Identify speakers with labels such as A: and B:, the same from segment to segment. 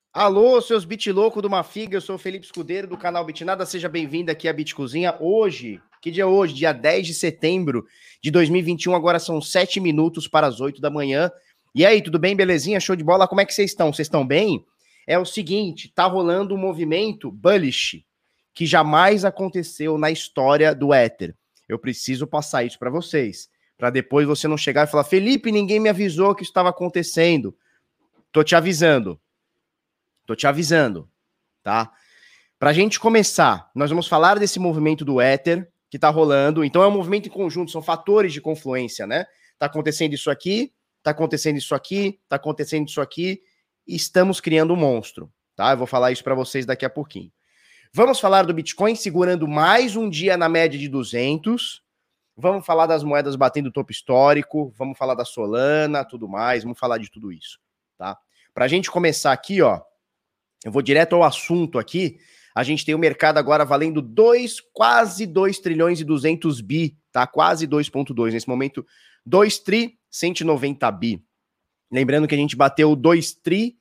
A: Alô, seus bit louco do Mafiga, eu sou o Felipe Escudeiro do canal Bitnada, seja bem-vindo aqui à Bit Cozinha. Hoje, que dia é hoje? Dia 10 de setembro de 2021, agora são 7 minutos para as 8 da manhã. E aí, tudo bem, belezinha? Show de bola? Como é que vocês estão? Vocês estão bem? É o seguinte, tá rolando um movimento bullish que jamais aconteceu na história do Ether. Eu preciso passar isso para vocês, para depois você não chegar e falar, Felipe, ninguém me avisou que isso estava acontecendo. Tô te avisando. Tô te avisando, tá? Pra gente começar, nós vamos falar desse movimento do Ether que tá rolando. Então é um movimento em conjunto, são fatores de confluência, né? Tá acontecendo isso aqui, tá acontecendo isso aqui, tá acontecendo isso aqui, e estamos criando um monstro, tá? Eu vou falar isso para vocês daqui a pouquinho. Vamos falar do Bitcoin segurando mais um dia na média de 200. Vamos falar das moedas batendo o topo histórico, vamos falar da Solana, tudo mais, vamos falar de tudo isso, tá? Pra gente começar aqui, ó, eu vou direto ao assunto aqui. A gente tem o mercado agora valendo quase 2 trilhões e 200 bi, tá? Quase 2,2. Nesse momento, 2 tri 190 bi. Lembrando que a gente bateu 2 tri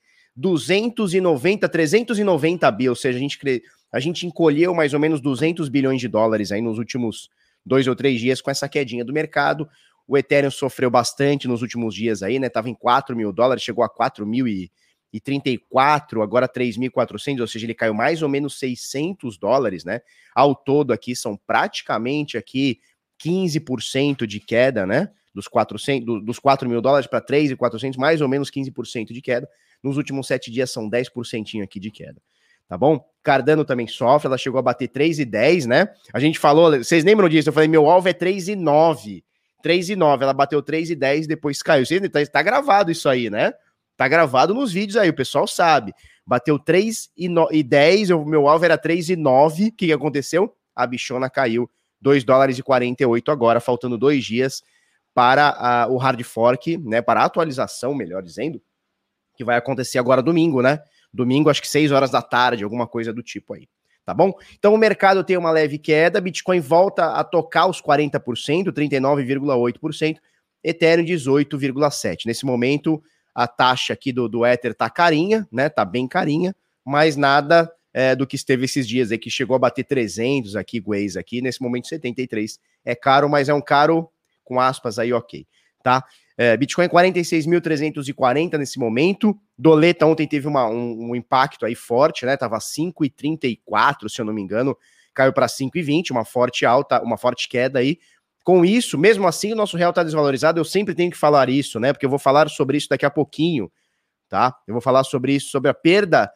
A: 390 bi, ou seja, a gente encolheu mais ou menos 200 bilhões de dólares aí nos últimos 2 ou 3 dias com essa quedinha do mercado. O Ethereum sofreu bastante nos últimos dias aí, né? Tava em 4 mil dólares, chegou a 4.034, agora 3.400, ou seja, ele caiu mais ou menos 600 dólares, né? Ao todo aqui são praticamente aqui 15% de queda, né? Dos 4 mil dólares para 3.400, mais ou menos 15% de queda. Nos últimos 7 dias são 10% aqui de queda. Tá bom? Cardano também sofre, ela chegou a bater 3,10, né? A gente falou, vocês lembram disso? Eu falei, meu alvo é 3,9. 3,9, ela bateu 3,10 e depois caiu. Tá gravado isso aí, né? Tá gravado nos vídeos aí, o pessoal sabe. Bateu 3,10, o meu alvo era 3,9. O que aconteceu? A bichona caiu 2 dólares e 48 agora, faltando 2 dias para o hard fork, né? Para a atualização, melhor dizendo, que vai acontecer agora domingo, né? Domingo, acho que 6 horas da tarde, alguma coisa do tipo aí. Tá bom? Então o mercado tem uma leve queda, Bitcoin volta a tocar os 40%, 39,8%, Ethereum 18,7%. Nesse momento, a taxa aqui do Ether tá carinha, né? Tá bem carinha, mas nada do que esteve esses dias aí, que chegou a bater 300 aqui, Waze aqui, nesse momento 73. É caro, mas é um caro, com aspas aí, ok, tá? Bitcoin 46.340 nesse momento. Doleta ontem teve um impacto aí forte, né? Tava 5,34, se eu não me engano, caiu para 5,20, uma forte alta, uma forte queda aí. Com isso, mesmo assim, o nosso real tá desvalorizado. Eu sempre tenho que falar isso, né? Porque eu vou falar sobre isso daqui a pouquinho, tá? Eu vou falar sobre isso, sobre a perda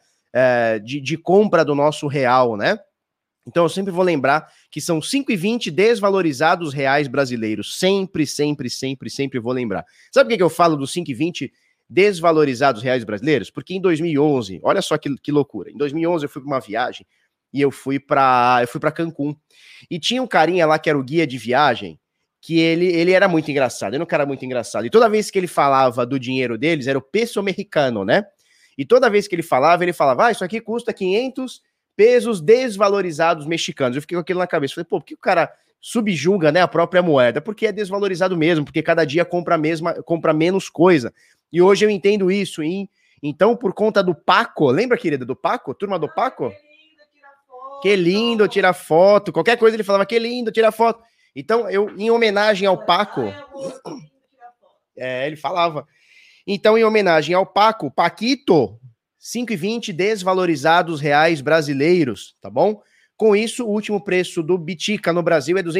A: de compra do nosso real, né? Então eu sempre vou lembrar que são 5,20 desvalorizados reais brasileiros. Sempre, sempre, sempre, sempre vou lembrar. Sabe por que eu falo dos 5,20 desvalorizados reais brasileiros? Porque em 2011, olha só que loucura. Em 2011 eu fui para uma viagem e eu fui para Cancún. E tinha um carinha lá que era o guia de viagem, que ele era muito engraçado. Ele era um cara muito engraçado. E toda vez que ele falava do dinheiro deles, era o peso mexicano, né? E toda vez que ele falava, isso aqui custa 500 pesos desvalorizados mexicanos. Eu fiquei com aquilo na cabeça. Falei, pô, por que o cara subjuga, né, a própria moeda? Porque é desvalorizado mesmo, porque cada dia compra menos coisa. E hoje eu entendo isso. Então, por conta do Paco, lembra, querida, do Paco? Turma do Paco? Que lindo tirar foto. Qualquer coisa ele falava, que lindo tirar foto. Então, em homenagem ao Paco... ele falava. Então, em homenagem ao Paco, Paquito, 5,20 desvalorizados reais brasileiros, tá bom? Com isso, o último preço do Bitica no Brasil é R$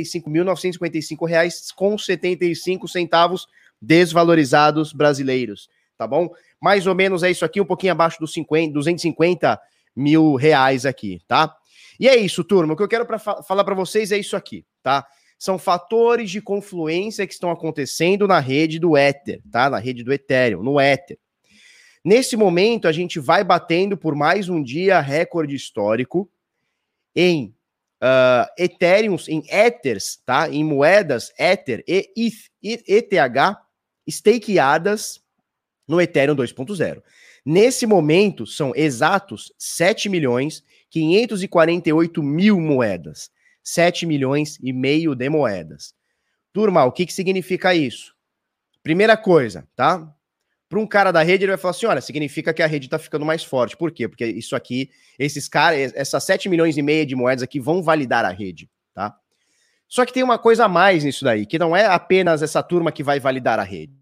A: 245.955,75 desvalorizados brasileiros, tá bom? Mais ou menos é isso aqui, um pouquinho abaixo dos 250 mil reais aqui, tá? E é isso, turma. O que eu quero falar para vocês é isso aqui, tá? São fatores de confluência que estão acontecendo na rede do Ether, tá? Na rede do Ethereum, no Ether. Nesse momento, a gente vai batendo por mais um dia recorde histórico em Ethereum, em Ethers, tá? Em moedas Ether e ETH stakeadas no Ethereum 2.0. Nesse momento, são exatos 7 milhões 548 mil moedas. 7 milhões e meio de moedas. Turma, o que significa isso? Primeira coisa, tá? Para um cara da rede, ele vai falar assim, olha, significa que a rede está ficando mais forte. Por quê? Porque isso aqui, esses caras, essas 7 milhões e meio de moedas aqui vão validar a rede, tá? Só que tem uma coisa a mais nisso daí, que não é apenas essa turma que vai validar a rede.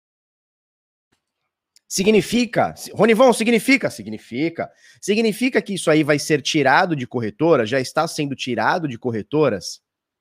A: Significa, Ronivon, significa que isso aí vai ser tirado de corretoras, já está sendo tirado de corretoras?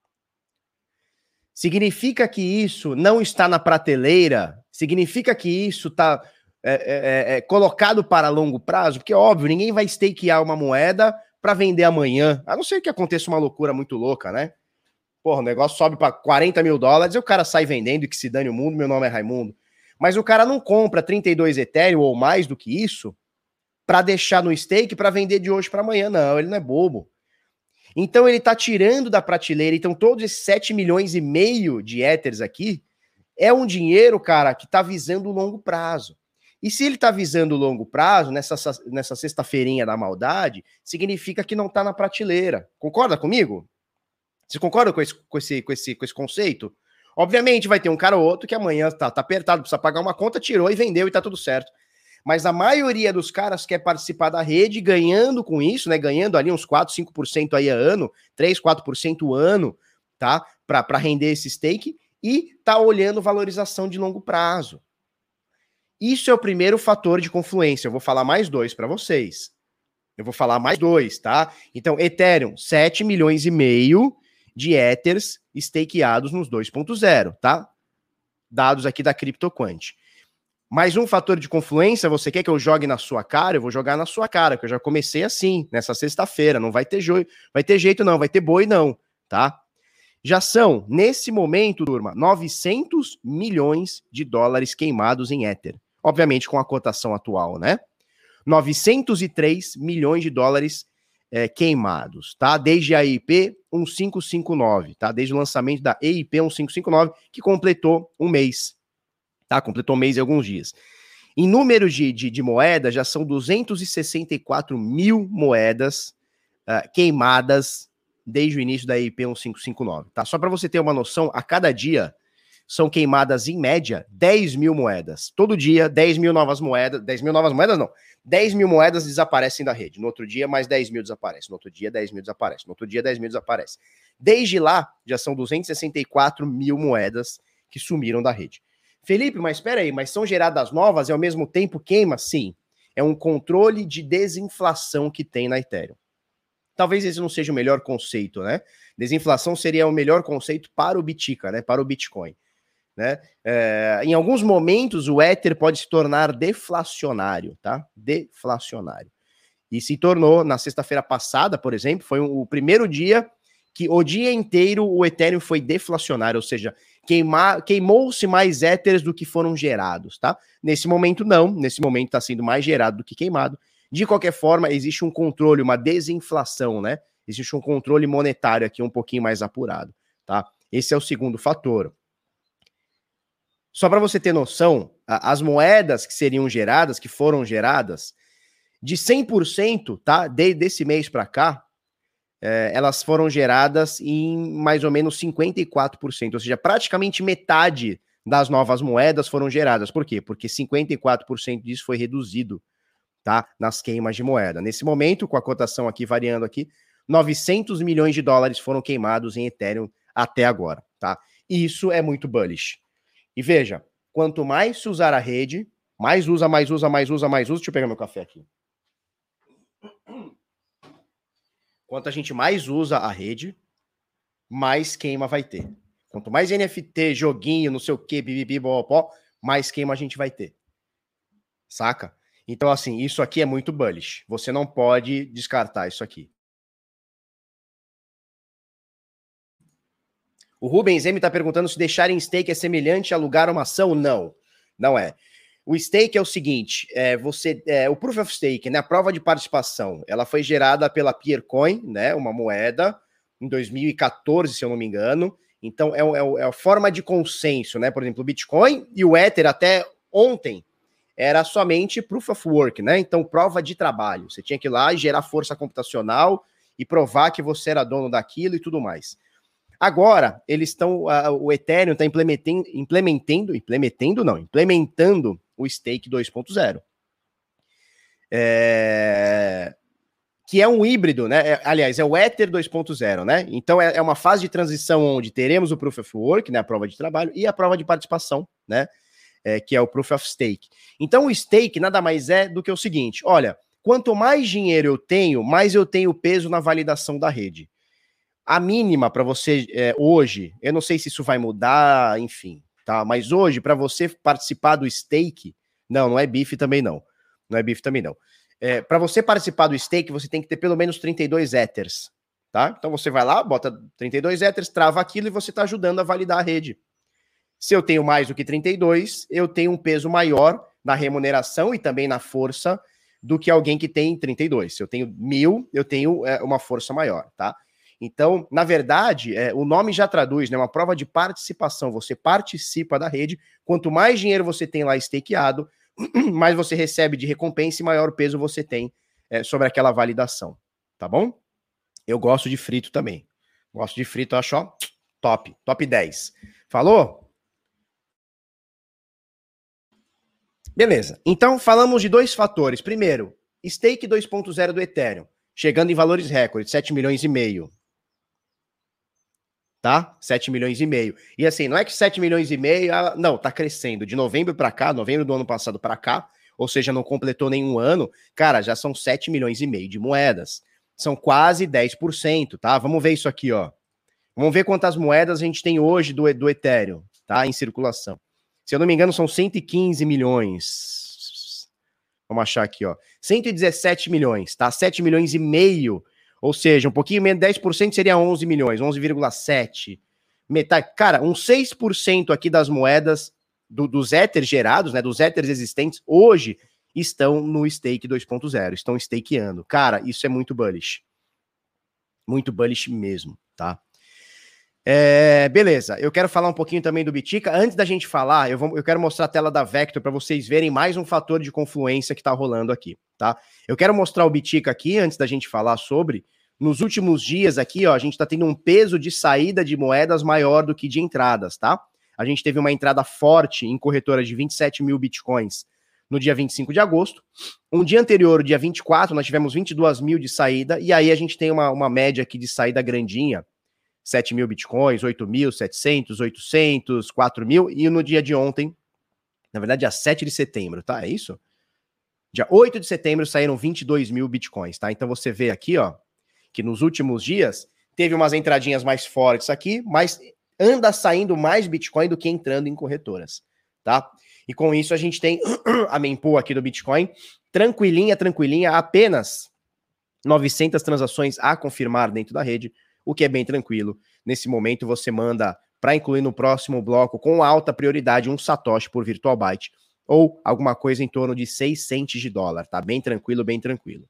A: Significa que isso não está na prateleira? Significa que isso está colocado para longo prazo? Porque, óbvio, ninguém vai stakear uma moeda para vender amanhã, a não ser que aconteça uma loucura muito louca, né? Porra, o negócio sobe para 40 mil dólares e o cara sai vendendo e que se dane o mundo, meu nome é Raimundo. Mas o cara não compra 32 Ethereum ou mais do que isso para deixar no stake para vender de hoje para amanhã. Não, ele não é bobo. Então ele tá tirando da prateleira. Então todos esses 7 milhões e meio de Ethers aqui é um dinheiro, cara, que tá visando o longo prazo. E se ele tá visando o longo prazo, nessa sexta-feirinha da maldade, significa que não tá na prateleira. Concorda comigo? Você concorda com esse conceito? Obviamente vai ter um cara ou outro que amanhã tá apertado, precisa pagar uma conta, tirou e vendeu e tá tudo certo. Mas a maioria dos caras quer participar da rede ganhando com isso, né? Ganhando ali uns 4, 5% aí a ano, 3, 4% ano, tá? Para render esse stake e tá olhando valorização de longo prazo. Isso é o primeiro fator de confluência. Eu vou falar mais dois para vocês. Eu vou falar mais dois, tá? Então, Ethereum, 7 milhões e meio de Ethers stakeados nos 2.0, tá? Dados aqui da CryptoQuant. Mais um fator de confluência, você quer que eu jogue na sua cara? Eu vou jogar na sua cara, que eu já comecei assim, nessa sexta-feira. Não vai ter jeito não, vai ter boi não, tá? Já são, nesse momento, turma, 900 milhões de dólares queimados em Ether. Obviamente com a cotação atual, né? 903 milhões de dólares queimados, tá? Desde a EIP 1559, tá? Desde o lançamento da EIP 1559, que completou um mês, tá? Completou um mês e alguns dias. Em número de moedas, já são 264 mil moedas queimadas desde o início da EIP 1559, tá? Só para você ter uma noção, a cada dia são queimadas, em média, 10 mil moedas. Todo dia, 10 mil novas moedas. 10 mil novas moedas, não. 10 mil moedas desaparecem da rede. No outro dia, mais 10 mil desaparecem. No outro dia, 10 mil desaparecem. No outro dia, 10 mil desaparecem. Desde lá, já são 264 mil moedas que sumiram da rede. Felipe, mas espera aí, mas são geradas novas e ao mesmo tempo queima? Sim. É um controle de desinflação que tem na Ethereum. Talvez esse não seja o melhor conceito, né? Desinflação seria o melhor conceito para o Bitica, né? Para o Bitcoin. Né? Em alguns momentos o Ether pode se tornar deflacionário, tá? Deflacionário. E se tornou, na sexta-feira passada, por exemplo, foi o primeiro dia que o dia inteiro o Ethereum foi deflacionário, ou seja, queimou-se mais Ethers do que foram gerados, tá? Nesse momento não, nesse momento está sendo mais gerado do que queimado. De qualquer forma, existe um controle, uma desinflação, né? Existe um controle monetário aqui um pouquinho mais apurado, tá? Esse é o segundo fator. Só para você ter noção, as moedas que seriam geradas, que foram geradas, de 100%, tá? Desse mês para cá, elas foram geradas em mais ou menos 54%, ou seja, praticamente metade das novas moedas foram geradas. Por quê? Porque 54% disso foi reduzido, tá? Nas queimas de moeda. Nesse momento, com a cotação aqui variando aqui, 900 milhões de dólares foram queimados em Ethereum até agora, tá? E isso é muito bullish. E veja, quanto mais se usar a rede, mais usa. Deixa eu pegar meu café aqui. Quanto a gente mais usa a rede, mais queima vai ter. Quanto mais NFT, joguinho, não sei o que, bibibi, bopó, mais queima a gente vai ter. Saca? Então, assim, isso aqui é muito bullish. Você não pode descartar isso aqui. O Rubens M está perguntando se deixar em stake é semelhante a alugar uma ação. Não, não é. O stake é o seguinte, o Proof of Stake, né, a prova de participação, ela foi gerada pela Peercoin, né, uma moeda, em 2014, se eu não me engano. Então, é a forma de consenso, né, por exemplo, o Bitcoin e o Ether até ontem era somente Proof of Work, né, então prova de trabalho. Você tinha que ir lá e gerar força computacional e provar que você era dono daquilo e tudo mais. Agora, eles estão, o Ethereum está implementando o Stake 2.0. Que é um híbrido, né? Aliás, é o Ether 2.0, né? Então é uma fase de transição onde teremos o Proof of Work, né? A prova de trabalho, e a prova de participação, né? Que é o Proof of Stake. Então o Stake nada mais é do que o seguinte: olha, quanto mais dinheiro eu tenho, mais eu tenho peso na validação da rede. A mínima para você hoje, eu não sei se isso vai mudar, enfim, tá? Mas hoje, para você participar do Stake, não é bife também não. Não é bife também não. Para você participar do Stake, você tem que ter pelo menos 32 Ethers, tá? Então você vai lá, bota 32 Ethers, trava aquilo e você está ajudando a validar a rede. Se eu tenho mais do que 32, eu tenho um peso maior na remuneração e também na força do que alguém que tem 32. Se eu tenho 1.000, eu tenho uma força maior, tá? Então, na verdade, o nome já traduz, né? Uma prova de participação. Você participa da rede. Quanto mais dinheiro você tem lá stakeado, mais você recebe de recompensa e maior peso você tem sobre aquela validação, tá bom? Eu gosto de frito também. Gosto de frito, eu acho, ó, top 10. Falou? Beleza. Então, falamos de dois fatores. Primeiro, Stake 2.0 do Ethereum, chegando em valores recordes, 7 milhões e meio. Tá? 7 milhões e meio. E assim, não é que 7 milhões e meio, não, tá crescendo. De novembro para cá, novembro do ano passado para cá, ou seja, não completou nenhum ano, cara, já são 7 milhões e meio de moedas. São quase 10%, tá? Vamos ver isso aqui, ó. Vamos ver quantas moedas a gente tem hoje do Ethereum, tá? Em circulação. Se eu não me engano, são 115 milhões. Vamos achar aqui, ó. 117 milhões, tá? 7 milhões e meio. Ou seja, um pouquinho menos, 10% seria 11 milhões, 11,7. Metade. Cara, uns 6% aqui das moedas dos Ethers gerados, né, dos Ethers existentes, hoje estão no Stake 2.0, estão stakeando. Cara, isso é muito bullish. Muito bullish mesmo, tá? Beleza, eu quero falar um pouquinho também do Bitica. Antes da gente falar, eu quero mostrar a tela da Vector para vocês verem mais um fator de confluência que está rolando aqui, tá? Eu quero mostrar o Bitica aqui, antes da gente falar sobre. Nos últimos dias aqui, ó, a gente está tendo um peso de saída de moedas maior do que de entradas, tá? A gente teve uma entrada forte em corretora de 27 mil bitcoins no dia 25 de agosto. Um dia anterior, o dia 24, nós tivemos 22 mil de saída, e aí a gente tem uma média aqui de saída grandinha, 7 mil bitcoins, 8.700, 800, 4 mil, e no dia de ontem, na verdade, dia 7 de setembro, tá? É isso? Dia 8 de setembro saíram 22 mil bitcoins, tá? Então você vê aqui, ó, que nos últimos dias teve umas entradinhas mais fortes aqui, mas anda saindo mais bitcoin do que entrando em corretoras, tá? E com isso a gente tem a mempool aqui do Bitcoin, tranquilinha, apenas 900 transações a confirmar dentro da rede, o que é bem tranquilo. Nesse momento você manda para incluir no próximo bloco com alta prioridade um satoshi por virtual byte ou alguma coisa em torno de 6 centes de dólar, tá? Bem tranquilo, bem tranquilo.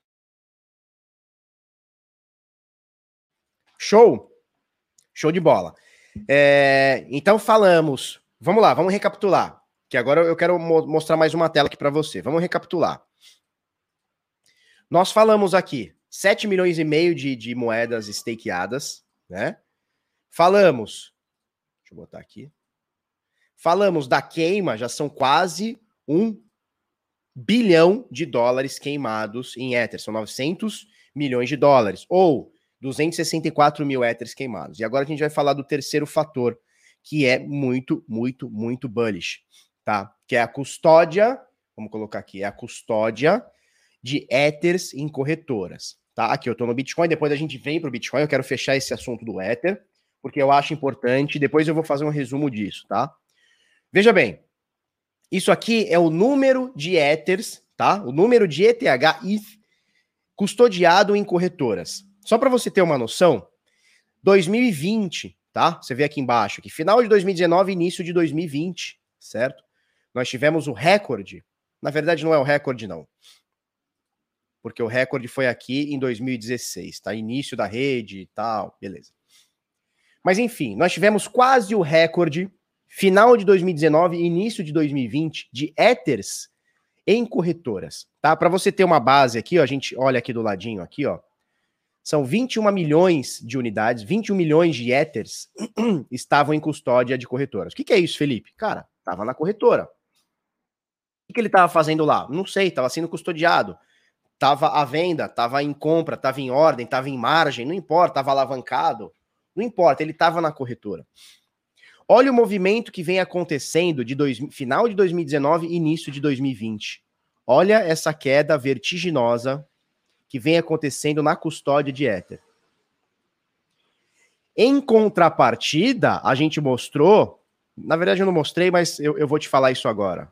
A: Show? Show de bola. Então falamos, vamos lá, vamos recapitular, que agora eu quero mostrar mais uma tela aqui para você. Vamos recapitular. Nós falamos aqui 7 milhões e meio de moedas stakeadas, né? Falamos, deixa eu botar aqui. Falamos da queima, já são quase 1 bilhão de dólares queimados em Ether, são 900 milhões de dólares, ou 264 mil Ethers queimados. E agora a gente vai falar do terceiro fator, que é muito, muito, muito bullish, tá? Que é a custódia, vamos colocar aqui, é a custódia de Ethers em corretoras, tá? Aqui eu tô no Bitcoin, depois a gente vem pro Bitcoin, eu quero fechar esse assunto do Ether, porque eu acho importante, depois eu vou fazer um resumo disso, tá? Veja bem, isso aqui é o número de Ethers, tá? O número de ETH custodiado em corretoras. Só para você ter uma noção, 2020, tá? Você vê aqui embaixo, que final de 2019 início de 2020, certo? Nós tivemos o recorde. Na verdade, não é o recorde, não. Porque o recorde foi aqui em 2016, tá? Início da rede e tal, beleza. Mas enfim, nós tivemos quase o recorde, final de 2019 e início de 2020, de Ethers em corretoras, tá? Para você ter uma base aqui, ó, a gente olha aqui do ladinho, aqui, ó, são 21 milhões de unidades, 21 milhões de Ethers estavam em custódia de corretoras. O que é isso, Felipe? Cara, tava na corretora. que ele estava fazendo lá? Não sei, estava sendo custodiado. Estava à venda, estava em compra, estava em ordem, estava em margem, não importa, estava alavancado. Não importa, ele estava na corretora. Olha o movimento que vem acontecendo de final de 2019 e início de 2020. Olha essa queda vertiginosa que vem acontecendo na custódia de Ether. Em contrapartida, a gente mostrou, na verdade eu não mostrei, mas eu vou te falar isso agora.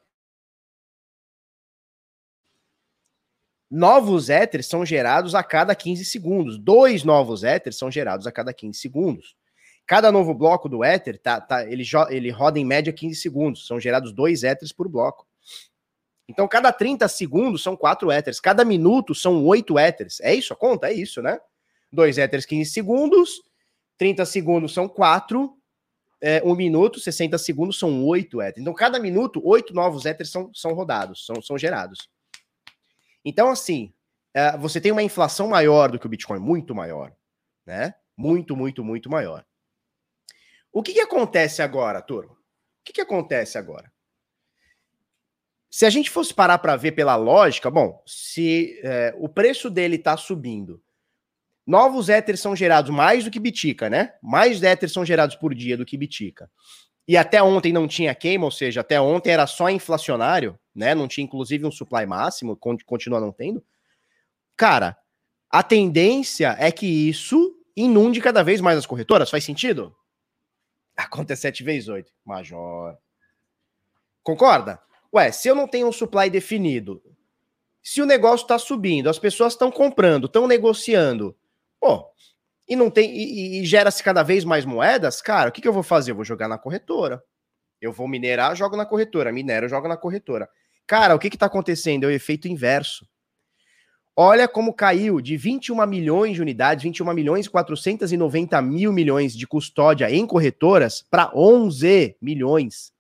A: Novos Ethers são gerados a cada 15 segundos. 2 novos Ethers são gerados a cada 15 segundos. Cada novo bloco do Ether, ele roda em média 15 segundos. São gerados 2 Ethers por bloco. Então, cada 30 segundos são 4 Ethers. Cada minuto são 8 Ethers. É isso a conta? É isso, né? 2 Ethers, 15 segundos. 30 segundos são 4. 1 minuto, 60 segundos são 8 Ethers. Então, cada minuto, 8 novos Ethers são rodados, são gerados. Então, assim, você tem uma inflação maior do que o Bitcoin, muito maior, né? Muito, muito, muito maior. O que acontece agora, turma? O que acontece agora? Se a gente fosse parar para ver pela lógica, bom, se o preço dele está subindo, novos Ethers são gerados mais do que Bitica, né? Mais Ethers são gerados por dia do que Bitica. E até ontem não tinha queima, ou seja, até ontem era só inflacionário, né? Não tinha inclusive um supply máximo, continua não tendo. Cara, a tendência é que isso inunde cada vez mais as corretoras. Faz sentido? A conta é 7 vezes 8. Major. Concorda? Ué, se eu não tenho um supply definido, se o negócio tá subindo, as pessoas estão comprando, estão negociando, pô, e não tem e gera-se cada vez mais moedas, cara, o que eu vou fazer? Eu vou jogar na corretora. Eu vou minerar, jogo na corretora. Minero, jogo na corretora. Cara, o que tá acontecendo? É o efeito inverso. Olha como caiu de 21 milhões de unidades, 21 milhões e 490 mil milhões de custódia em corretoras para 11 milhões.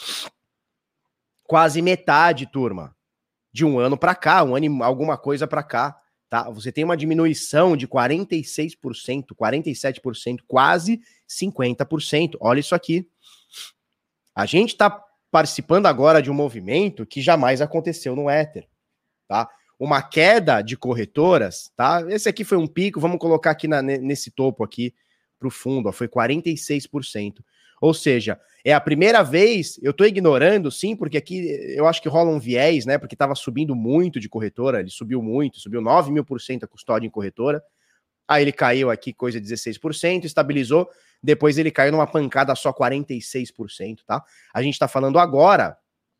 A: Quase metade, turma. De um ano para cá, um ano alguma coisa para cá. Tá? Você tem uma diminuição de 46%, 47%, quase 50%. Olha isso aqui. A gente está participando agora de um movimento que jamais aconteceu no Ether, tá? Uma queda de corretoras, tá? Esse aqui foi um pico, vamos colocar aqui nesse topo aqui para o fundo, ó, foi 46%. Ou seja, é a primeira vez, eu estou ignorando, sim, porque aqui eu acho que rola um viés, né? Porque estava subindo muito de corretora, ele subiu muito, subiu 9.000% a custódia em corretora. Aí ele caiu aqui, coisa de 16%, estabilizou, depois ele caiu numa pancada só 46%, tá? A gente tá falando agora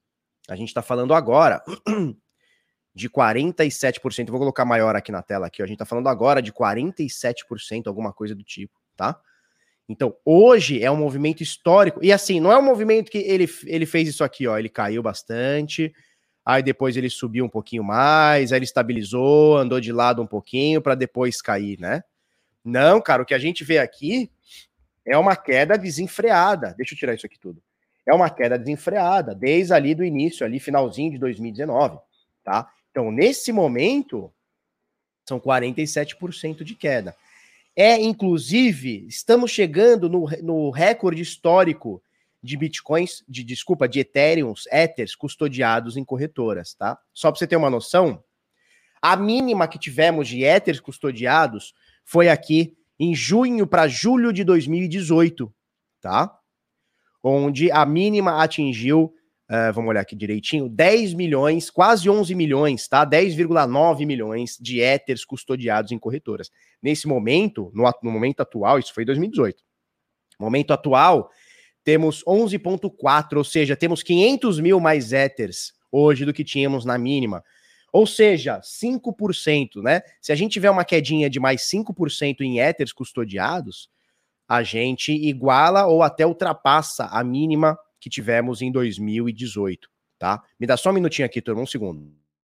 A: de 47%, vou colocar maior aqui na tela aqui, ó, a gente tá falando agora de 47%, alguma coisa do tipo, tá? Então, hoje é um movimento histórico, e assim, não é um movimento que ele fez isso aqui, ó, ele caiu bastante, aí depois ele subiu um pouquinho mais, aí ele estabilizou, andou de lado um pouquinho para depois cair, né? Não, cara, o que a gente vê aqui é uma queda desenfreada. Deixa eu tirar isso aqui tudo. É uma queda desenfreada, desde ali do início, ali finalzinho de 2019, tá? Então, nesse momento, são 47% de queda. Inclusive, estamos chegando no recorde histórico de bitcoins, de Ethereums, Ethers custodiados em corretoras, tá? Só para você ter uma noção, a mínima que tivemos de Ethers custodiados foi aqui em junho para julho de 2018, tá? Onde a mínima atingiu, vamos olhar aqui direitinho, 10 milhões, quase 11 milhões, tá? 10,9 milhões de Ethers custodiados em corretoras. Nesse momento, no momento atual, isso foi 2018. No momento atual, temos 11,4, ou seja, temos 500 mil mais Ethers hoje do que tínhamos na mínima. Ou seja, 5%, né? Se a gente tiver uma quedinha de mais 5% em Ethers custodiados, a gente iguala ou até ultrapassa a mínima que tivemos em 2018, tá? Me dá só um minutinho aqui, turma, um segundo.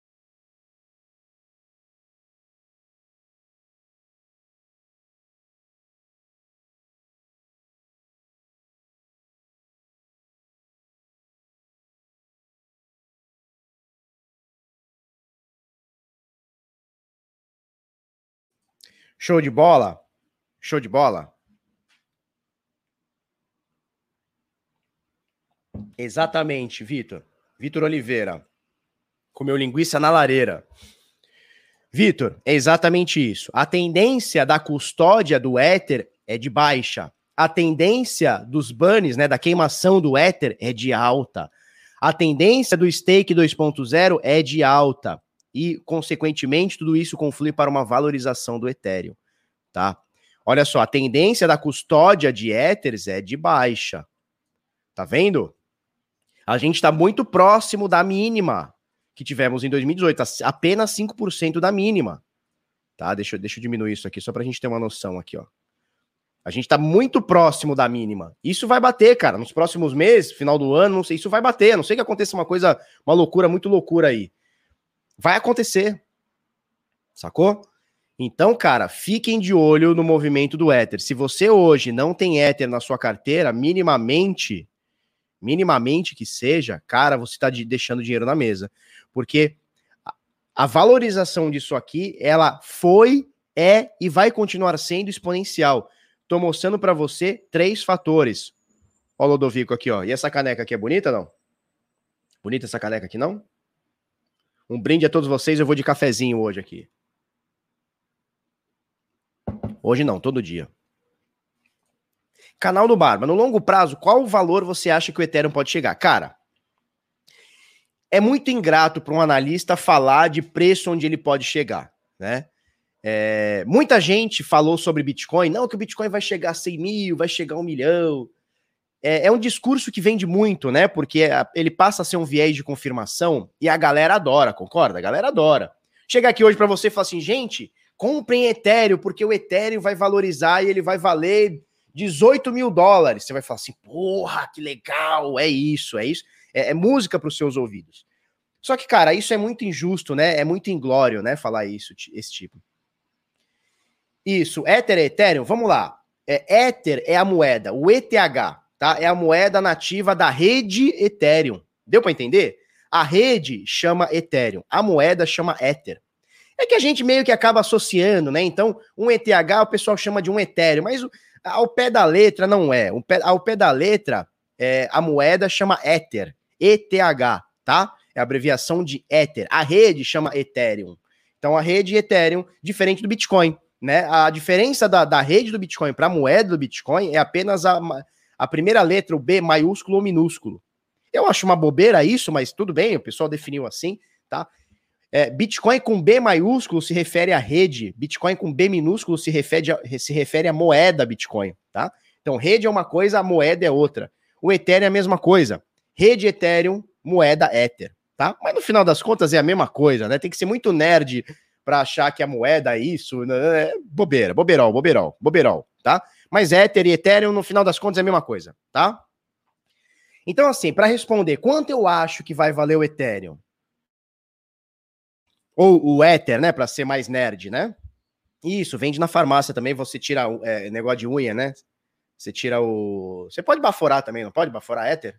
A: Show de bola? Show de bola? Exatamente, Vitor. Vitor Oliveira. Comeu linguiça na lareira. Vitor, é exatamente isso. A tendência da custódia do Ether é de baixa. A tendência dos burns, né, da queimação do Ether é de alta. A tendência do stake 2.0 é de alta. E, consequentemente, tudo isso conflui para uma valorização do Ethereum, tá? Olha só, a tendência da custódia de Ethers é de baixa. Tá vendo? A gente está muito próximo da mínima que tivemos em 2018, apenas 5% da mínima. Tá? Deixa eu diminuir isso aqui, só para a gente ter uma noção aqui, ó. A gente está muito próximo da mínima. Isso vai bater, cara, nos próximos meses, final do ano, não sei, isso vai bater. A não sei que aconteça uma coisa, uma loucura, muito loucura aí. Vai acontecer. Sacou? Então, cara, fiquem de olho no movimento do Ether. Se você hoje não tem Ether na sua carteira, minimamente que seja, cara, você está deixando dinheiro na mesa. Porque a valorização disso aqui, ela foi, é e vai continuar sendo exponencial. Tô mostrando para você 3 fatores. Ó o Lodovico aqui, ó. E essa caneca aqui é bonita, não? Bonita essa caneca aqui, não? Um brinde a todos vocês, eu vou de cafezinho hoje aqui. Hoje não, todo dia. Canal do Barba, no longo prazo, qual o valor você acha que o Ethereum pode chegar? Cara, é muito ingrato para um analista falar de preço onde ele pode chegar, né? Muita gente falou sobre Bitcoin, não, que o Bitcoin vai chegar a 100 mil, vai chegar a 1 milhão. É um discurso que vende muito, né? Porque ele passa a ser um viés de confirmação e a galera adora, concorda? A galera adora. Chegar aqui hoje para você e falar assim, gente, comprem Ethereum, porque o Ethereum vai valorizar e ele vai valer 18 mil dólares. Você vai falar assim, porra, que legal, é isso. É música para os seus ouvidos. Só que, cara, isso é muito injusto, né? É muito inglório, né? Falar isso, esse tipo. Isso, Ether é Ethereum, vamos lá. Ether é a moeda, o ETH, tá? É a moeda nativa da rede Ethereum. Deu para entender? A rede chama Ethereum, a moeda chama Ether. É que a gente meio que acaba associando, né? Então, um ETH o pessoal chama de um Ethereum, mas ao pé da letra não é. Ao pé da letra, a moeda chama Ether, ETH, tá? É a abreviação de Ether. A rede chama Ethereum. Então, a rede Ethereum, diferente do Bitcoin, né? A diferença da rede do Bitcoin para a moeda do Bitcoin é apenas a primeira letra, o B maiúsculo ou minúsculo. Eu acho uma bobeira isso, mas tudo bem, o pessoal definiu assim, tá? Bitcoin com B maiúsculo se refere à rede, Bitcoin com B minúsculo se refere à moeda Bitcoin, tá? Então, rede é uma coisa, a moeda é outra. O Ethereum é a mesma coisa. Rede Ethereum, moeda Ether, tá? Mas no final das contas é a mesma coisa, né? Tem que ser muito nerd para achar que a moeda é isso, né? Bobeira, bobeirol, tá? Mas Ether e Ethereum, no final das contas, é a mesma coisa, tá? Então, assim, para responder, quanto eu acho que vai valer o Ethereum? Ou o Ether, né? Para ser mais nerd, né? Isso, vende na farmácia também, você tira negócio de unha, né? Você tira o... Você pode baforar também, não pode baforar Ether?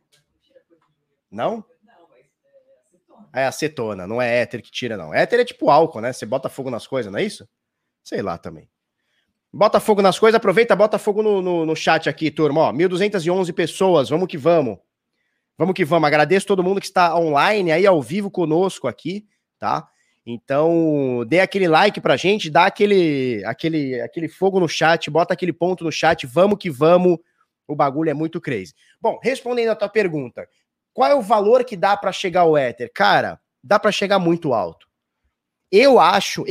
A: Não? É acetona, não é éter que tira, não. Éter é tipo álcool, né? Você bota fogo nas coisas, não é isso? Sei lá também. Bota fogo nas coisas, aproveita, bota fogo no chat aqui, turma. Ó, 1.211 pessoas, vamos que vamos. Vamos que vamos. Agradeço todo mundo que está online aí, ao vivo conosco aqui, tá? Então, dê aquele like pra gente, dá aquele fogo no chat, bota aquele ponto no chat, vamos que vamos. O bagulho é muito crazy. Bom, respondendo a tua pergunta, qual é o valor que dá para chegar ao Ether? Cara, dá para chegar muito alto. Eu acho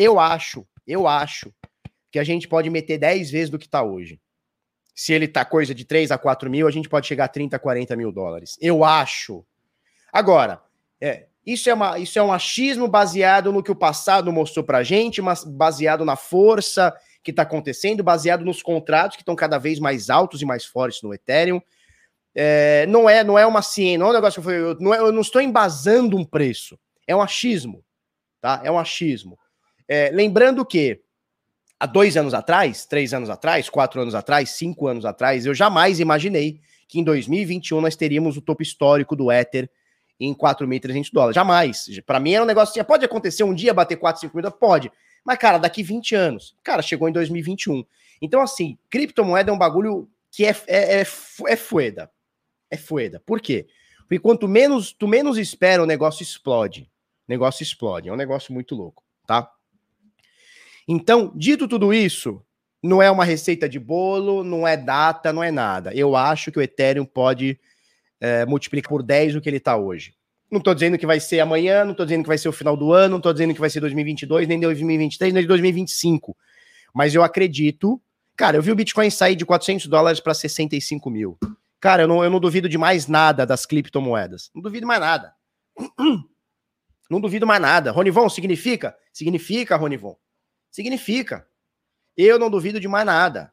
A: que a gente pode meter 10 vezes do que tá hoje. Se ele tá coisa de 3 a 4 mil, a gente pode chegar a 30, 40 mil dólares. Eu acho. Agora, isso é um achismo baseado no que o passado mostrou pra gente, mas baseado na força que tá acontecendo, baseado nos contratos que estão cada vez mais altos e mais fortes no Ethereum. Não é uma ciência, não é um negócio que eu não estou embasando um preço, é um achismo, tá? É um achismo. Lembrando que há 2 anos atrás, 3 anos atrás, 4 anos atrás, 5 anos atrás, eu jamais imaginei que em 2021 nós teríamos o topo histórico do Ether em 4.300 dólares. Jamais. Para mim era um negócio assim, pode acontecer um dia bater 4, 5 mil dólares? Pode. Mas, cara, daqui 20 anos. Cara, chegou em 2021. Então, assim, criptomoeda é um bagulho que é fueda. É fueda. Por quê? Porque quanto menos tu espera, o negócio explode. negócio explode. É um negócio muito louco, tá? Então, dito tudo isso, não é uma receita de bolo, não é data, não é nada. Eu acho que o Ethereum pode multiplicar por 10 o que ele está hoje. Não estou dizendo que vai ser amanhã, não estou dizendo que vai ser o final do ano, não estou dizendo que vai ser 2022, nem 2023, nem 2025. Mas eu acredito... Cara, eu vi o Bitcoin sair de $400 para 65 mil. Cara, eu não duvido de mais nada das criptomoedas. Não duvido mais nada. Não duvido mais nada. Ronivon, significa? Significa, Ronivon. Significa. Eu não duvido de mais nada.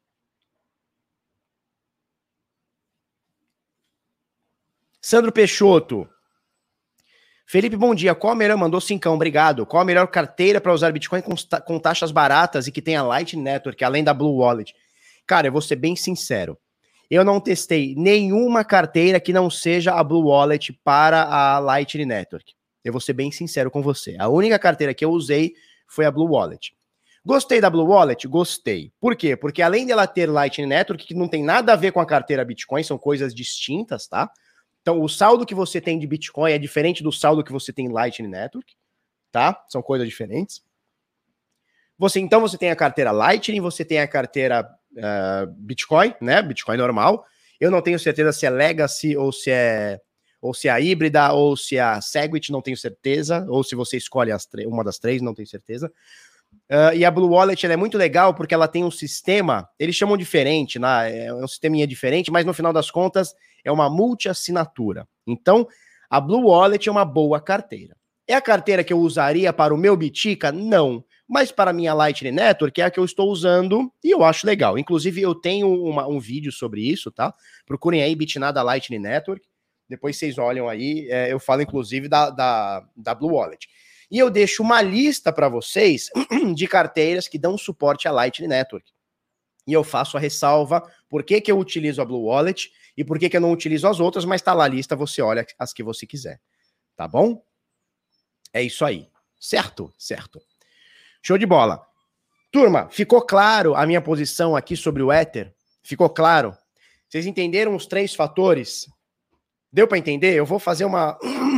A: Sandro Peixoto. Felipe, bom dia. Qual a melhor... Mandou cincão, obrigado. Qual a melhor carteira para usar Bitcoin com taxas baratas e que tenha Lightning Network, além da Blue Wallet? Cara, eu vou ser bem sincero. Eu não testei nenhuma carteira que não seja a Blue Wallet para a Lightning Network. Eu vou ser bem sincero com você. A única carteira que eu usei foi a Blue Wallet. Gostei da Blue Wallet? Gostei. Por quê? Porque além dela ter Lightning Network, que não tem nada a ver com a carteira Bitcoin, são coisas distintas, tá? Então, o saldo que você tem de Bitcoin é diferente do saldo que você tem em Lightning Network, tá? São coisas diferentes. Então, você tem a carteira Lightning, você tem a carteira Bitcoin, né? Bitcoin normal. Eu não tenho certeza se é Legacy ou se é a híbrida ou se é a Segwit, não tenho certeza. Ou se você escolhe uma das três, não tenho certeza. E a Blue Wallet ela é muito legal porque ela tem um sistema, eles chamam diferente, né? É um sisteminha diferente, mas no final das contas é uma multi-assinatura. Então, a Blue Wallet é uma boa carteira. É a carteira que eu usaria para o meu Bitica? Não. Mas para a minha Lightning Network é a que eu estou usando e eu acho legal. Inclusive, eu tenho um vídeo sobre isso, tá? Procurem aí Bitnada Lightning Network. Depois vocês olham aí, eu falo inclusive da Blue Wallet. E eu deixo uma lista para vocês de carteiras que dão suporte à Lightning Network. E eu faço a ressalva por que eu utilizo a Blue Wallet e por que eu não utilizo as outras, mas tá lá a lista, você olha as que você quiser. Tá bom? É isso aí. Certo? Certo. Show de bola. Turma, ficou claro a minha posição aqui sobre o Ether? Ficou claro? Vocês entenderam os 3 fatores? Deu para entender? Eu vou fazer uma...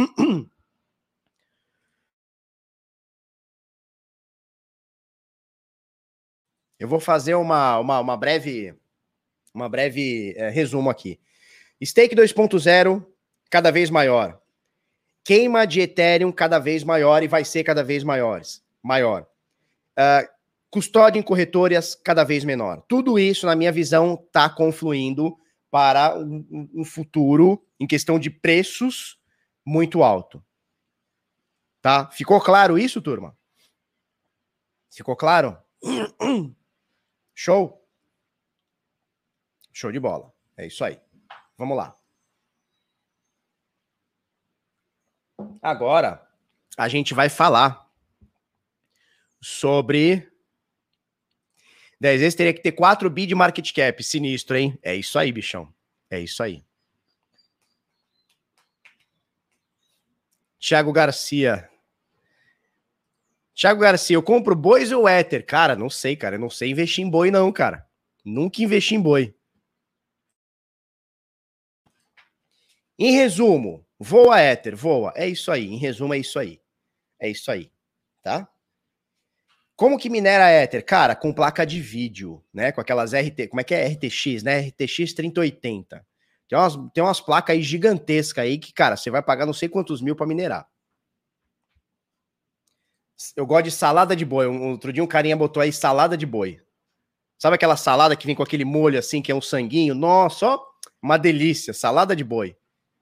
A: Eu vou fazer uma breve resumo aqui. Stake 2.0, cada vez maior. Queima de Ethereum cada vez maior e vai ser cada vez maior. Custódia em corretoras cada vez menor. Tudo isso, na minha visão, está confluindo para um futuro em questão de preços muito alto. Tá? Ficou claro isso, turma? Ficou claro? Show? Show de bola. É isso aí. Vamos lá. Agora, a gente vai falar sobre... 10 vezes teria que ter 4 bi de market cap. Sinistro, hein? É isso aí, bichão. É isso aí. Thiago Garcia, eu compro bois ou Ether? Cara, não sei, cara. Eu não sei investir em boi, não, cara. Nunca investi em boi. Em resumo, voa Ether, voa. É isso aí. Em resumo, é isso aí. É isso aí, tá? Como que minera Ether? Cara, com placa de vídeo, né? Com aquelas como é que é? RTX, né? RTX 3080. Tem umas placas aí gigantescas aí que, cara, você vai pagar não sei quantos mil para minerar. Eu gosto de salada de boi. Outro dia um carinha botou aí salada de boi. Sabe aquela salada que vem com aquele molho assim, que é um sanguinho? Nossa, ó, uma delícia. Salada de boi.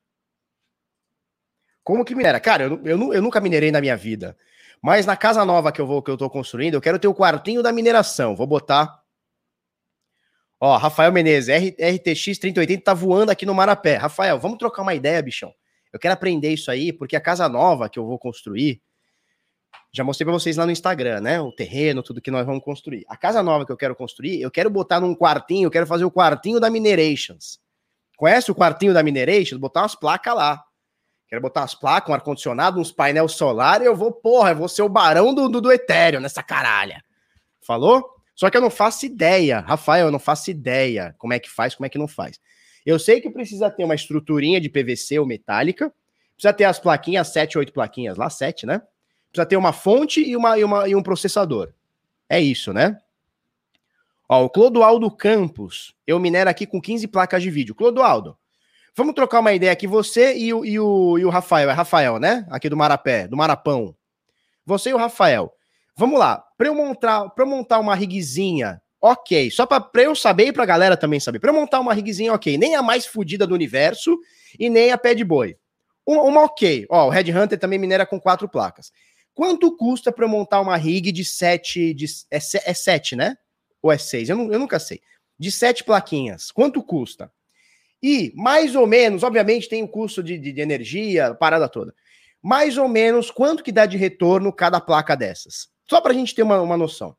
A: Como que minera? Cara, eu nunca minerei na minha vida. Mas na casa nova que eu tô construindo, eu quero ter o quartinho da mineração. Vou botar... Ó, Rafael Menezes, RTX 3080 tá voando aqui no Marapé. Rafael, vamos trocar uma ideia, bichão. Eu quero aprender isso aí, porque a casa nova que eu vou construir... Já mostrei pra vocês lá no Instagram, né? O terreno, tudo que nós vamos construir. A casa nova que eu quero construir, eu quero botar num quartinho, eu quero fazer o quartinho da Minerations. Conhece o quartinho da Minerations? Botar umas placas lá. Quero botar umas placas, um ar-condicionado, uns painéis solar e eu vou ser o barão do Ethereum nessa caralha. Falou? Só que eu não faço ideia, Rafael, eu não faço ideia como é que faz, como é que não faz. Eu sei que precisa ter uma estruturinha de PVC ou metálica, Precisa ter as plaquinhas, 7, 8 plaquinhas lá, 7, né? Precisa ter uma fonte e um processador. É isso, né? Ó, o Clodoaldo Campos, eu minero aqui com 15 placas de vídeo. Clodoaldo, vamos trocar uma ideia aqui, você e o Rafael, é Rafael, né? Aqui do Marapé, do Marapão. Você e o Rafael. Vamos lá, para eu montar uma rigzinha, ok, só para eu saber e pra galera também saber. Para eu montar uma rigzinha, ok, nem a mais fodida do universo e nem a pé de boi. Uma ok, ó, o Red Hunter também minera com 4 placas. Quanto custa para eu montar uma rig de 7, é 7, né? Ou é 6? Eu nunca sei. De 7 plaquinhas, quanto custa? E, mais ou menos, obviamente tem o custo de energia, parada toda. Mais ou menos, quanto que dá de retorno cada placa dessas? Só pra gente ter uma noção.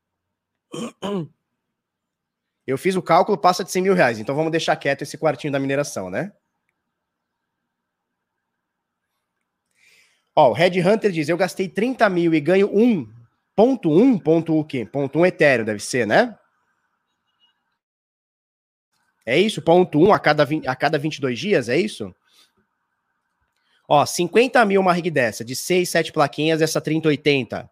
A: Eu fiz o cálculo, passa de 100 mil reais. Então vamos deixar quieto esse quartinho da mineração, né? Ó, o Red Hunter diz, eu gastei 30 mil e ganho 1.1, ponto o quê? Ponto 1 Ethereum, deve ser, né? É isso? Ponto 1 a cada 22 dias, é isso? Ó, 50 mil uma rig dessa, de 6, 7 plaquinhas, essa 3080.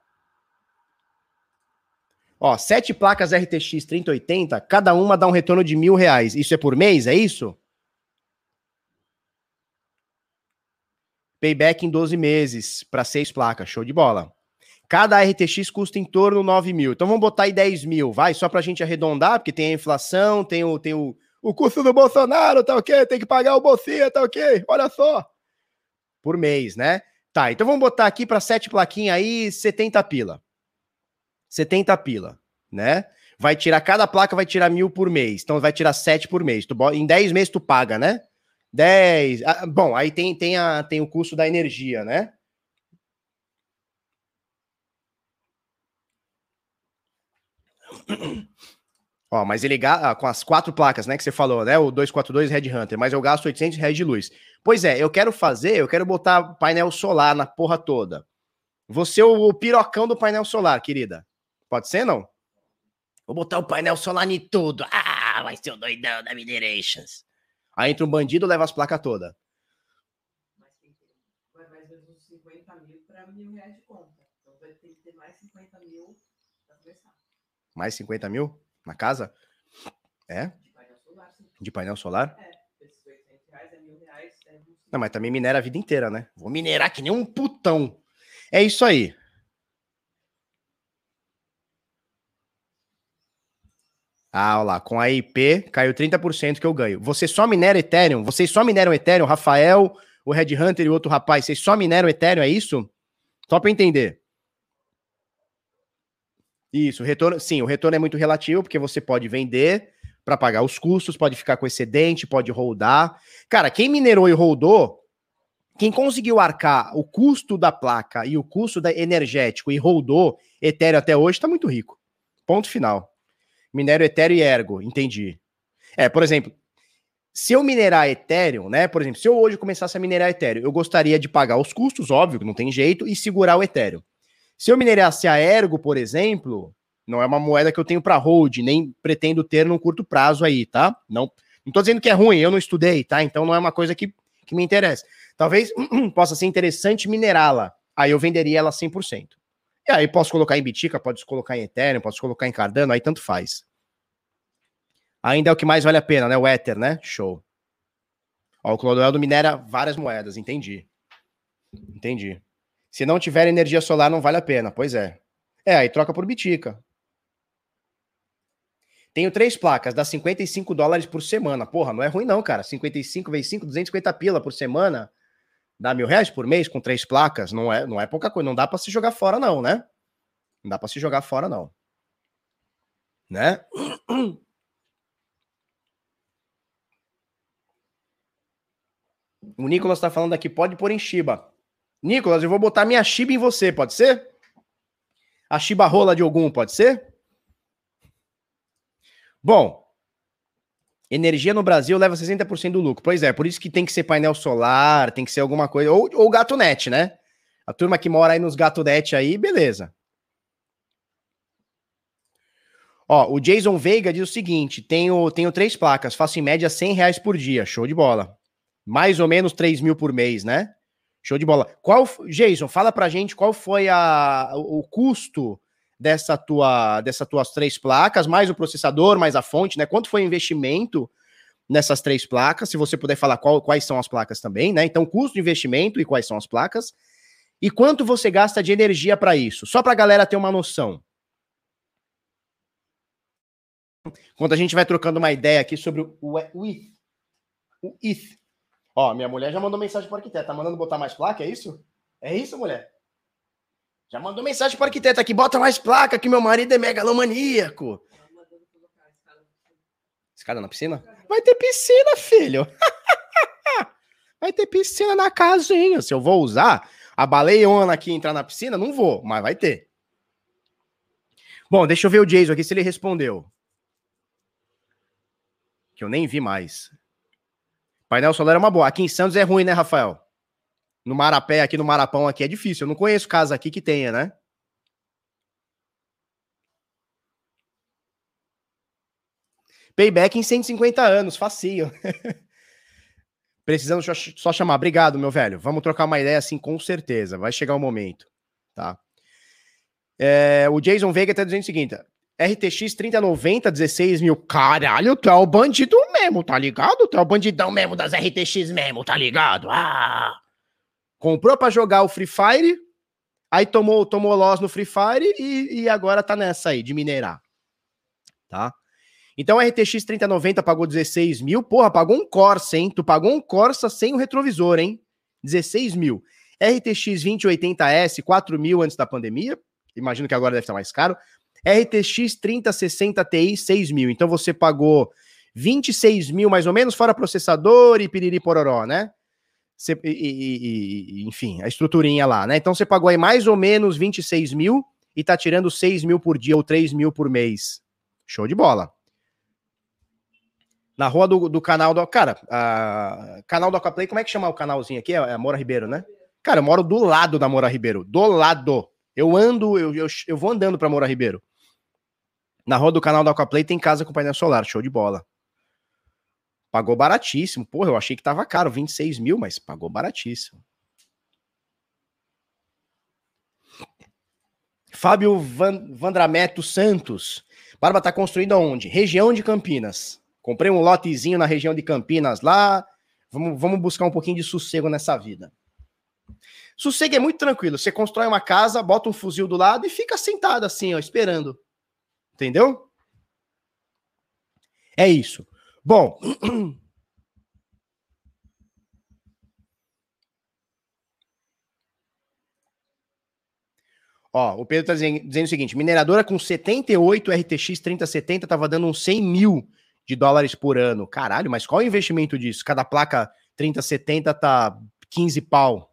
A: Ó, 7 placas RTX 3080, cada uma dá um retorno de R$1.000. Isso é por mês, é isso? Payback em 12 meses, para 6 placas, show de bola. Cada RTX custa em torno de 9 mil. Então vamos botar aí 10 mil, vai? Só pra gente arredondar, porque tem a inflação, tem o custo do Bolsonaro, tá ok? Tem que pagar o bolsinha, tá ok? Olha só. Por mês, né? Tá, então vamos botar aqui para 7 plaquinhas aí, 70 pila. 70 pila, né? Vai tirar, cada placa vai tirar 1.000 por mês. Então vai tirar 7 por mês. Em 10 meses tu paga, né? 10. Bom, aí tem o custo da energia, né? Ó, mas ele com as 4 placas, né, que você falou, né, o 242 Red Hunter, mas eu gasto 800 reais de luz. Pois é, eu quero botar painel solar na porra toda. Você é o pirocão do painel solar, querida. Pode ser, não? Vou botar o painel solar em tudo. Ah, vai ser o doidão da Minerations. Aí entra um bandido, leva as placas todas.
B: Vai mais ou menos uns 50 mil para R$1.000 de conta. Então vai ter que ter mais 50 mil para começar.
A: Mais 50 mil na casa? É?
B: De painel solar, sim.
A: De painel solar?
B: É, esses 800 reais é R$1.000.
A: Não, mas também minera a vida inteira, né? Vou minerar que nem um putão. É isso aí. Ah, olha lá, com a IP caiu 30% que eu ganho. Você só minera Ethereum? Vocês só mineram Ethereum? Rafael, o Red Hunter e o outro rapaz, vocês só mineram Ethereum, é isso? Só para entender. Isso, o retorno, sim, o retorno é muito relativo, porque você pode vender para pagar os custos, pode ficar com excedente, pode holdar. Cara, quem minerou e holdou, quem conseguiu arcar o custo da placa e o custo da energético e holdou Ethereum até hoje, tá muito rico. Ponto final. Minero Ethereum e Ergo, entendi. Por exemplo, se eu minerar Ethereum, né? Por exemplo, se eu hoje começasse a minerar Ethereum, eu gostaria de pagar os custos, óbvio, que não tem jeito, e segurar o Ethereum. Se eu minerasse a Ergo, por exemplo, não é uma moeda que eu tenho para hold, nem pretendo ter num curto prazo aí, tá? Não tô dizendo que é ruim, eu não estudei, tá? Então não é uma coisa que me interessa. Talvez possa ser interessante minerá-la. Aí eu venderia ela 100%. E aí posso colocar em Bitica, posso colocar em Ethereum, posso colocar em Cardano, aí tanto faz. Ainda é o que mais vale a pena, né? O Ether, né? Show. Ó, o Clodoaldo minera várias moedas, entendi. Entendi. Se não tiver energia solar, não vale a pena. Pois é. Aí troca por Bitica. Tenho 3 placas, dá $55 por semana. Porra, não é ruim não, cara. 55 vezes 5, 250 pila por semana. Dá R$1.000 por mês com 3 placas. Não é pouca coisa. Não dá pra se jogar fora não, né? Não dá pra se jogar fora não. Né? O Nicolas tá falando aqui, pode pôr em Shiba. Nicolas, eu vou botar minha Shiba em você, pode ser? A Shiba rola de algum, pode ser? Bom, energia no Brasil leva 60% do lucro. Pois é, por isso que tem que ser painel solar, tem que ser alguma coisa. Ou gato net, né? A turma que mora aí nos gato net aí, beleza. Ó, o Jason Veiga diz o seguinte, tenho 3 placas, faço em média R$100 por dia, show de bola. Mais ou menos 3 mil por mês, né? Show de bola. Jason, fala pra gente qual foi o custo dessas tuas 3 placas, mais o processador, mais a fonte, né? Quanto foi o investimento nessas 3 placas? Se você puder falar quais são as placas também, né? Então, custo de investimento e quais são as placas. E quanto você gasta de energia para isso? Só pra galera ter uma noção. Enquanto a gente vai trocando uma ideia aqui sobre o ETH. Ó, minha mulher já mandou mensagem para o arquiteto. Tá mandando botar mais placa, é isso? É isso, mulher? Já mandou mensagem para o arquiteto aqui. Bota mais placa, que meu marido é megalomaníaco. Escada na piscina? Vai ter piscina, filho. Vai ter piscina na casinha. Se eu vou usar a baleiona aqui e entrar na piscina, não vou, mas vai ter. Bom, deixa eu ver o Jason aqui se ele respondeu. Que eu nem vi mais. Painel solar é uma boa. Aqui em Santos é ruim, né, Rafael? No Marapé, aqui no Marapão, aqui é difícil. Eu não conheço casa aqui que tenha, né? Payback em 150 anos, facinho. Precisamos só chamar. Obrigado, meu velho. Vamos trocar uma ideia assim, com certeza. Vai chegar o momento, tá? O Jason Veiga tá dizendo o seguinte: RTX 3090, 16 mil. Caralho, tu é o bandido mesmo, tá ligado? Tu é o bandidão mesmo das RTX mesmo, tá ligado? Ah! Comprou pra jogar o Free Fire, aí tomou loss no Free Fire e agora tá nessa aí, de minerar. Tá? Então, a RTX 3090 pagou 16 mil. Porra, pagou um Corsa, hein? Tu pagou um Corsa sem o retrovisor, hein? 16 mil. RTX 2080S, 4 mil antes da pandemia. Imagino que agora deve estar mais caro. RTX 3060 Ti, 6 mil. Então, você pagou 26 mil, mais ou menos, fora processador e piriri pororó, né? Enfim, a estruturinha lá, né? Então, você pagou aí mais ou menos 26 mil e tá tirando 6 mil por dia ou 3 mil por mês. Show de bola. Na rua do canal do... Cara, canal do Aquaplay, como é que chama o canalzinho aqui? É a Moura Ribeiro, né? Cara, eu moro do lado da Moura Ribeiro. Do lado. Eu vou andando pra Moura Ribeiro. Na rua do canal do Aquaplay tem casa com painel solar. Show de bola. Pagou baratíssimo. Porra, eu achei que tava caro. 26 mil, mas pagou baratíssimo. Fábio Vandrameto Santos. Barba tá construindo aonde? Região de Campinas. Comprei um lotezinho na região de Campinas lá. Vamos buscar um pouquinho de sossego nessa vida. Sossego é muito tranquilo. Você constrói uma casa, bota um fuzil do lado e fica sentado assim, ó, esperando. Entendeu? É isso. Bom. Ó, o Pedro tá dizendo o seguinte: mineradora com 78 RTX 3070 tava dando uns 100 mil de dólares por ano. Caralho, mas qual é o investimento disso? Cada placa 3070 tá 15 pau.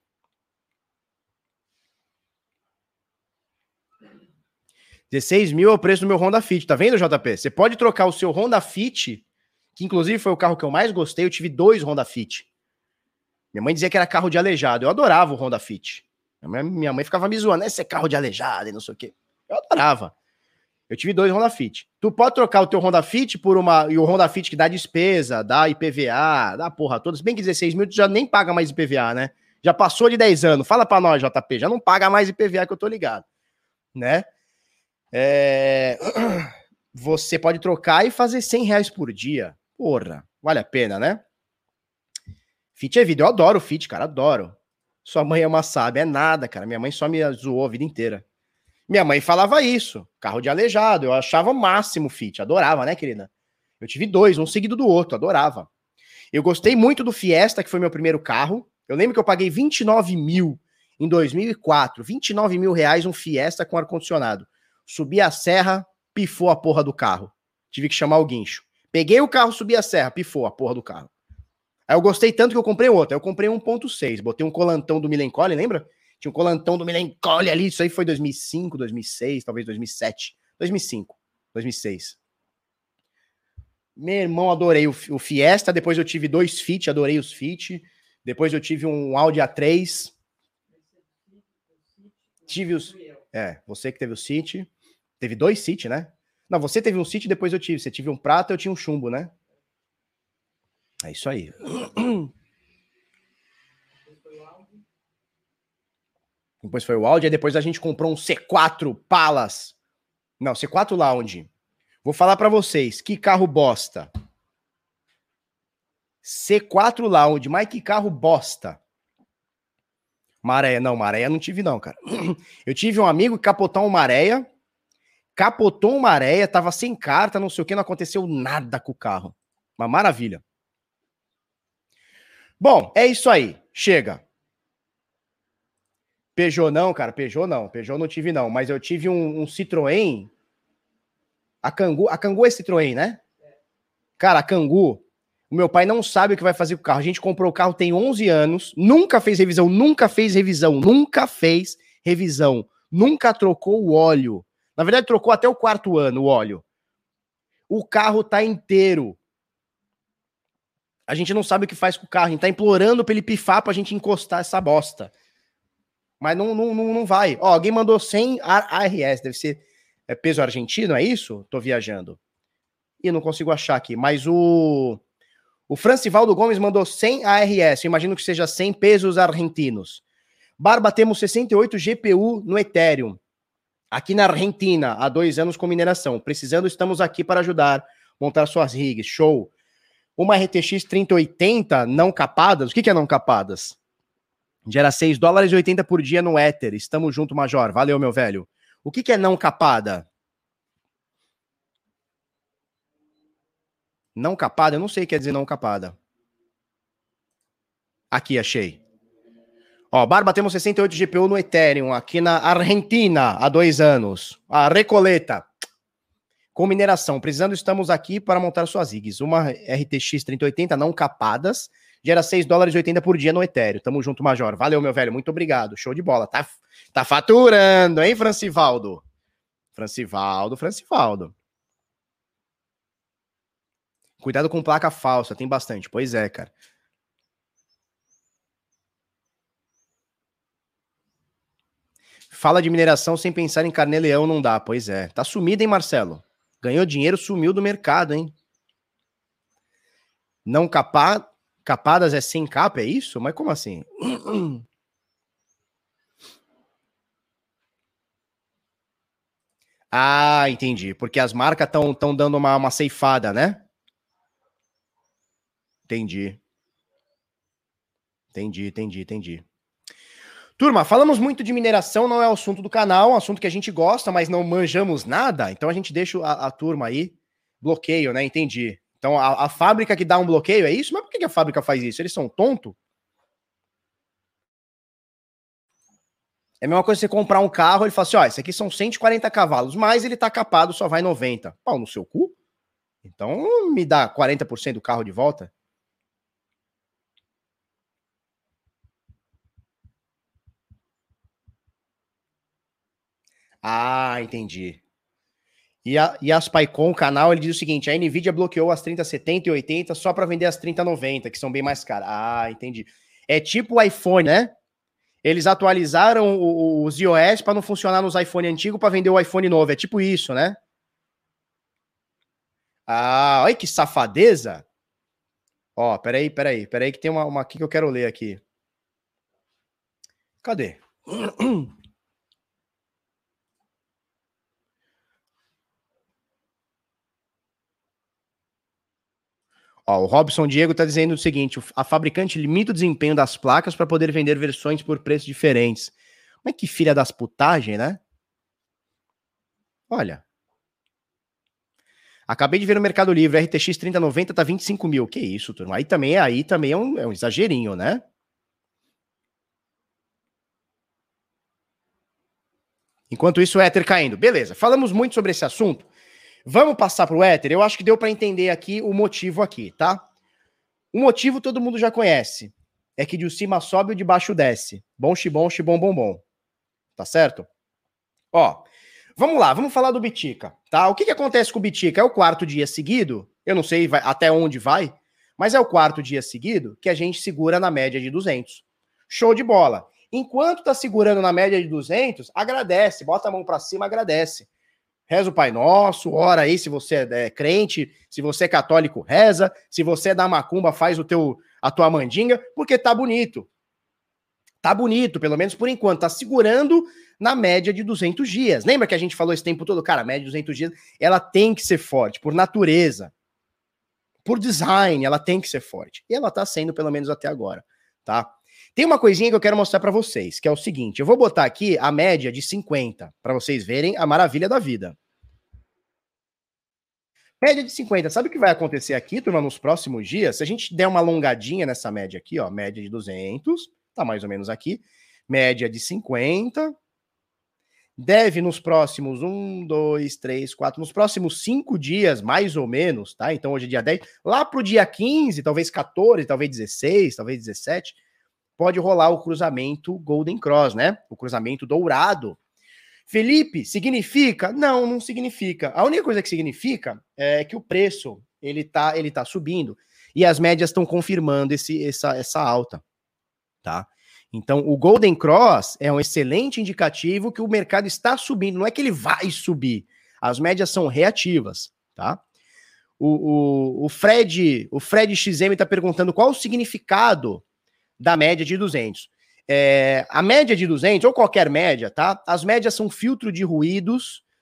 A: R$16 mil é o preço do meu Honda Fit. Tá vendo, JP? Você pode trocar o seu Honda Fit, que inclusive foi o carro que eu mais gostei. Eu tive 2 Honda Fit. Minha mãe dizia que era carro de aleijado. Eu adorava o Honda Fit. Minha mãe ficava me zoando. Esse é carro de aleijado e não sei o quê. Eu adorava. Eu tive 2 Honda Fit. Tu pode trocar o teu Honda Fit por e o Honda Fit que dá despesa, dá IPVA, dá porra toda. Se bem que 16 mil tu já nem paga mais IPVA, né? Já passou de 10 anos. Fala pra nós, JP. Já não paga mais IPVA que eu tô ligado. Né? Você pode trocar e fazer R$100 por dia. Porra, vale a pena, né? Fit é vida. Eu adoro o Fit, cara. Adoro. Sua mãe é uma sábia. É nada, cara. Minha mãe só me zoou a vida inteira. Minha mãe falava isso. Carro de aleijado. Eu achava o máximo o Fit. Adorava, né, querida? Eu tive 2, um seguido do outro. Adorava. Eu gostei muito do Fiesta, que foi meu primeiro carro. Eu lembro que eu paguei 29 mil em 2004. 29 mil reais um Fiesta com ar-condicionado. Subi a serra, pifou a porra do carro. Tive que chamar o guincho. Peguei o carro, subi a serra, pifou a porra do carro. Aí eu gostei tanto que eu comprei outro. Aí eu comprei 1.6. Botei um colantão do Millencolin, lembra? Tinha um colantão do Millencolin ali. Isso aí foi 2005, 2006, talvez 2007. 2005, 2006. Meu irmão, adorei o Fiesta. Depois eu tive 2 Fit, adorei os Fit. Depois eu tive um Audi A3. Tive os... você que teve o City. Teve 2 City, né? Não, você teve um City, depois eu tive. Você tive um prata, eu tinha um chumbo, né? É isso aí. Depois foi o Audi, aí depois a gente comprou um C4 Palace. Não, C4 Lounge. Vou falar pra vocês, que carro bosta. C4 Lounge, mas que carro bosta. Maréia, não, Maréia não tive não, cara. Eu tive um amigo que capotou uma Maréia, tava sem carta, não sei o que, não aconteceu nada com o carro. Uma maravilha. Bom, é isso aí, chega. Peugeot não, cara, Peugeot não tive não, mas eu tive um Citroën, a Kangoo é Citroën, né? Cara, a Kangoo, o meu pai não sabe o que vai fazer com o carro, a gente comprou o carro tem 11 anos, nunca fez revisão, nunca trocou o óleo, na verdade trocou até o 4º ano o óleo, o carro tá inteiro, a gente não sabe o que faz com o carro, a gente tá implorando pra ele pifar pra gente encostar essa bosta. Mas não vai. Ó, alguém mandou 100 ARS, deve ser peso argentino, é isso? Tô viajando. Ih, não consigo achar aqui. Mas o Francivaldo Gomes mandou 100 ARS. Eu imagino que seja 100 pesos argentinos. Barba, temos 68 GPU no Ethereum. Aqui na Argentina, há 2 anos com mineração. Precisando, estamos aqui para ajudar. Montar suas rigs. Show. Uma RTX 3080 não capadas. O que é não capadas? Gera $6,80 por dia no Ether. Estamos junto, Major. Valeu, meu velho. O que é não capada? Não capada? Eu não sei o que quer dizer não capada. Aqui, achei. Ó, Barba, temos 68 GPU no Ethereum, aqui na Argentina, há 2 anos. A Recoleta. Com mineração. Precisando, estamos aqui para montar suas rigs. Uma RTX 3080 não capadas. Gera $6,80 por dia no Ethereum. Tamo junto, Major. Valeu, meu velho. Muito obrigado. Show de bola. Tá faturando, hein, Francivaldo? Francivaldo. Cuidado com placa falsa. Tem bastante. Pois é, cara. Fala de mineração sem pensar em carnê-leão não dá. Pois é. Tá sumido, hein, Marcelo? Ganhou dinheiro, sumiu do mercado, hein? Não capadas é sem capa, é isso? Mas como assim? Ah, entendi. Porque as marcas estão dando uma ceifada, né? Entendi. Turma, falamos muito de mineração, não é o assunto do canal, é um assunto que a gente gosta, mas não manjamos nada, então a gente deixa a turma aí, bloqueio, né? Entendi. Então a fábrica que dá um bloqueio é isso? Mas por que a fábrica faz isso? Eles são tontos? É a mesma coisa você comprar um carro, ele fala assim, ó, esse aqui são 140 cavalos, mas ele tá capado, só vai 90. Pau no seu cu? Então me dá 40% do carro de volta? Ah, entendi. E as PyCon, o canal, ele diz o seguinte, a NVIDIA bloqueou as 3070 e 80 só para vender as 3090, que são bem mais caras. Ah, entendi. É tipo o iPhone, né? Eles atualizaram os iOS para não funcionar nos iPhone antigos para vender o iPhone novo. É tipo isso, né? Ah, olha que safadeza. Ó, peraí que tem uma aqui que eu quero ler aqui. Cadê? Ó, o Robson Diego tá dizendo o seguinte, a fabricante limita o desempenho das placas para poder vender versões por preços diferentes. Mas que filha das putagem, né? Olha. Acabei de ver no Mercado Livre, RTX 3090 tá 25 mil. Que isso, turma? Aí também é um exagerinho, né? Enquanto isso, o Ether caindo. Beleza, falamos muito sobre esse assunto. Vamos passar pro Ether? Eu acho que deu para entender aqui o motivo aqui, tá? O motivo todo mundo já conhece. É que de cima sobe e de baixo desce. Bom, xibom, xibom, bom, bom. Tá certo? Ó, vamos lá, vamos falar do Bitica, tá? O que acontece com o Bitica? É o 4º dia seguido, eu não sei até onde vai, mas é o 4º dia seguido que a gente segura na média de 200. Show de bola. Enquanto tá segurando na média de 200, agradece, bota a mão para cima, agradece. Reza o Pai Nosso, ora aí se você é crente, se você é católico, reza, se você é da macumba, faz a tua mandinga, porque tá bonito. Tá bonito, pelo menos por enquanto, tá segurando na média de 200 dias. Lembra que a gente falou esse tempo todo? Cara, a média de 200 dias, ela tem que ser forte, por natureza. Por design, ela tem que ser forte. E ela tá sendo, pelo menos até agora, tá? Tem uma coisinha que eu quero mostrar para vocês, que é o seguinte, eu vou botar aqui a média de 50, para vocês verem a maravilha da vida. Média de 50. Sabe o que vai acontecer aqui, turma, nos próximos dias? Se a gente der uma alongadinha nessa média aqui, ó, média de 200, tá mais ou menos aqui, média de 50, deve nos próximos 1, 2, 3, 4, nos próximos 5 dias, mais ou menos, tá? Então hoje é dia 10, lá pro dia 15, talvez 14, talvez 16, talvez 17, pode rolar o cruzamento Golden Cross, né? O cruzamento dourado. Felipe, significa? Não, não significa. A única coisa que significa é que o preço, ele tá subindo e as médias estão confirmando essa alta, tá? Então, o Golden Cross é um excelente indicativo que o mercado está subindo, não é que ele vai subir. As médias são reativas, tá? O Fred XM está perguntando qual o significado da média de 200. A média de 200, ou qualquer média, tá? As médias são filtros de ruído,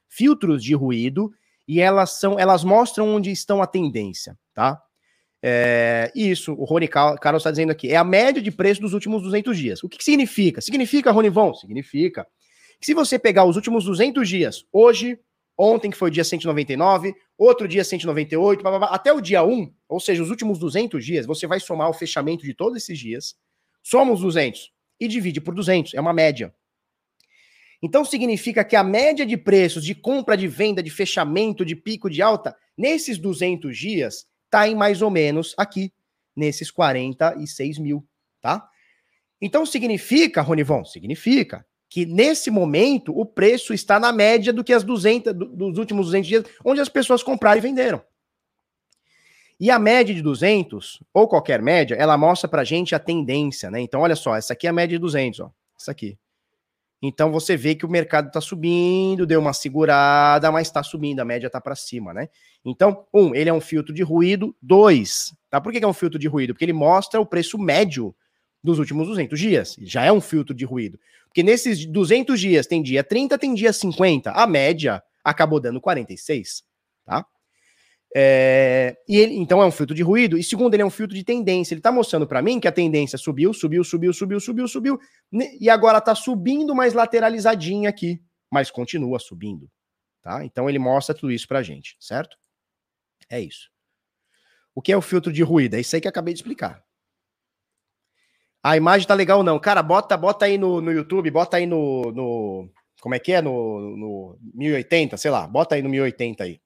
A: e elas mostram onde estão a tendência, tá? Isso, o Rony Carlos está dizendo aqui, é a média de preço dos últimos 200 dias. O que significa? Significa, Ronivon? Significa que se você pegar os últimos 200 dias, hoje, ontem, que foi o dia 199, outro dia 198, até o dia 1, ou seja, os últimos 200 dias, você vai somar o fechamento de todos esses dias, soma os 200 e divide por 200, é uma média. Então significa que a média de preços de compra, de venda, de fechamento, de pico, de alta, nesses 200 dias, tá em mais ou menos aqui, nesses 46 mil, tá? Então significa, Ronivon, significa que nesse momento o preço está na média do que dos últimos 200 dias, onde as pessoas compraram e venderam. E a média de 200, ou qualquer média, ela mostra pra gente a tendência, né? Então olha só, essa aqui é a média de 200, ó, essa aqui. Então você vê que o mercado está subindo, deu uma segurada, mas está subindo, a média está para cima, né? Então, ele é um filtro de ruído. 2, tá? Por que é um filtro de ruído? Porque ele mostra o preço médio dos últimos 200 dias. Já é um filtro de ruído. Porque nesses 200 dias tem dia 30, tem dia 50. A média acabou dando 46, tá? Então é um filtro de ruído, e segundo, ele é um filtro de tendência. Ele tá mostrando para mim que a tendência subiu, e agora tá subindo mais lateralizadinha aqui, mas continua subindo, tá? Então ele mostra tudo isso pra gente, certo? É isso. O que é o filtro de ruído? É isso aí que eu acabei de explicar. A imagem tá legal ou não? Cara, bota aí no YouTube, bota aí no como é que é? No 1080, sei lá, bota aí no 1080 aí.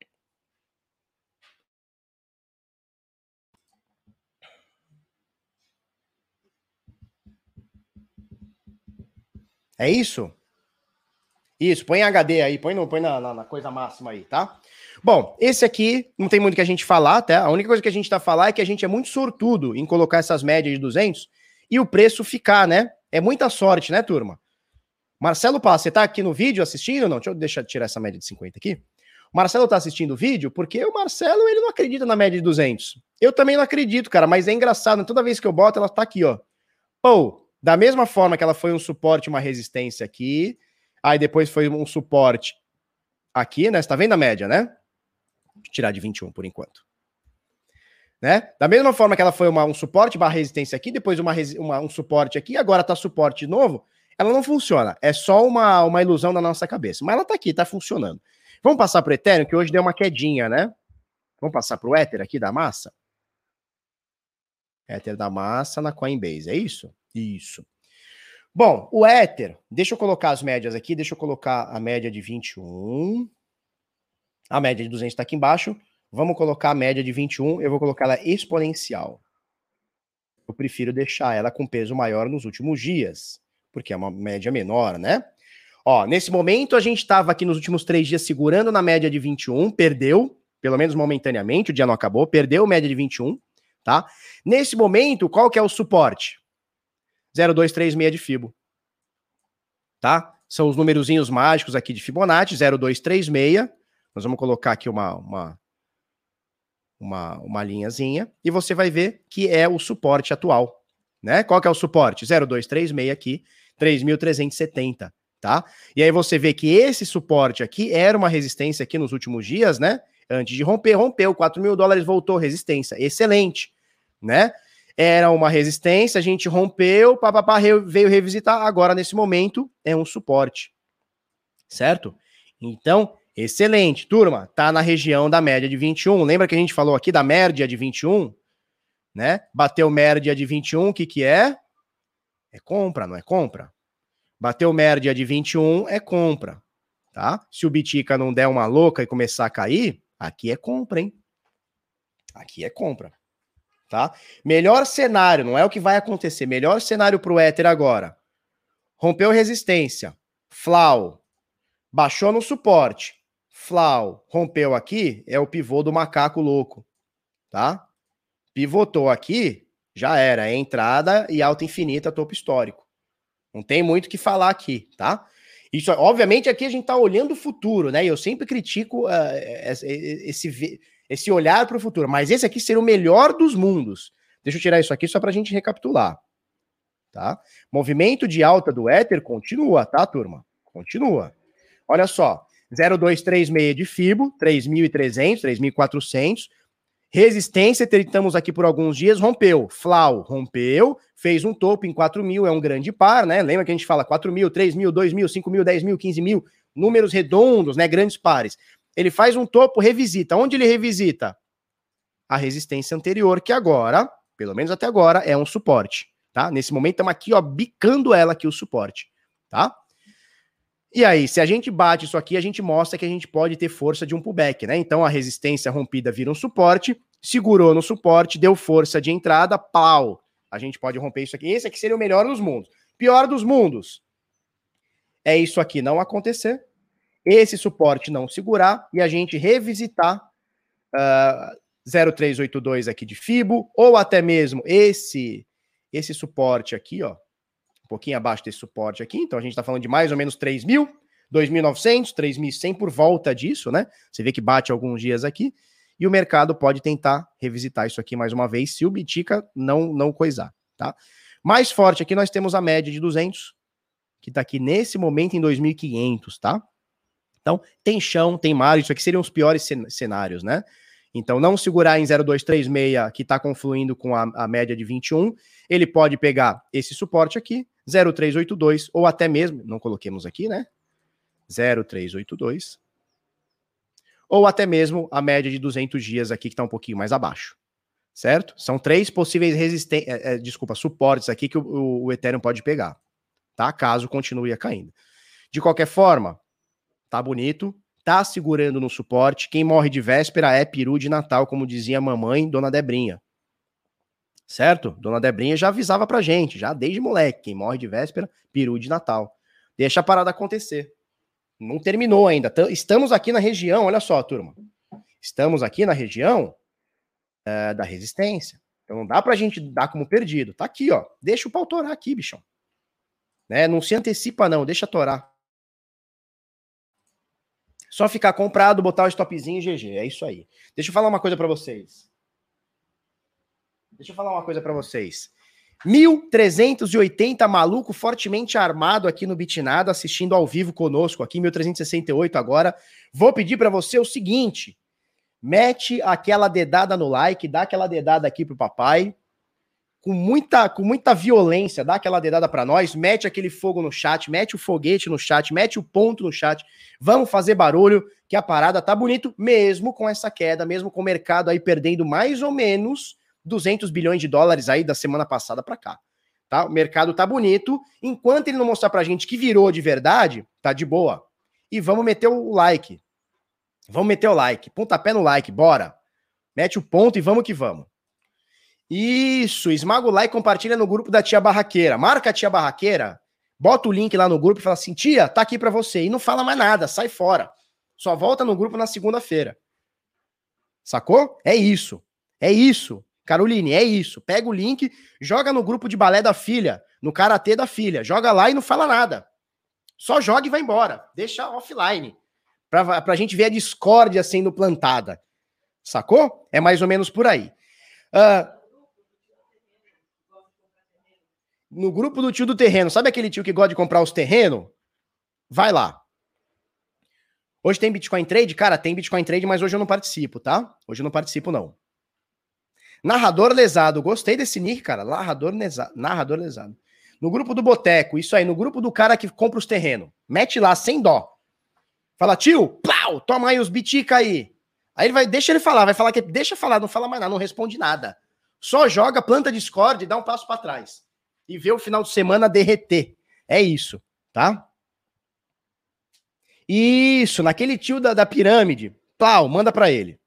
A: É isso? Isso, põe em HD aí, põe na coisa máxima aí, tá? Bom, esse aqui não tem muito que a gente falar, tá? A única coisa que a gente tá falando é que a gente é muito sortudo em colocar essas médias de 200 e o preço ficar, né? É muita sorte, né, turma? Marcelo Paz, você tá aqui no vídeo assistindo ou não? Deixa eu tirar essa média de 50 aqui. O Marcelo tá assistindo o vídeo porque o Marcelo, ele não acredita na média de 200. Eu também não acredito, cara, mas é engraçado, toda vez que eu boto, ela tá aqui, ó. Pô, da mesma forma que ela foi um suporte, uma resistência aqui, aí depois foi um suporte aqui, né? Você tá vendo a média, né? Vou tirar de 21 por enquanto. Né? Da mesma forma que ela foi um suporte barra resistência aqui, depois um suporte aqui, agora tá suporte de novo, ela não funciona. É só uma ilusão da nossa cabeça. Mas ela tá aqui, tá funcionando. Vamos passar pro Ethereum, que hoje deu uma quedinha, né? Vamos passar pro Ether aqui da massa? Ether da massa na Coinbase, é isso? Isso. Bom, o Ether, deixa eu colocar as médias aqui, deixa eu colocar a média de 21. A média de 200 está aqui embaixo. Vamos colocar a média de 21, eu vou colocar ela exponencial. Eu prefiro deixar ela com peso maior nos últimos dias, porque é uma média menor, né? Ó, nesse momento a gente estava aqui nos últimos 3 dias segurando na média de 21, perdeu, pelo menos momentaneamente, o dia não acabou, perdeu a média de 21, tá? Nesse momento, qual que é o suporte? 0,236 de Fibo, tá? São os numerozinhos mágicos aqui de Fibonacci, 0,236. Nós vamos colocar aqui uma linhazinha e você vai ver que é o suporte atual, né? Qual que é o suporte? 0,236 aqui, 3.370, tá? E aí você vê que esse suporte aqui era uma resistência aqui nos últimos dias, né? Antes de romper, rompeu, 4 mil dólares, voltou resistência, excelente, né? Era uma resistência, a gente rompeu, papapá, veio revisitar, agora nesse momento é um suporte, certo? Então, excelente, turma, tá na região da média de 21, lembra que a gente falou aqui da média de 21, né? Bateu média de 21, o que é? É compra, não é compra? Bateu média de 21, é compra, tá? Se o Bitica não der uma louca e começar a cair, aqui é compra, hein? Aqui é compra, tá? Melhor cenário, não é o que vai acontecer, melhor cenário pro Ether agora. Rompeu resistência, flau, baixou no suporte, flau, rompeu aqui, é o pivô do macaco louco, tá? Pivotou aqui, já era, é entrada e alta infinita, topo histórico. Não tem muito o que falar aqui, tá? Isso, obviamente, aqui a gente tá olhando o futuro, né? E eu sempre critico esse olhar para o futuro, mas esse aqui seria o melhor dos mundos. Deixa eu tirar isso aqui só pra gente recapitular, tá? Movimento de alta do Ether continua, tá, turma? Continua. Olha só, 0,236 de FIBO, 3.300, 3.400. Resistência, tentamos aqui por alguns dias, rompeu. Flau, rompeu, fez um topo em 4 mil, é um grande par, né? Lembra que a gente fala 4 mil, 3 mil, 2 mil, 5 mil, 10 mil, 15 mil, números redondos, né? Grandes pares. Ele faz um topo, revisita. Onde ele revisita? A resistência anterior, que agora, pelo menos até agora, é um suporte, tá? Nesse momento estamos aqui, ó, bicando ela aqui, o suporte, tá? E aí, se a gente bate isso aqui, a gente mostra que a gente pode ter força de um pullback, né? Então a resistência rompida vira um suporte, segurou no suporte, deu força de entrada, pau. A gente pode romper isso aqui. Esse aqui seria o melhor dos mundos. Pior dos mundos é isso aqui não acontecer, esse suporte não segurar e a gente revisitar 0,382 aqui de FIBO, ou até mesmo esse suporte aqui, ó, um pouquinho abaixo desse suporte aqui, então a gente está falando de mais ou menos 3.000, 2.900, 3.100 por volta disso, né? Você vê que bate alguns dias aqui, e o mercado pode tentar revisitar isso aqui mais uma vez, se o Bitica não coisar, tá? Mais forte aqui nós temos a média de 200, que está aqui nesse momento em 2.500, tá? Então, tem chão, tem mar, isso aqui seriam os piores cenários, né? Então, não segurar em 0,236, que está confluindo com a média de 21, ele pode pegar esse suporte aqui, 0,382, ou até mesmo, não coloquemos aqui, né? 0,382, ou até mesmo a média de 200 dias aqui, que está um pouquinho mais abaixo, certo? São 3 possíveis suportes aqui que o Ethereum pode pegar, tá? Caso continue caindo. De qualquer forma, tá bonito, tá segurando no suporte. Quem morre de véspera é peru de Natal, como dizia a mamãe, Dona Debrinha. Certo? Dona Debrinha já avisava pra gente, já desde moleque, quem morre de véspera, peru de Natal. Deixa a parada acontecer. Não terminou ainda. Estamos aqui na região, olha só, turma. Estamos aqui na região da resistência. Então não dá pra gente dar como perdido. Tá aqui, ó. Deixa o pau torar aqui, bichão. Né? Não se antecipa não, deixa torar. Só ficar comprado, botar o stopzinho e GG. É isso aí. Deixa eu falar uma coisa pra vocês. 1.380 maluco fortemente armado aqui no Bitnada, assistindo ao vivo conosco, aqui 1.368 agora. Vou pedir pra você o seguinte, mete aquela dedada no like, dá aquela dedada aqui pro papai, com muita violência, dá aquela dedada pra nós, mete aquele fogo no chat, mete o foguete no chat, mete o ponto no chat, vamos fazer barulho, que a parada tá bonito, mesmo com essa queda, mesmo com o mercado aí perdendo mais ou menos 200 bilhões de dólares aí da semana passada pra cá, tá? O mercado tá bonito, enquanto ele não mostrar pra gente que virou de verdade, tá de boa. E vamos meter o like. Vamos meter o like, pontapé no like, bora. Mete o ponto e vamos que vamos. Isso, esmaga o like, compartilha no grupo da tia Barraqueira. Marca a tia Barraqueira, bota o link lá no grupo e fala assim, tia, tá aqui pra você. E não fala mais nada, sai fora. Só volta no grupo na segunda-feira. Sacou? É isso. É isso. Caroline, é isso. Pega o link, joga no grupo de balé da filha, no karatê da filha. Joga lá e não fala nada. Só joga e vai embora. Deixa offline. Pra gente ver a discórdia sendo plantada. Sacou? É mais ou menos por aí. No grupo do tio do terreno. Sabe aquele tio que gosta de comprar os terrenos? Vai lá. Hoje tem Bitcoin Trade? Cara, tem Bitcoin Trade, mas hoje eu não participo, tá? Hoje eu não participo, não. Narrador lesado. Gostei desse nick, cara. Narrador lesado. No grupo do Boteco, isso aí. No grupo do cara que compra os terrenos. Mete lá, sem dó. Fala, tio, plau, toma aí os bitica aí. Aí ele vai, deixa ele falar, vai falar que deixa falar, não fala mais nada, não responde nada. Só joga, planta Discord e dá um passo pra trás. E vê o final de semana derreter. É isso, tá? Isso, naquele tio da pirâmide. Plau, manda pra ele.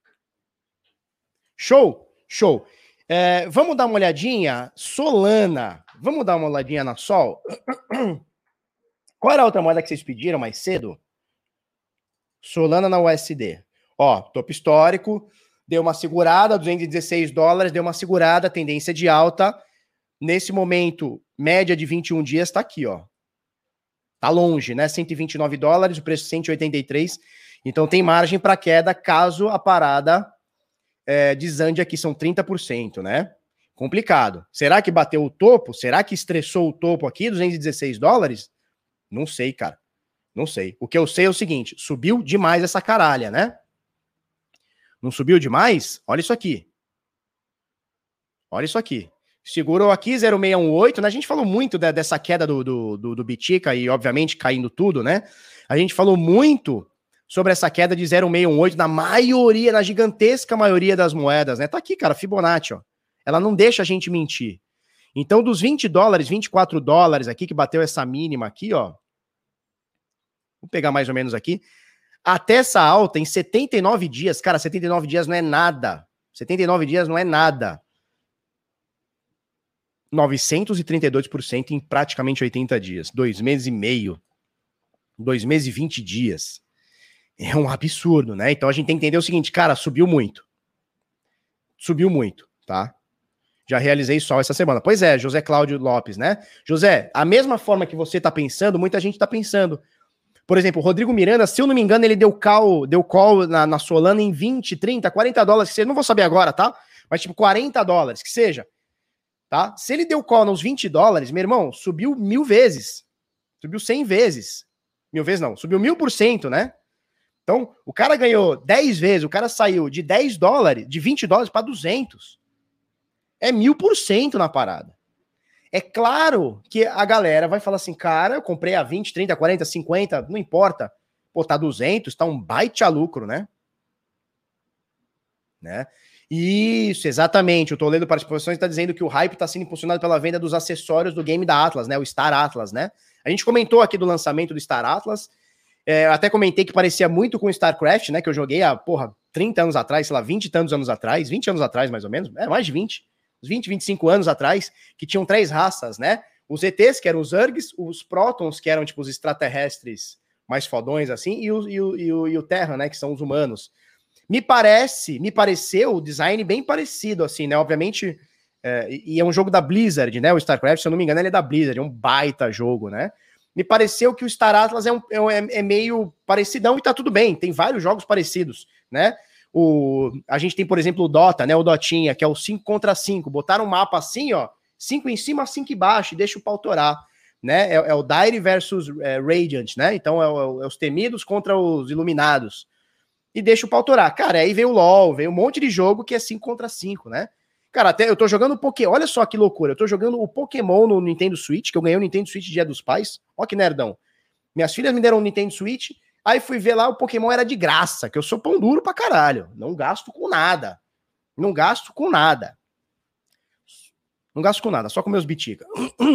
A: Show? Show. Vamos dar uma olhadinha? Solana. Vamos dar uma olhadinha na Sol? Qual era a outra moeda que vocês pediram mais cedo? Solana na USD. Ó, topo histórico. Deu uma segurada, $216. Deu uma segurada, tendência de alta. Nesse momento, média de 21 dias, tá aqui, ó. Tá longe, né? $129, o preço 183. Então tem margem para queda caso a parada desande aqui, são 30%, né? Complicado. Será que bateu o topo? Será que estressou o topo aqui, $216? Não sei, cara. Não sei. O que eu sei é o seguinte, subiu demais essa caralha, né? Não subiu demais? Olha isso aqui. Olha isso aqui. Segurou aqui 0,618, né? A gente falou muito dessa queda do Bitica e, obviamente, caindo tudo, né? A gente falou muito sobre essa queda de 0,618 na maioria, na gigantesca maioria das moedas, né? Tá aqui, cara, Fibonacci, ó. Ela não deixa a gente mentir. Então, dos $20, $24 aqui, que bateu essa mínima aqui, ó. Vou pegar mais ou menos aqui. Até essa alta, em 79 dias, cara, 79 dias não é nada. 79 dias não é nada. 932% em praticamente 80 dias. 2 meses e meio. 2 meses e 20 dias. É um absurdo, né? Então a gente tem que entender o seguinte, cara, subiu muito. Subiu muito, tá? Já realizei sol essa semana. Pois é, José Cláudio Lopes, né? José, a mesma forma que você tá pensando, muita gente tá pensando. Por exemplo, o Rodrigo Miranda, se eu não me engano, ele deu call na Solana em 20, 30, $40, que seja, não vou saber agora, tá? Mas tipo $40, que seja. Tá? Se ele deu call nos $20, meu irmão, subiu 1000 vezes. Subiu 100 vezes. 1000 vezes não, subiu 1000%, né? Então, o cara ganhou 10 vezes, o cara saiu de $10, de $20 para 200. É 1000% na parada. É claro que a galera vai falar assim, cara, eu comprei a 20, 30, 40, 50, não importa. Pô, tá 200, tá um baita lucro, né? Isso, exatamente. O Toledo Participações está dizendo que o hype está sendo impulsionado pela venda dos acessórios do game da Atlas, né? O Star Atlas, né? A gente comentou aqui do lançamento do Star Atlas. Até comentei que parecia muito com o StarCraft, né? Que eu joguei há, 30 anos atrás, sei lá, 20 e tantos anos atrás, 20 anos atrás, mais ou menos. Mais de 20. Uns 20, 25 anos atrás, que tinham 3 raças, né? Os ETs, que eram os Zergs, os Protons, que eram tipo os extraterrestres mais fodões, assim, e o Terra, né? Que são os humanos. Me pareceu o design bem parecido, assim, né? Obviamente, e é um jogo da Blizzard, né? O StarCraft, se eu não me engano, ele é da Blizzard, é um baita jogo, né? Me pareceu que o Star Atlas é meio parecidão e tá tudo bem, tem vários jogos parecidos, né? A gente tem, por exemplo, o Dota, né? O Dotinha, que é o 5 contra 5. Botaram um mapa assim, ó, 5 em cima, 5 embaixo, e deixa o pau torar, né? É o Dire versus Radiant, né? Então é os temidos contra os iluminados. E deixa o pau torar. Cara, aí veio o LoL, veio um monte de jogo que é 5 contra 5, né? Cara, até eu tô jogando Pokémon. Olha só que loucura. Eu tô jogando o Pokémon no Nintendo Switch, que eu ganhei o Nintendo Switch Dia dos Pais. Ó que nerdão. Minhas filhas me deram um Nintendo Switch, aí fui ver lá, o Pokémon era de graça, que eu sou pão duro pra caralho. Não gasto com nada. Não gasto com nada. Não gasto com nada, só com meus bitica.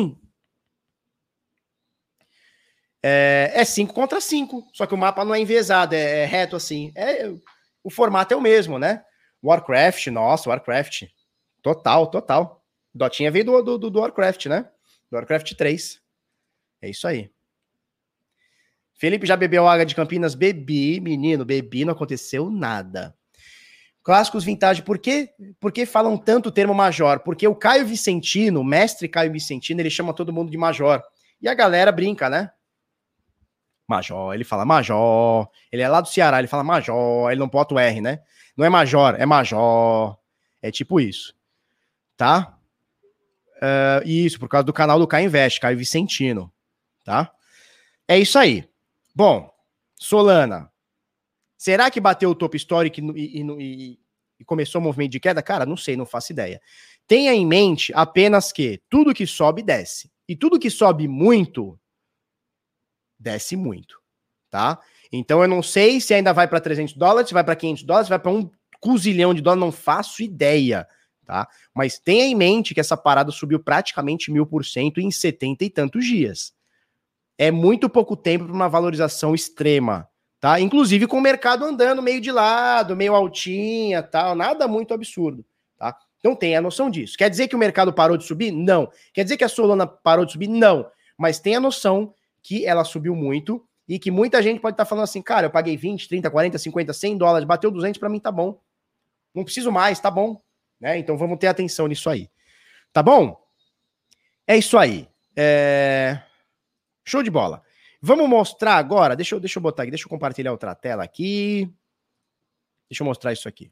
A: É 5 contra 5, só que o mapa não é enviesado, é reto assim. O formato é o mesmo, né? Warcraft, nossa, Warcraft. Total. Dotinha veio do Warcraft, né? Do Warcraft 3. É isso aí. Felipe já bebeu água de Campinas? Bebi, menino, bebi, não aconteceu nada. Clássicos vintage, por que falam tanto o termo major? Porque o Caio Vicentino, o mestre Caio Vicentino, ele chama todo mundo de major. E a galera brinca, né? Major, ele fala major, ele é lá do Ceará, ele fala major, ele não bota o R, né? Não é major, é major, é tipo isso, tá? Isso, por causa do canal do Caio Invest, Caio Vicentino, tá? É isso aí. Bom, Solana, será que bateu o topo histórico e começou o movimento de queda? Cara, não sei, não faço ideia. Tenha em mente apenas que tudo que sobe, desce. E tudo que sobe muito, desce muito, tá? Então eu não sei se ainda vai para $300, se vai para $500, se vai para $1 cuzilhão, não faço ideia, tá? Mas tenha em mente que essa parada subiu praticamente 1000% em 70 e tantos dias. É muito pouco tempo para uma valorização extrema, tá? Inclusive com o mercado andando meio de lado, meio altinha, tal, nada muito absurdo, tá? Então tenha noção disso. Quer dizer que o mercado parou de subir? Não. Quer dizer que a Solana parou de subir? Não. Mas tenha noção que ela subiu muito e que muita gente pode estar falando assim, cara, eu paguei 20, 30, 40, 50, $100, bateu 200, para mim tá bom. Não preciso mais, tá bom. Né? Então vamos ter atenção nisso aí. Tá bom? É isso aí. Show de bola. Vamos mostrar agora, deixa eu botar aqui, deixa eu compartilhar outra tela aqui. Deixa eu mostrar isso aqui.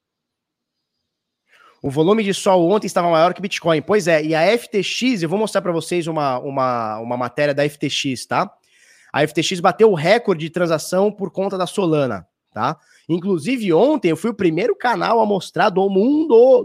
A: O volume de Sol ontem estava maior que Bitcoin. Pois é, e a FTX, eu vou mostrar para vocês uma matéria da FTX, tá? A FTX bateu o recorde de transação por conta da Solana, tá? Inclusive ontem eu fui o primeiro canal a mostrar do mundo,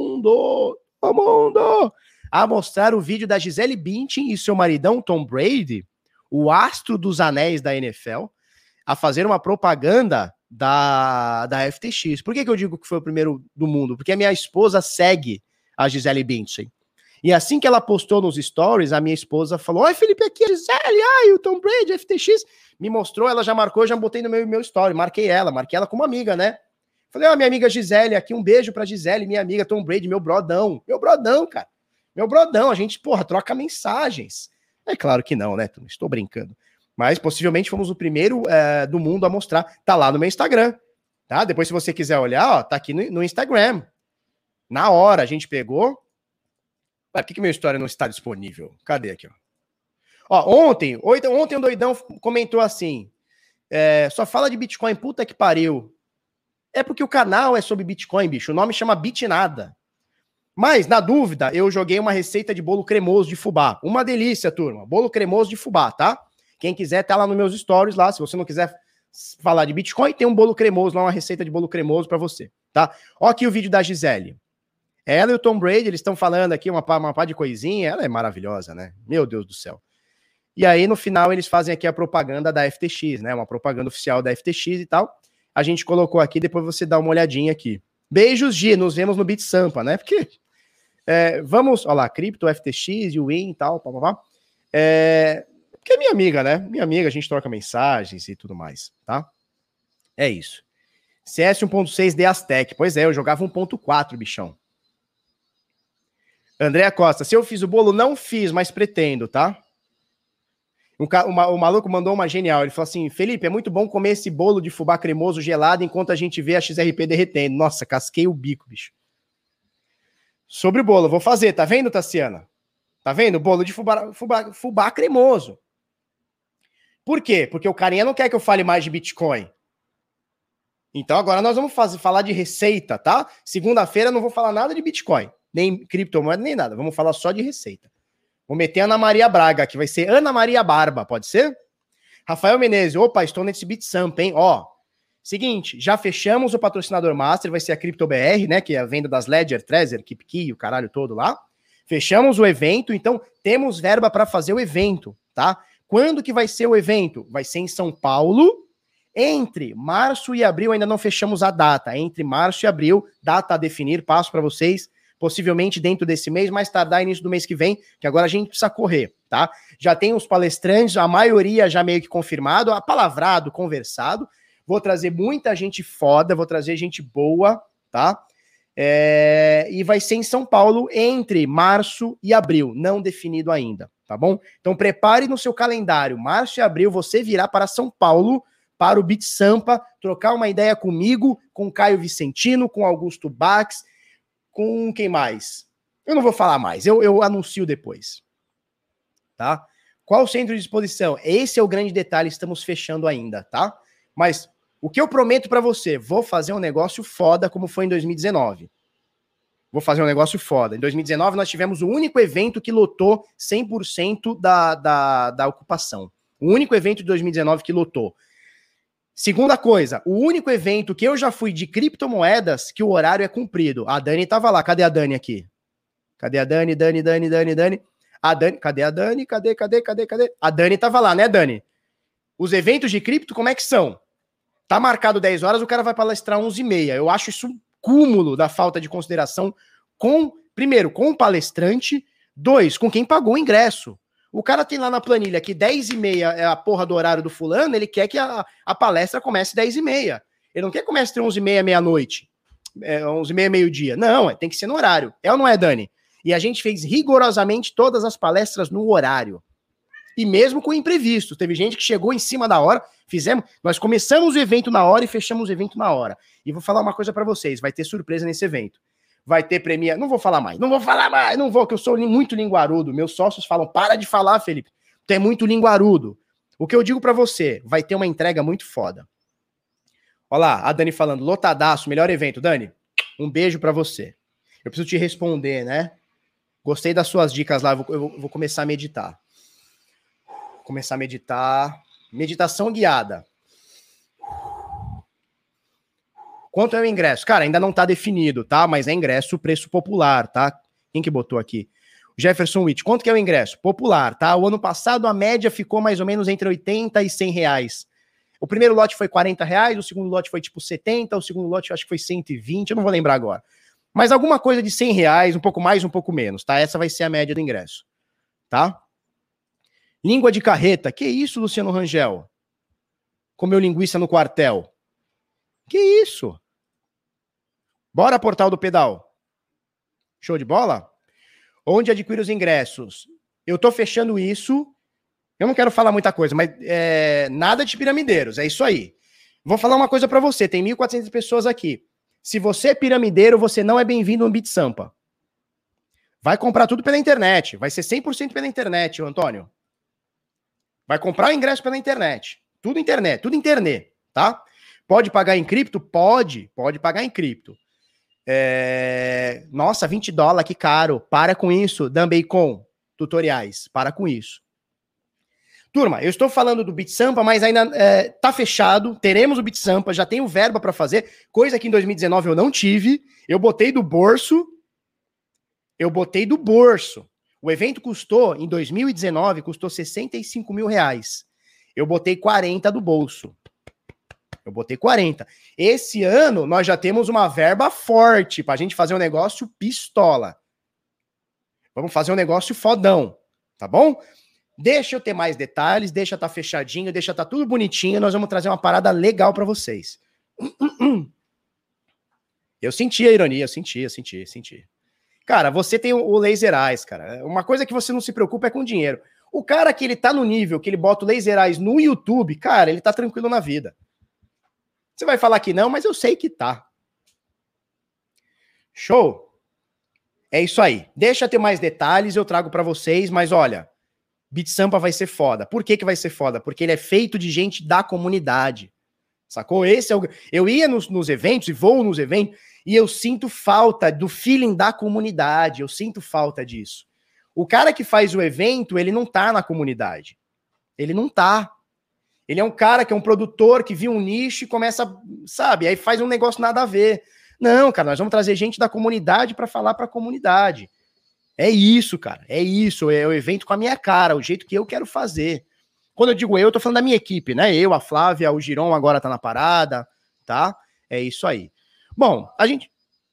A: a mostrar o vídeo da Gisele Bündchen e seu maridão Tom Brady, o astro dos anéis da NFL, a fazer uma propaganda da FTX. Por que eu digo que foi o primeiro do mundo? Porque a minha esposa segue a Gisele Bündchen. E assim que ela postou nos stories, a minha esposa falou, oi Felipe, aqui é a Gisele, o Tom Brady, FTX. Me mostrou, ela já marcou, eu já botei no meu story, marquei ela como amiga, né? Falei, minha amiga Gisele, aqui um beijo pra Gisele, minha amiga Tom Brady, meu brodão, cara. Meu brodão, a gente, troca mensagens. É claro que não, né? Estou brincando. Mas possivelmente fomos o primeiro do mundo a mostrar. Tá lá no meu Instagram, tá? Depois, se você quiser olhar, ó, tá aqui no Instagram. Na hora, a gente pegou. Por que meu story não está disponível? Cadê aqui, ó? Ontem um doidão comentou assim, só fala de Bitcoin, puta que pariu. É porque o canal é sobre Bitcoin, bicho. O nome chama Bitnada. Mas, na dúvida, eu joguei uma receita de bolo cremoso de fubá. Uma delícia, turma. Bolo cremoso de fubá, tá? Quem quiser, tá lá nos meus stories lá. Se você não quiser falar de Bitcoin, tem um bolo cremoso lá, uma receita de bolo cremoso pra você, tá? Ó aqui o vídeo da Gisele. Ela e o Tom Brady, eles estão falando aqui uma pá de coisinha. Ela é maravilhosa, né? Meu Deus do céu. E aí, no final, eles fazem aqui a propaganda da FTX, né? Uma propaganda oficial da FTX e tal. A gente colocou aqui, depois você dá uma olhadinha aqui. Beijos, Gi. Nos vemos no BitSampa, né? Porque... vamos, olha lá, Cripto, FTX, Win e tal, papapá. Porque é minha amiga, né? Minha amiga, a gente troca mensagens e tudo mais, tá? É isso. CS 1.6 de Aztec. Pois é, eu jogava 1.4, bichão. Andréa Costa, se eu fiz o bolo, não fiz, mas pretendo, tá? O maluco mandou uma genial. Ele falou assim, Felipe, é muito bom comer esse bolo de fubá cremoso gelado enquanto a gente vê a XRP derretendo. Nossa, casquei o bico, bicho. Sobre o bolo, vou fazer, tá vendo, Tassiana? Tá vendo? Bolo de fubá cremoso. Por quê? Porque o carinha não quer que eu fale mais de Bitcoin. Então agora nós vamos falar de receita, tá? Segunda-feira eu não vou falar nada de Bitcoin, nem criptomoeda, nem nada. Vamos falar só de receita. Vou meter Ana Maria Braga, que vai ser Ana Maria Barba, pode ser? Rafael Menezes, opa, estou nesse BitSampa, hein? Ó, seguinte, já fechamos o patrocinador master, vai ser a CryptoBR, né, que é a venda das Ledger, Trezor, KeepKey, o caralho todo lá. Fechamos o evento, então temos verba para fazer o evento, tá? Quando que vai ser o evento? Vai ser em São Paulo, entre março e abril, ainda não fechamos a data, entre março e abril, data a definir, passo para vocês, possivelmente dentro desse mês, mais tardar início do mês que vem, que agora a gente precisa correr, tá? Já tem os palestrantes, a maioria já meio que confirmado, apalavrado, conversado. Vou trazer muita gente foda, vou trazer gente boa, tá? E vai ser em São Paulo entre março e abril, não definido ainda, tá bom? Então prepare no seu calendário, março e abril você virá para São Paulo, para o BitSampa, trocar uma ideia comigo, com Caio Vicentino, com Augusto Bax, com quem mais? Eu não vou falar mais, eu anuncio depois, tá? Qual o centro de exposição? Esse é o grande detalhe, estamos fechando ainda, tá? Mas o que eu prometo pra você, vou fazer um negócio foda como foi em 2019. Vou fazer um negócio foda. Em 2019, nós tivemos o único evento que lotou 100% da ocupação. O único evento de 2019 que lotou. Segunda coisa, o único evento que eu já fui de criptomoedas que o horário é cumprido. A Dani tava lá. Cadê a Dani aqui? Cadê a Dani? Dani. A Dani, cadê a Dani? Cadê? A Dani tava lá, né, Dani? Os eventos de cripto, como é que são? Tá marcado 10 horas, o cara vai palestrar 11h30. Eu acho isso um cúmulo da falta de consideração primeiro, com o palestrante, 2, com quem pagou o ingresso. O cara tem lá na planilha que 10h30 é a porra do horário do fulano, ele quer que a palestra comece 10h30. Ele não quer que comece 11h30, meia-noite, 11h30, meio-dia. Não, tem que ser no horário. É ou não é, Dani? E a gente fez rigorosamente todas as palestras no horário. E mesmo com imprevisto. Teve gente que chegou em cima da hora, nós começamos o evento na hora e fechamos o evento na hora. E vou falar uma coisa pra vocês, vai ter surpresa nesse evento. Vai ter premia, não vou falar mais, que eu sou muito linguarudo. Meus sócios falam, para de falar, Felipe, tu é muito linguarudo. O que eu digo pra você, vai ter uma entrega muito foda. Olha lá, a Dani falando, lotadaço, melhor evento. Dani, um beijo pra você. Eu preciso te responder, né? Gostei das suas dicas lá, eu vou começar a meditar. Meditação guiada. Quanto é o ingresso? Cara, ainda não tá definido, tá? Mas é ingresso, preço popular, tá? Quem que botou aqui? O Jefferson Witt. Quanto que é o ingresso? Popular, tá? O ano passado a média ficou mais ou menos entre 80 e 100 reais. O primeiro lote foi 40 reais, o segundo lote foi tipo 70, o segundo lote acho que foi 120, eu não vou lembrar agora. Mas alguma coisa de 100 reais, um pouco mais, um pouco menos, tá? Essa vai ser a média do ingresso, tá? Língua de carreta. Que isso, Luciano Rangel? Comeu linguiça no quartel. Que isso? Bora, Portal do Pedal. Show de bola? Onde adquire os ingressos? Eu tô fechando isso. Eu não quero falar muita coisa, mas nada de piramideiros. É isso aí. Vou falar uma coisa pra você. Tem 1.400 pessoas aqui. Se você é piramideiro, você não é bem-vindo no Beat Sampa. Vai comprar tudo pela internet. Vai ser 100% pela internet, Antônio. Vai comprar o ingresso pela internet. Tudo internet, tá? Pode pagar em cripto? Pode pagar em cripto. Nossa, $20, que caro. Para com isso, Dan Bacon. Tutoriais, para com isso. Turma, eu estou falando do Beat Sampa, mas ainda tá fechado. Teremos o Beat Sampa, já tenho verba para fazer, coisa que em 2019 eu não tive. Eu botei do bolso. O evento custou, em 2019, custou 65 mil reais. Eu botei 40 do bolso. Esse ano, nós já temos uma verba forte pra gente fazer um negócio pistola. Vamos fazer um negócio fodão, tá bom? Deixa eu ter mais detalhes, deixa tá fechadinho, deixa tá tudo bonitinho, nós vamos trazer uma parada legal pra vocês. Eu senti a ironia, eu senti. Cara, você tem o Laser Eyes, cara. Uma coisa que você não se preocupa é com dinheiro. O cara que ele tá no nível que ele bota o Laser Eyes no YouTube, cara, ele tá tranquilo na vida. Você vai falar que não, mas eu sei que tá. Show? É isso aí. Deixa eu ter mais detalhes, eu trago pra vocês, mas olha, Beat Sampa vai ser foda. Por que vai ser foda? Porque ele é feito de gente da comunidade. Sacou? Eu ia nos eventos e vou nos eventos e eu sinto falta do feeling da comunidade. Eu sinto falta disso. O cara que faz o evento, ele não tá na comunidade. Ele não tá. Ele é um cara que é um produtor que viu um nicho e começa, sabe? Aí faz um negócio nada a ver. Não, cara, nós vamos trazer gente da comunidade para falar para a comunidade. É isso, cara. É isso. É o evento com a minha cara, o jeito que eu quero fazer. Quando eu digo eu tô falando da minha equipe, né? Eu, a Flávia, o Giron agora tá na parada, tá? É isso aí. Bom, a gente...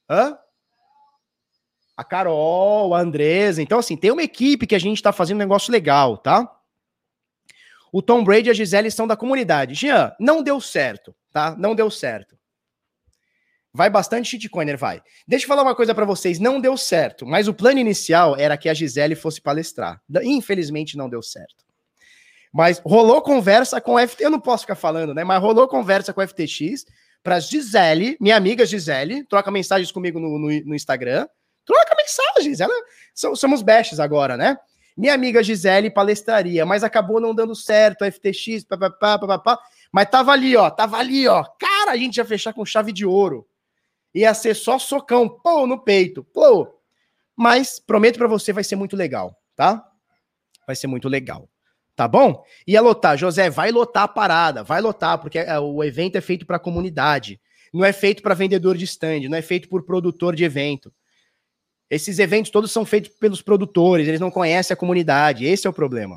A: A Carol, a Andresa. Então, assim, tem uma equipe que a gente tá fazendo um negócio legal, tá? O Tom Brady e a Gisele são da comunidade. Jean, não deu certo, tá? Não deu certo. Vai bastante shitcoiner, vai. Deixa eu falar uma coisa pra vocês, não deu certo, mas o plano inicial era que a Gisele fosse palestrar. Infelizmente não deu certo. Mas rolou conversa com o FTX, eu não posso ficar falando, né? Mas rolou conversa com o FTX pra Gisele, minha amiga Gisele, troca mensagens comigo no Instagram. Troca mensagens, somos bestes agora, né? Minha amiga Gisele palestraria, mas acabou não dando certo, a FTX, papapá. Mas tava ali, ó. Cara, a gente ia fechar com chave de ouro. Ia ser só socão, pô, no peito, pô. Mas prometo pra você, vai ser muito legal, tá? Vai ser muito legal. Tá bom? Ia lotar. José, vai lotar a parada, vai lotar, porque o evento é feito pra comunidade. Não é feito pra vendedor de stand, não é feito por produtor de evento. Esses eventos todos são feitos pelos produtores, eles não conhecem a comunidade, esse é o problema.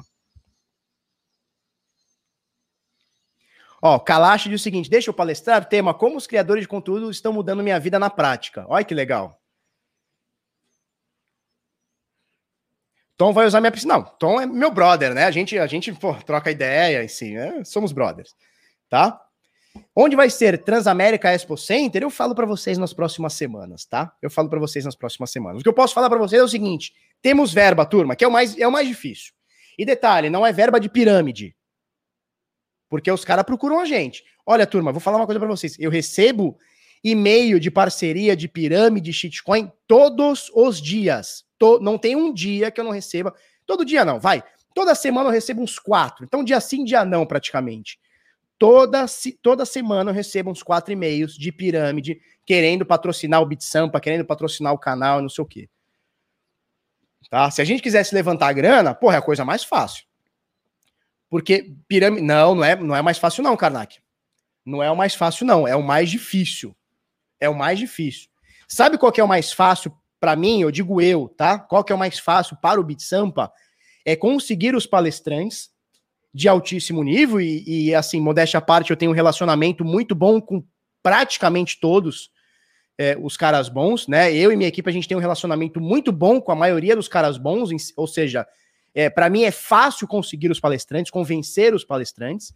A: Ó, Kalash diz o seguinte, deixa eu palestrar, tema, como os criadores de conteúdo estão mudando minha vida na prática. Olha que legal. Tom vai usar minha piscina. Não, Tom é meu brother, né? A gente pô, troca ideia, assim, né? Somos brothers, tá? Onde vai ser Transamérica Expo Center? Eu falo para vocês nas próximas semanas, tá? Eu falo para vocês nas próximas semanas. O que eu posso falar para vocês é o seguinte, temos verba, turma, que é o mais difícil. E detalhe, não é verba de pirâmide. Porque os caras procuram a gente. Olha, turma, vou falar uma coisa para vocês. Eu recebo e-mail de parceria de pirâmide, shitcoin, todos os dias. Não tem um dia que eu não receba. Todo dia não, vai. Toda semana eu recebo uns 4. Então, dia sim, dia não, praticamente. Toda semana eu recebo uns 4 e-mails de pirâmide querendo patrocinar o BitSampa, querendo patrocinar o canal, não sei o quê. Tá? Se a gente quisesse levantar a grana, porra, é a coisa mais fácil. Porque pirâmide... Não é mais fácil não, Karnak. Não é o mais fácil não, é o mais difícil. É o mais difícil. Sabe qual que é o mais fácil para mim? Eu digo eu, tá? Qual que é o mais fácil para o BitSampa? É conseguir os palestrantes de altíssimo nível e assim, modéstia à parte, eu tenho um relacionamento muito bom com praticamente todos os caras bons, né? Eu e minha equipe, a gente tem um relacionamento muito bom com a maioria dos caras bons, ou seja, para mim é fácil conseguir os palestrantes, convencer os palestrantes.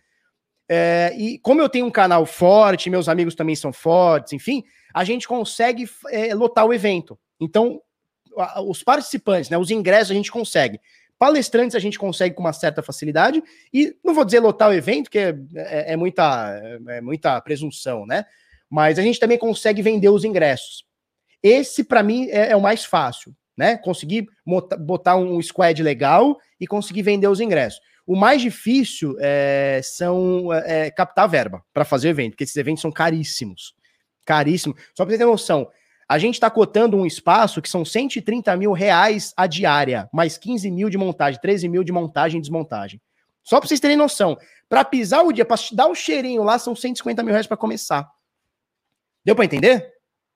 A: E como eu tenho um canal forte, meus amigos também são fortes, enfim, a gente consegue lotar o evento. Então, os participantes, né, os ingressos a gente consegue. Palestrantes a gente consegue com uma certa facilidade, e não vou dizer lotar o evento, que é muita presunção, né? Mas a gente também consegue vender os ingressos. Esse, para mim, é o mais fácil, né? Conseguir botar um squad legal e conseguir vender os ingressos. O mais difícil são captar verba para fazer evento, porque esses eventos são caríssimos. Caríssimos. Só para você ter noção, a gente está cotando um espaço que são 130 mil reais a diária, mais 15 mil de montagem, 13 mil de montagem e desmontagem. Só para vocês terem noção. Para pisar o dia, para dar um cheirinho lá, são 150 mil reais para começar. Deu para entender?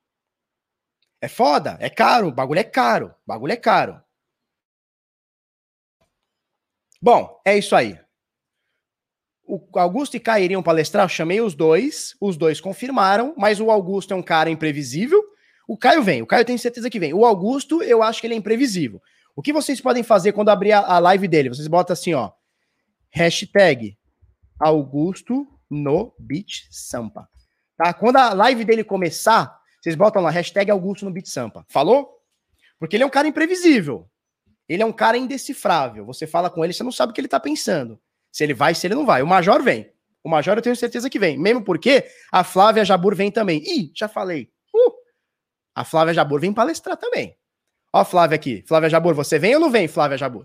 A: É foda, é caro, o bagulho é caro, o bagulho é caro. Bom, é isso aí. O Augusto e Caio iriam palestrar, eu chamei os dois confirmaram, mas o Augusto é um cara imprevisível, o Caio vem, o Caio eu tenho certeza que vem. O Augusto, eu acho que ele é imprevisível. O que vocês podem fazer quando abrir a live dele? Vocês botam assim, ó, hashtag Augusto no BitSampa. Tá? Quando a live dele começar, vocês botam lá, hashtag Augusto no BitSampa. Falou? Porque ele é um cara imprevisível. Ele é um cara indecifrável. Você fala com ele, você não sabe o que ele tá pensando. Se ele vai, se ele não vai. O Major vem. O Major eu tenho certeza que vem. Mesmo porque a Flávia Jabur vem também. Ih, já falei. A Flávia Jabur vem palestrar também. Ó a Flávia aqui. Flávia Jabur, você vem ou não vem, Flávia Jabur?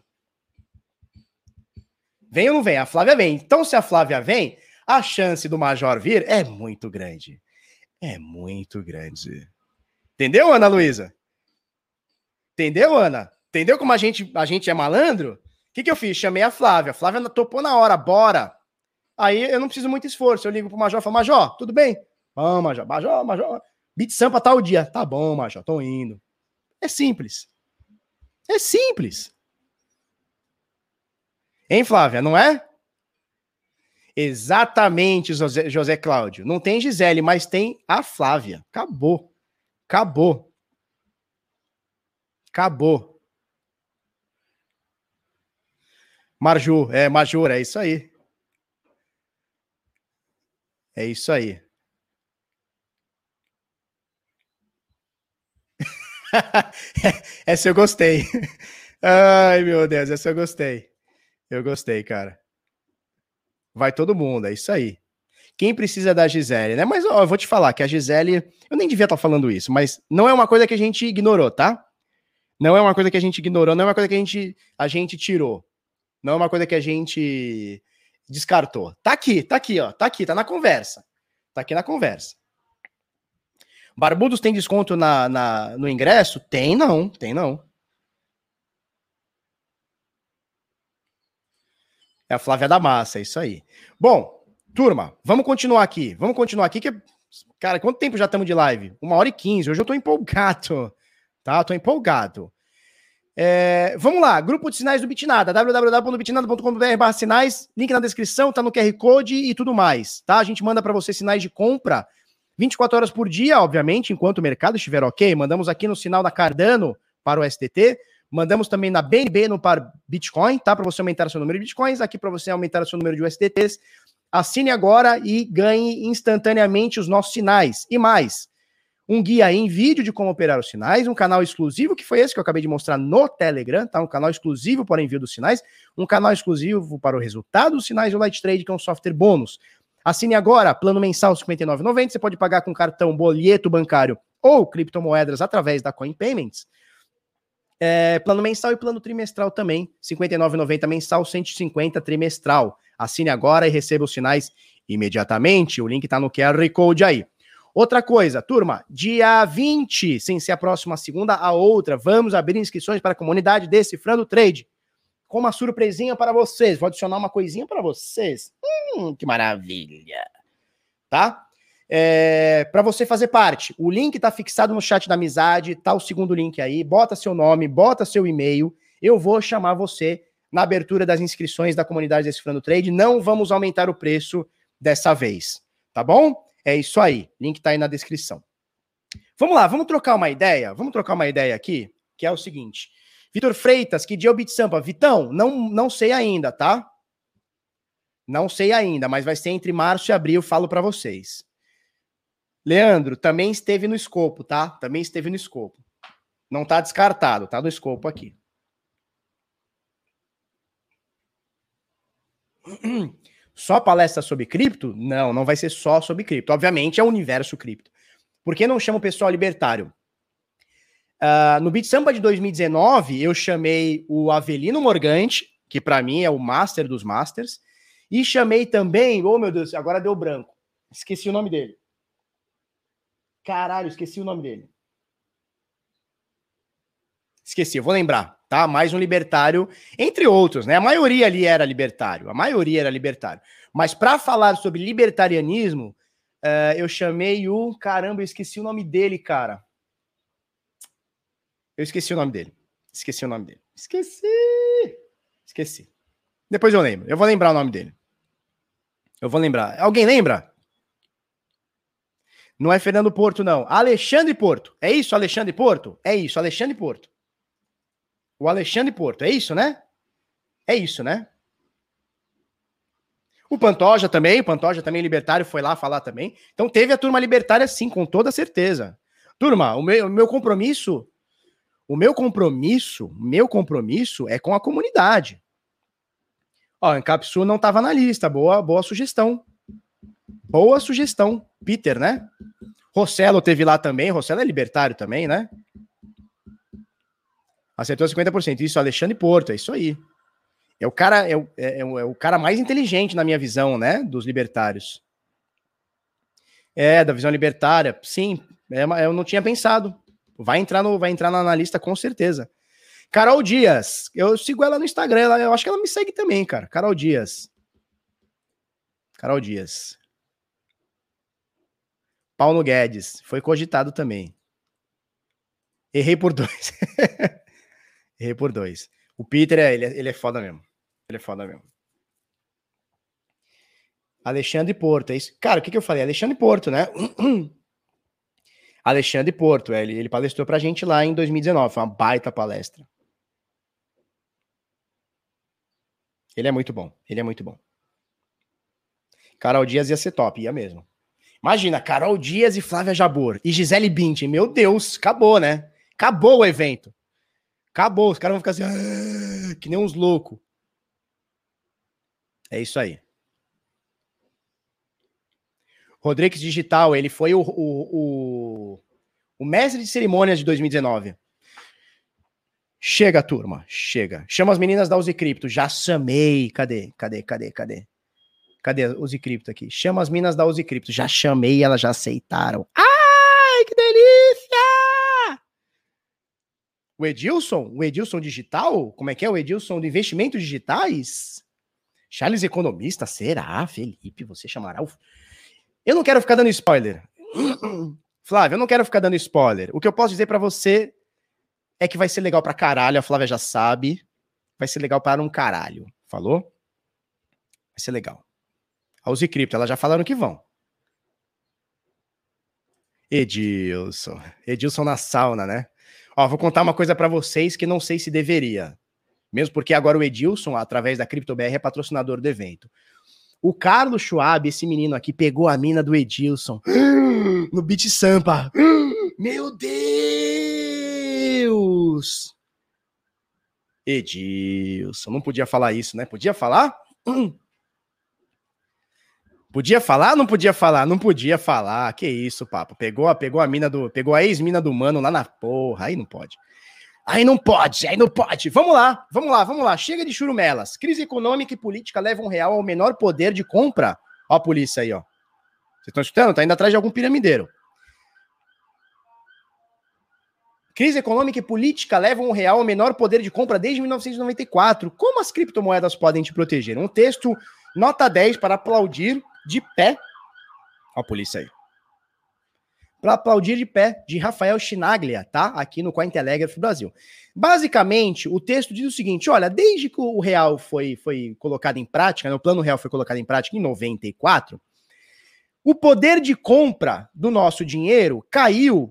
A: Vem ou não vem? A Flávia vem. Então, se a Flávia vem, a chance do Major vir é muito grande. É muito grande. Entendeu, Ana Luísa? Entendeu, Ana? Entendeu como a gente é malandro? O que eu fiz? Chamei a Flávia. A Flávia topou na hora, bora. Aí eu não preciso muito esforço. Eu ligo pro Major e falo, Major, tudo bem? Vamos, Major. BitSampa tal dia. Tá bom, Major, tô indo. É simples. É simples. Hein, Flávia, não é? Exatamente, José Cláudio. Não tem Gisele, mas tem a Flávia. Acabou. Acabou. Acabou. Major, é isso aí. É isso aí. Essa eu gostei. Ai, meu Deus, essa eu gostei. Eu gostei, cara. Vai todo mundo, é isso aí. Quem precisa da Gisele, né? Mas ó, eu vou te falar que a Gisele, eu nem devia estar falando isso, mas não é uma coisa que a gente ignorou, tá? Não é uma coisa que a gente ignorou, não é uma coisa que a gente tirou. Não é uma coisa que a gente descartou. Tá aqui, ó. Tá aqui, tá na conversa. Tá aqui na conversa. Barbudos tem desconto no ingresso? Tem não. É a Flávia da Massa, é isso aí. Bom, turma, vamos continuar aqui. Que, cara, quanto tempo já estamos de live? 1h15. Hoje eu tô empolgado, tá? Tô empolgado. Vamos lá, grupo de sinais do Bitnada, www.bitnada.com.br/sinais, link na descrição, tá no QR Code e tudo mais, tá? A gente manda para você sinais de compra 24 horas por dia, obviamente, enquanto o mercado estiver ok. Mandamos aqui no sinal da Cardano para o STT, mandamos também na BNB no par Bitcoin, tá? Para você aumentar o seu número de Bitcoins, aqui para você aumentar o seu número de USDTs. Assine agora e ganhe instantaneamente os nossos sinais. E mais, um guia em vídeo de como operar os sinais, um canal exclusivo, que foi esse que eu acabei de mostrar no Telegram, tá? Um canal exclusivo para o envio dos sinais, um canal exclusivo para o resultado dos sinais e o Light Trade, que é um software bônus. Assine agora, plano mensal R$ 59,90, você pode pagar com cartão, boleto bancário ou criptomoedas através da Coin Payments. Plano mensal e plano trimestral também, R$ 59,90 mensal, 150 trimestral. Assine agora e receba os sinais imediatamente, o link tá no QR Code aí. Outra coisa, turma, dia 20, sem ser a próxima segunda, a outra, vamos abrir inscrições para a comunidade Decifrando Trade, com uma surpresinha para vocês. Vou adicionar uma coisinha para vocês. Que maravilha. Tá? Para você fazer parte, o link tá fixado no chat da amizade, tá o segundo link aí, bota seu nome, bota seu e-mail, eu vou chamar você na abertura das inscrições da comunidade Decifrando Trade, não vamos aumentar o preço dessa vez, tá bom? É isso aí, link tá aí na descrição. Vamos lá, vamos trocar uma ideia aqui, que é o seguinte. Vitor Freitas, que dia é o Bit Sampa? Vitão, não sei ainda, tá? Não sei ainda, mas vai ser entre março e abril, falo pra vocês. Leandro, também esteve no escopo, tá? Também esteve no escopo. Não tá descartado, tá no escopo aqui. Só palestra sobre cripto? Não vai ser só sobre cripto. Obviamente é o universo cripto. Por que não chama o pessoal libertário? No Bit Sampa de 2019, eu chamei o Avelino Morgante, que para mim é o master dos masters, e chamei também, oh meu Deus, agora deu branco. Esqueci o nome dele. Caralho, esqueci o nome dele. Esqueci, eu vou lembrar, tá? Mais um libertário, entre outros, né? A maioria ali era libertário, Mas para falar sobre libertarianismo, eu chamei o... Caramba, eu esqueci o nome dele, cara. Esqueci. Depois eu lembro. Eu vou lembrar o nome dele. Alguém lembra? Não é Fernando Porto, não. Alexandre Porto. É isso, Alexandre Porto? É isso, Alexandre Porto. O Alexandre Porto. É isso, né? O Pantoja também libertário, foi lá falar também. Então teve a turma libertária sim, com toda certeza. Turma, o meu compromisso é com a comunidade. Ó, Encapsul não estava na lista. Boa sugestão. Peter, né? Rossello teve lá também. Rossello é libertário também, né? Acertou 50%. Isso, Alexandre Porto, é isso aí. É o cara mais inteligente na minha visão, né? Dos libertários. Da visão libertária. Sim, eu não tinha pensado. Vai entrar na lista com certeza. Carol Dias. Eu sigo ela no Instagram. Eu acho que ela me segue também, cara. Carol Dias. Paulo Guedes. Foi cogitado também. Errei por 2. O Peter, ele é foda mesmo. Alexandre Porto, é isso? Cara, o que eu falei? Alexandre Porto, né? Alexandre Porto, ele palestrou pra gente lá em 2019, foi uma baita palestra. Ele é muito bom. Carol Dias ia ser top, ia mesmo. Imagina, Carol Dias e Flávia Jabor e Gisele Bündchen, meu Deus, acabou, né? Acabou o evento. Acabou, os caras vão ficar assim, que nem uns loucos. É isso aí. Rodrigues Digital, ele foi o mestre de cerimônias de 2019. Chega, turma, chega. Chama as meninas da Uzi Cripto. Já chamei. Cadê Uzi Cripto aqui? Chama as meninas da Uzi Cripto. Já chamei, elas já aceitaram. Ai, que delícia! O Edilson digital? Como é que é o Edilson de investimentos digitais? Charles economista, será? Felipe, você chamará o... Eu não quero ficar dando spoiler. Flávia, eu não quero ficar dando spoiler. O que eu posso dizer pra você é que vai ser legal pra caralho, a Flávia já sabe. Vai ser legal para um caralho. Falou? Vai ser legal. A Uzi Cripto, elas já falaram que vão. Edilson na sauna, né? Ó, vou contar uma coisa pra vocês que não sei se deveria. Mesmo porque agora o Edilson, através da CryptoBR, é patrocinador do evento. O Carlos Schwab, esse menino aqui, pegou a mina do Edilson no Beat Sampa. Meu Deus! Edilson, não podia falar isso, né? Podia falar? Podia falar? Não podia falar? Não podia falar. Que isso, papo? Pegou a a ex-mina do mano lá na porra. Aí não pode. Aí não pode. Vamos lá. Chega de churumelas. Crise econômica e política levam real ao menor poder de compra. Ó a polícia aí, ó. Vocês estão escutando? Tá indo atrás de algum piramideiro. Crise econômica e política levam o real ao menor poder de compra desde 1994. Como as criptomoedas podem te proteger? Um texto nota 10 para aplaudir de pé. Ó a polícia aí. Para aplaudir de pé, de Rafael Chinaglia, tá? Aqui no Cointelegraph Brasil. Basicamente, o texto diz o seguinte, olha, desde que o real foi colocado em prática, né, o plano real foi colocado em prática em 94, o poder de compra do nosso dinheiro caiu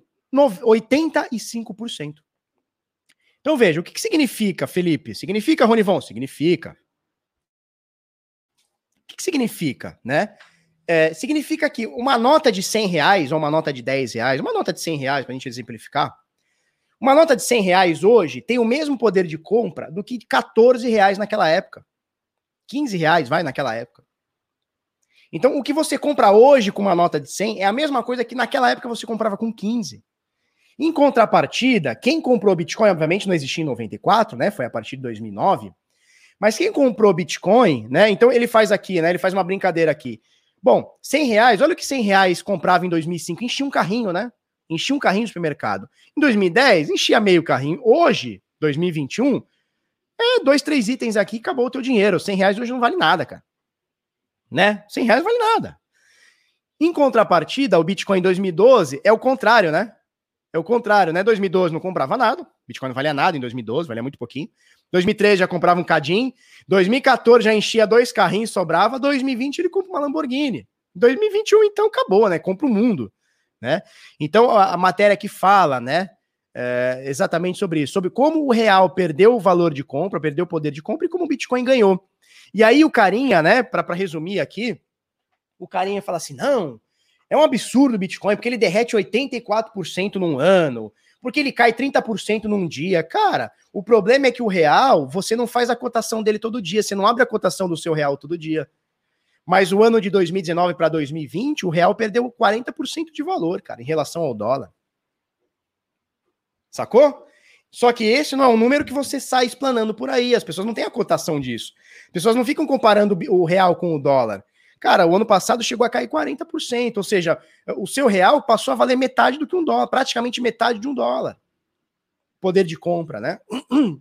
A: 85%. Então veja, o que significa, Felipe? Significa, Ronivon? Significa. O que significa, né? Significa que uma nota de 100 reais ou uma nota de 10 reais, uma nota de 100 reais, para a gente exemplificar, uma nota de 100 reais hoje tem o mesmo poder de compra do que 14 reais naquela época. 15 reais, vai, naquela época. Então, o que você compra hoje com uma nota de 100 é a mesma coisa que naquela época você comprava com 15. Em contrapartida, quem comprou Bitcoin, obviamente não existia em 94, né? Foi a partir de 2009. Mas quem comprou Bitcoin, né? Então ele faz aqui, né? Ele faz uma brincadeira aqui. Bom, 100 reais, olha o que 100 reais comprava em 2005. Enchia um carrinho, né? Enchia um carrinho no supermercado. Em 2010, enchia meio carrinho. Hoje, 2021, 2, 3 itens aqui, acabou o teu dinheiro. 100 reais hoje não vale nada, cara. Né? 100 reais não vale nada. Em contrapartida, o Bitcoin em 2012 é o contrário, né? É o contrário, né? 2012 não comprava nada. Bitcoin não valia nada em 2012, valia muito pouquinho. 2013 já comprava um cadinho. 2014 já enchia 2 carrinhos, sobrava. 2020 ele compra uma Lamborghini. 2021, então, acabou, né? Compra o mundo, né? Então, a matéria que fala, né? Exatamente sobre isso. Sobre como o real perdeu o valor de compra, perdeu o poder de compra e como o Bitcoin ganhou. E aí o carinha, né? Para resumir aqui, o carinha fala assim, não, é um absurdo o Bitcoin, porque ele derrete 84% num ano, porque ele cai 30% num dia. Cara, o problema é que o real, você não faz a cotação dele todo dia, você não abre a cotação do seu real todo dia. Mas o ano de 2019 para 2020, o real perdeu 40% de valor, cara, em relação ao dólar. Sacou? Só que esse não é um número que você sai explanando por aí, as pessoas não têm a cotação disso. As pessoas não ficam comparando o real com o dólar. Cara, o ano passado chegou a cair 40%, ou seja, o seu real passou a valer metade do que um dólar, praticamente metade de um dólar. Poder de compra, né? Deixa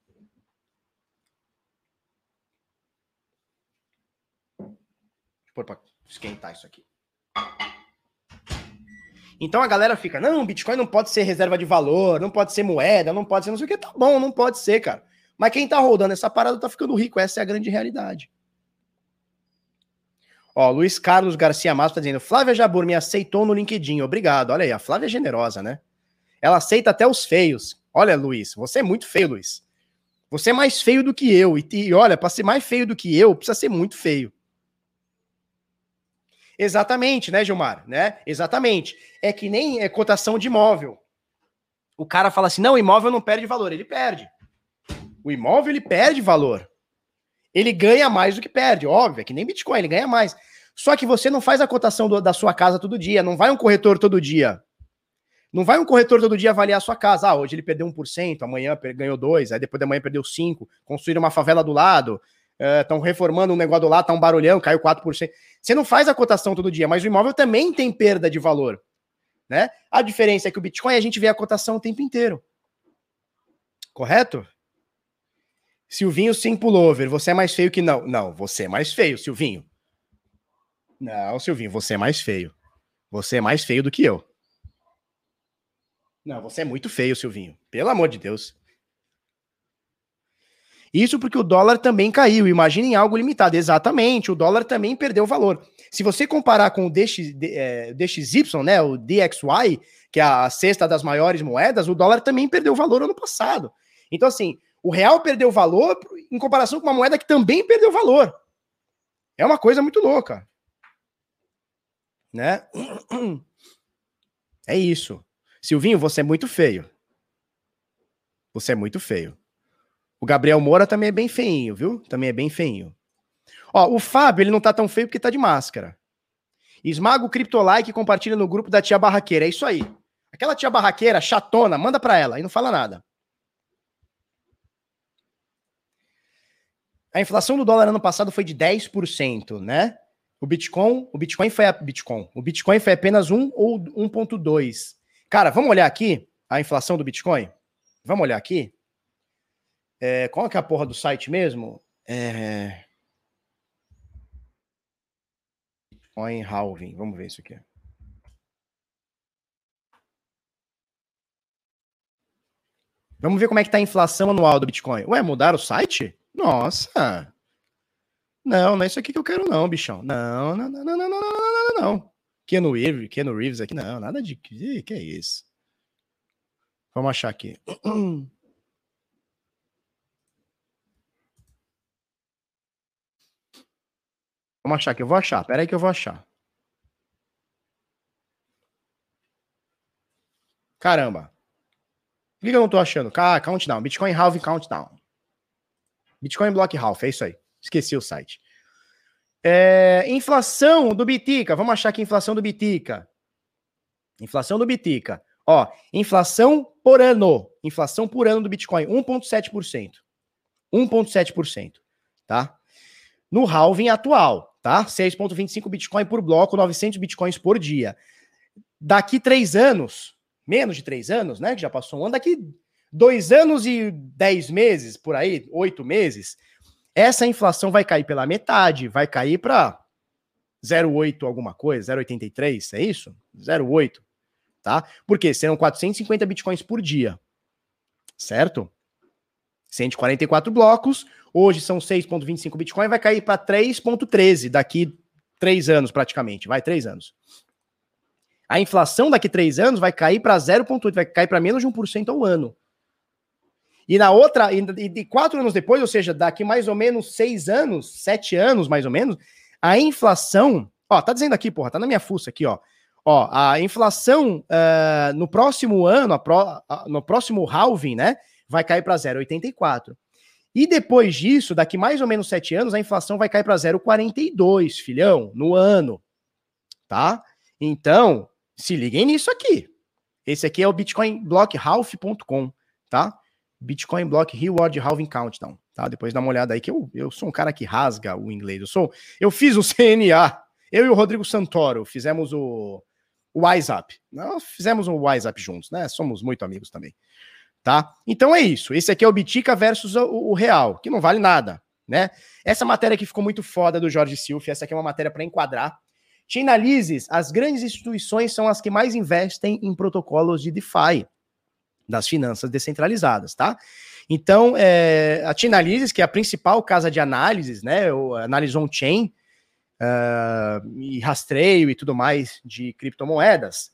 A: eu pôr pra esquentar isso aqui. Então a galera fica, não, Bitcoin não pode ser reserva de valor, não pode ser moeda, não pode ser não sei o que. Tá bom, não pode ser, cara. Mas quem tá rodando essa parada tá ficando rico, essa é a grande realidade. Ó, Luiz Carlos Garcia Matos tá dizendo, Flávia Jabur me aceitou no LinkedIn, obrigado. Olha aí, a Flávia é generosa, né? Ela aceita até os feios. Olha, Luiz, você é muito feio, Luiz. Você é mais feio do que eu. E olha, pra ser mais feio do que eu, precisa ser muito feio. Exatamente, né, Gilmar? Né? Exatamente. É que nem cotação de imóvel. O cara fala assim, não, o imóvel não perde valor. Ele perde. O imóvel, ele perde valor. Ele ganha mais do que perde, óbvio, é que nem Bitcoin, ele ganha mais. Só que você não faz a cotação da sua casa todo dia, não vai um corretor todo dia. Não vai um corretor todo dia avaliar a sua casa. Ah, hoje ele perdeu 1%, amanhã ganhou 2%, aí depois da manhã perdeu 5%, construíram uma favela do lado, estão reformando um negócio do lado, tá um barulhão, caiu 4%. Você não faz a cotação todo dia, mas o imóvel também tem perda de valor. né? A diferença é que o Bitcoin a gente vê a cotação o tempo inteiro. Correto? Silvinho sim pullover, você é mais feio que não. Não, você é mais feio, Silvinho. Não, Silvinho, você é mais feio. Você é mais feio do que eu. Não, você é muito feio, Silvinho. Pelo amor de Deus. Isso porque o dólar também caiu. Imaginem algo limitado. Exatamente, o dólar também perdeu valor. Se você comparar com o DXY, né, o DXY, que é a sexta das maiores moedas, o dólar também perdeu valor ano passado. Então, assim, o real perdeu valor em comparação com uma moeda que também perdeu valor. É uma coisa muito louca. Né? É isso. Silvinho, você é muito feio. Você é muito feio. O Gabriel Moura também é bem feinho, viu? Também é bem feinho. Ó, o Fábio, ele não tá tão feio porque tá de máscara. Esmaga o Criptolike e compartilha no grupo da tia barraqueira. É isso aí. Aquela tia barraqueira, chatona, manda pra ela e não fala nada. A inflação do dólar ano passado foi de 10%, né? O Bitcoin foi apenas 1 ou 1,2. Cara, vamos olhar aqui a inflação do Bitcoin? Vamos olhar aqui? Qual que é a porra do site mesmo? Bitcoin halving. Vamos ver isso aqui. Vamos ver como é que tá a inflação anual do Bitcoin. Ué, mudaram o site? Nossa. Não é isso aqui que eu quero não, bichão. Não. Não. Keanu Reeves aqui, não. Nada de... Que é isso? Vamos achar aqui. Vamos achar que eu vou achar. Pera aí que eu vou achar. Caramba. Por que eu não tô achando? Countdown. Bitcoin Halving Countdown. Bitcoin Block Half. É isso aí. Esqueci o site. Inflação do Bitica. Vamos achar aqui a inflação do Bitica. Inflação do Bitica. Ó, inflação por ano. Inflação por ano do Bitcoin. 1,7%. 1,7%. Tá? No halving atual, tá? 6,25 Bitcoin por bloco, 900 Bitcoins por dia. Daqui 3 anos, menos de 3 anos, né? Que já passou um ano, daqui 2 anos e 10 meses, por aí, 8 meses, essa inflação vai cair pela metade, vai cair para 0,8 alguma coisa, 0,83, é isso? 0,8, tá? Porque serão 450 Bitcoins por dia, certo? 144 blocos, hoje são 6,25 Bitcoin, vai cair para 3,13 daqui 3 anos praticamente, vai 3 anos. A inflação daqui 3 anos vai cair para 0,8, vai cair para menos de 1% ao ano. E na outra, e 4 anos depois, ou seja, daqui mais ou menos 6 anos, 7 anos mais ou menos, a inflação, ó, tá dizendo aqui, porra, tá na minha fuça aqui, ó. Ó, a inflação no próximo ano, no próximo halving, né, vai cair para 0,84. E depois disso, daqui mais ou menos 7 anos, a inflação vai cair para 0,42, filhão, no ano, tá? Então, se liguem nisso aqui. Esse aqui é o bitcoinblockhalf.com, tá? Bitcoin Block Reward Halving Countdown, tá? Depois dá uma olhada aí, que eu sou um cara que rasga o inglês. Eu fiz o CNA, eu e o Rodrigo Santoro fizemos o WhatsApp. Nós fizemos um WhatsApp juntos, né? Somos muito amigos também, tá? Então é isso. Esse aqui é o Bitica versus o real, que não vale nada, né? Essa matéria aqui ficou muito foda do Jorge Silf, essa aqui é uma matéria para enquadrar. Chainalysis, as grandes instituições são as que mais investem em protocolos de DeFi, das finanças descentralizadas, tá? Então, a Chainalysis, que é a principal casa de análises, né, análise on-chain, e rastreio e tudo mais de criptomoedas,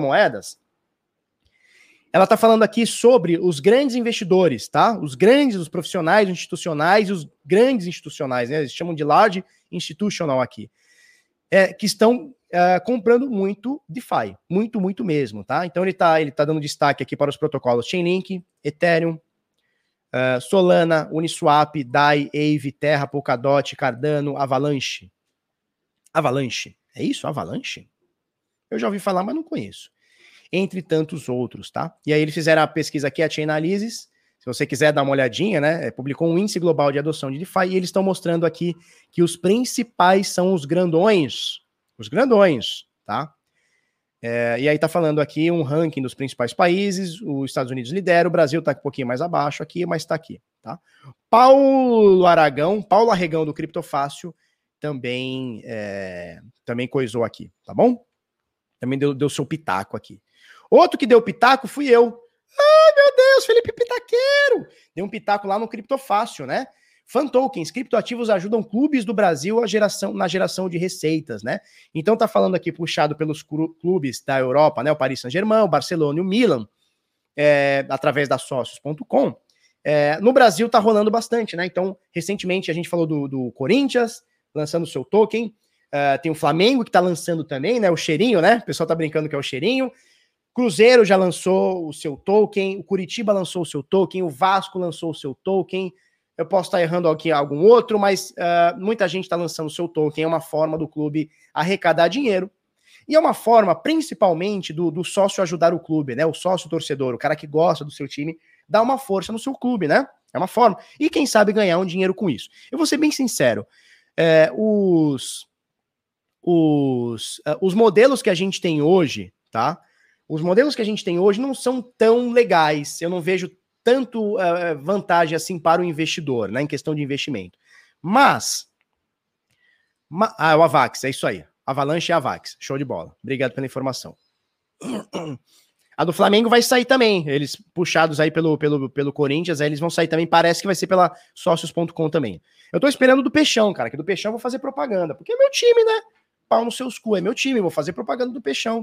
A: ela tá falando aqui sobre os grandes investidores, tá? Os profissionais institucionais e os grandes institucionais, né? Eles chamam de large institutional aqui, que estão comprando muito DeFi, muito mesmo, tá? Então ele tá dando destaque aqui para os protocolos Chainlink, Ethereum, Solana, Uniswap, DAI, Aave, Terra, Polkadot, Cardano, Avalanche. Avalanche, é isso? Avalanche? Eu já ouvi falar, mas não conheço. Entre tantos outros, tá? E aí eles fizeram a pesquisa aqui, a Chainalysis, se você quiser dar uma olhadinha, né? Publicou um índice global de adoção de DeFi e eles estão mostrando aqui que os principais são os grandões, tá? E aí tá falando aqui um ranking dos principais países, os Estados Unidos lidera, o Brasil tá um pouquinho mais abaixo aqui, mas tá aqui, tá? Paulo Arregão do Criptofácil também coisou aqui, tá bom? Também deu seu pitaco aqui. Outro que deu pitaco fui eu. Ai, meu Deus, Felipe Pitaqueiro! Deu um pitaco lá no Criptofácil, né? Fan tokens, criptoativos ajudam clubes do Brasil na geração de receitas, né? Então tá falando aqui puxado pelos clubes da Europa, né? O Paris Saint-Germain, o Barcelona e o Milan, através da Sócios.com. No Brasil tá rolando bastante, né? Então, recentemente a gente falou do Corinthians lançando o seu token, tem o Flamengo que tá lançando também, né? O cheirinho, né? O pessoal tá brincando que é o cheirinho. Cruzeiro já lançou o seu token, o Curitiba lançou o seu token, o Vasco lançou o seu token. Eu posso estar errando aqui algum outro, mas muita gente está lançando o seu token. É uma forma do clube arrecadar dinheiro. E é uma forma, principalmente, do sócio ajudar o clube, né? O sócio torcedor, o cara que gosta do seu time, dá uma força no seu clube, né? É uma forma. E quem sabe ganhar um dinheiro com isso. Eu vou ser bem sincero. Os modelos que a gente tem hoje, tá? Os modelos que a gente tem hoje não são tão legais. Eu não vejo tanto vantagem assim para o investidor, né, em questão de investimento. Mas o Avax, é isso aí. Avalanche e Avax, show de bola. Obrigado pela informação. A do Flamengo vai sair também. Eles puxados aí pelo Corinthians, aí eles vão sair também. Parece que vai ser pela Sócios.com também. Eu tô esperando do Peixão, cara, que do Peixão eu vou fazer propaganda, porque é meu time, né? Pau nos seus cu, é meu time, vou fazer propaganda do Peixão.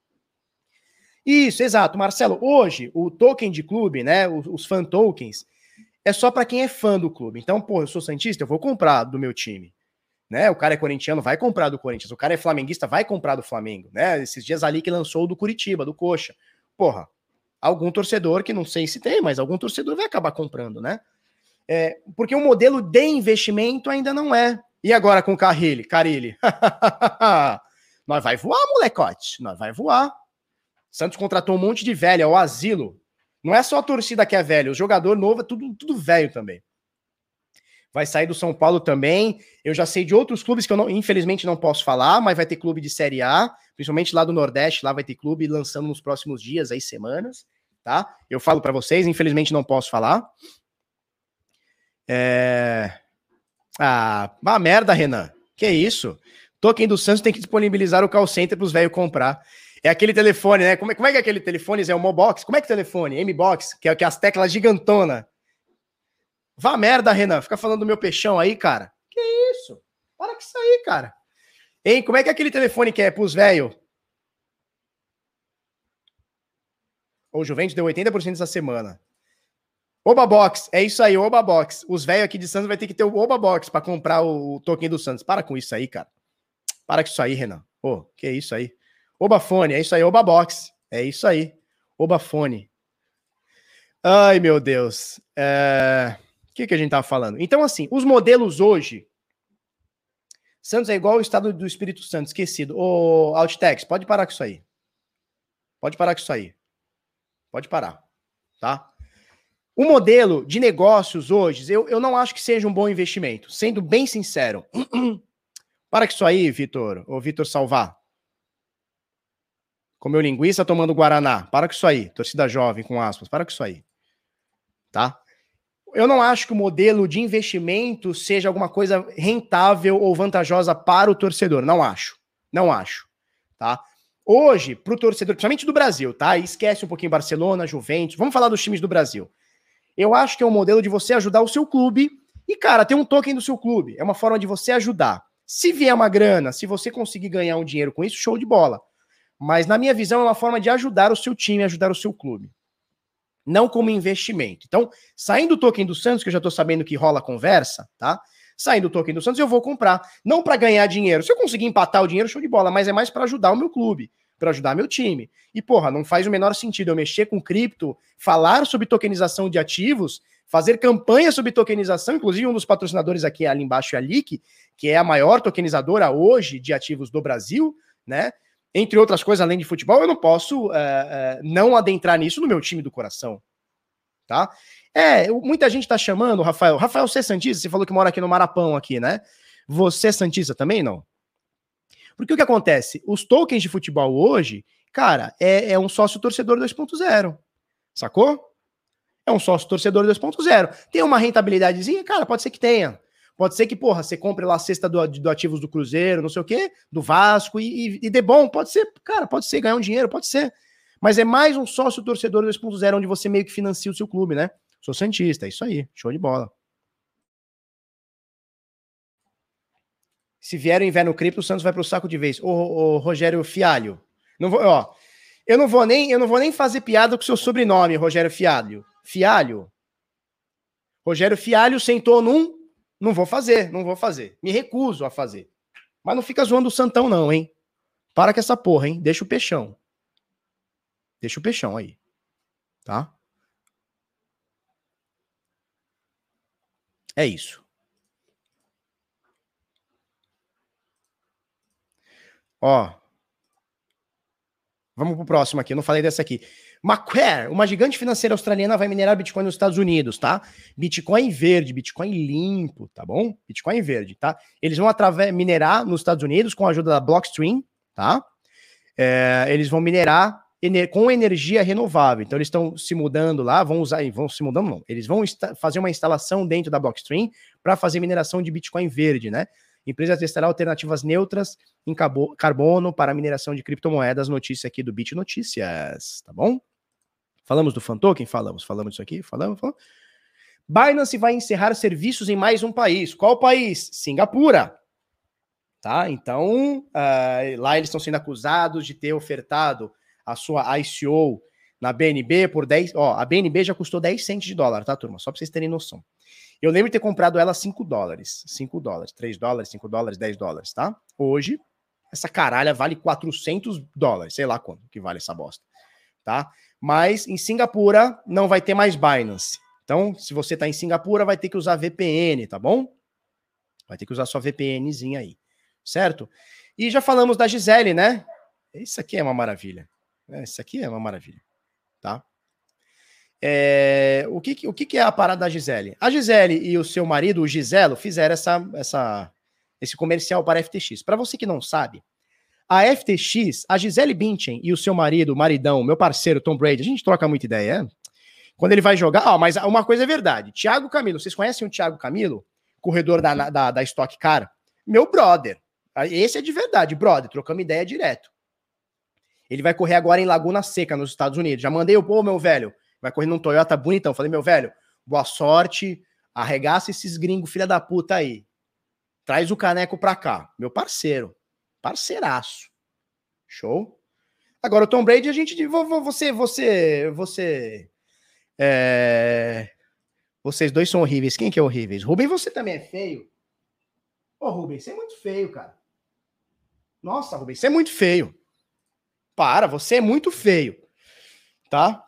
A: Isso, exato, Marcelo. Hoje, o token de clube, né, os fan tokens, é só para quem é fã do clube. Então, pô, eu sou santista, eu vou comprar do meu time. Né? O cara é corintiano, vai comprar do Corinthians. O cara é flamenguista, vai comprar do Flamengo. Né? Esses dias ali que lançou o do Curitiba, do Coxa. Porra, algum torcedor, que não sei se tem, mas algum torcedor vai acabar comprando, né? Porque o modelo de investimento ainda não é. E agora com o Carille? Nós vai voar, molecote. Nós vai voar. Santos contratou um monte de velho, é o asilo. Não é só a torcida que é velha, o jogador novo é tudo velho também. Vai sair do São Paulo também. Eu já sei de outros clubes que eu infelizmente não posso falar, mas vai ter clube de Série A, principalmente lá do Nordeste, lá vai ter clube lançando nos próximos dias, aí semanas, tá? Eu falo para vocês, infelizmente não posso falar. Uma merda, Renan. Que isso? Token do Santos tem que disponibilizar o call center pros velhos comprar. É aquele telefone, né? Como é que é aquele telefone? É o Mobox? Como é que é o telefone? M-Box, que é as teclas gigantona. Vá merda, Renan. Fica falando do meu peixão aí, cara. Que isso? Para com isso aí, cara. Hein? Como é que é aquele telefone que é pros velhos? O Juventus deu 80% essa semana. Oba Box. É isso aí, Oba Box. Os velhos aqui de Santos vai ter que ter o Oba Box pra comprar o token do Santos. Para com isso aí, cara. Para com isso aí, Renan. Pô, que isso aí. Obafone, é isso aí, Obabox, é isso aí, Obafone. Ai, meu Deus. O que a gente tava falando? Então, assim, os modelos hoje, Santos é igual o estado do Espírito Santo, esquecido. Ô, Alttex, pode parar com isso aí. Pode parar com isso aí. Pode parar, tá? O modelo de negócios hoje, eu não acho que seja um bom investimento, sendo bem sincero. Para com isso aí, Vitor, ô Vitor Salvar. Comeu linguiça tomando Guaraná. Para com isso aí. Torcida jovem, com aspas. Para com isso aí. Tá? Eu não acho que o modelo de investimento seja alguma coisa rentável ou vantajosa para o torcedor. Não acho. Não acho. Tá? Hoje, para o torcedor, principalmente do Brasil, tá? Esquece um pouquinho Barcelona, Juventus. Vamos falar dos times do Brasil. Eu acho que é um modelo de você ajudar o seu clube. E, cara, tem um token do seu clube. É uma forma de você ajudar. Se vier uma grana, se você conseguir ganhar um dinheiro com isso, show de bola. Mas, na minha visão, é uma forma de ajudar o seu time, ajudar o seu clube. Não como investimento. Então, saindo do token do Santos, que eu já tô sabendo que rola conversa, tá? Saindo do token do Santos, eu vou comprar. Não para ganhar dinheiro. Se eu conseguir empatar o dinheiro, show de bola. Mas é mais para ajudar o meu clube, para ajudar meu time. E, porra, não faz o menor sentido eu mexer com cripto, falar sobre tokenização de ativos, fazer campanha sobre tokenização. Inclusive, um dos patrocinadores aqui ali embaixo é a Lick, que é a maior tokenizadora hoje de ativos do Brasil, né? Entre outras coisas, além de futebol, eu não posso não adentrar nisso no meu time do coração, tá? Muita gente tá chamando, Rafael, você é santista? Você falou que mora aqui no Marapão, aqui, né? Você é santista também, não? Porque o que acontece? Os tokens de futebol hoje, cara, é um sócio torcedor 2.0. Sacou? É um sócio torcedor 2.0. Tem uma rentabilidadezinha? Cara, pode ser que tenha. Pode ser que, porra, você compre lá a cesta do ativos do Cruzeiro, não sei o quê, do Vasco, e dê bom. Pode ser, cara, pode ser ganhar um dinheiro, pode ser. Mas é mais um sócio torcedor 2.0, onde você meio que financia o seu clube, né? Sou santista, é isso aí. Show de bola. Se vier o inverno cripto, o Santos vai pro saco de vez. Ô Rogério Fialho. Não vou, ó, eu não vou nem fazer piada com o seu sobrenome, Rogério Fialho. Fialho. Rogério Fialho sentou num... Não vou fazer. Me recuso a fazer. Mas não fica zoando o Santão não, hein? Para com essa porra, hein? Deixa o peixão. Deixa o peixão aí. Tá? É isso. Ó. Vamos pro próximo aqui. Eu não falei dessa aqui. Macquarie, uma gigante financeira australiana, vai minerar Bitcoin nos Estados Unidos, tá? Bitcoin verde, Bitcoin limpo, tá bom? Bitcoin verde, tá? Eles vão minerar nos Estados Unidos com a ajuda da Blockstream, tá? Eles vão minerar com energia renovável. Então eles estão se mudando lá, eles vão fazer uma instalação dentro da Blockstream para fazer mineração de Bitcoin verde, né? A empresa testará alternativas neutras em carbono para a mineração de criptomoedas. Notícia aqui do Bit Notícias, tá bom? Falamos do Fantoken? Falamos disso aqui? Falamos. Binance vai encerrar serviços em mais um país. Qual país? Singapura. Tá? Então, lá eles estão sendo acusados de ter ofertado a sua ICO na BNB por 10... Ó, a BNB já custou 10 cents de dólar, tá, turma? Só para vocês terem noção. Eu lembro de ter comprado ela a 5 dólares. 5 dólares, 3 dólares, 5 dólares, 10 dólares, tá? Hoje, essa caralha vale 400 dólares. Sei lá quanto que vale essa bosta, tá? Mas em Singapura não vai ter mais Binance. Então, se você tá em Singapura, vai ter que usar VPN, tá bom? Vai ter que usar sua VPNzinha aí, certo? E já falamos da Gisele, né? Isso aqui é uma maravilha. Isso aqui é uma maravilha, tá? O que é a parada da Gisele? A Gisele e o seu marido, o Giselo, fizeram esse comercial para a FTX. Para você que não sabe, a FTX, a Gisele Bündchen e o seu marido, maridão, meu parceiro Tom Brady, a gente troca muita ideia, Quando ele vai jogar... mas uma coisa é verdade. Thiago Camilo, vocês conhecem o Thiago Camilo? Corredor da Stock Car? Meu brother. Esse é de verdade, brother. Trocamos ideia direto. Ele vai correr agora em Laguna Seca, nos Estados Unidos. Já mandei meu velho... Vai correr num Toyota bonitão. Falei, meu velho, boa sorte, arregaça esses gringos filha da puta aí. Traz o caneco pra cá. Meu parceiro. Parceiraço. Show? Agora o Tom Brady, a gente... Vocês dois são horríveis. Quem que é horríveis? Rubem, você também é feio. Ô, Rubem, você é muito feio, cara. Nossa, Rubem, você é muito feio. Para, você é muito feio. Tá?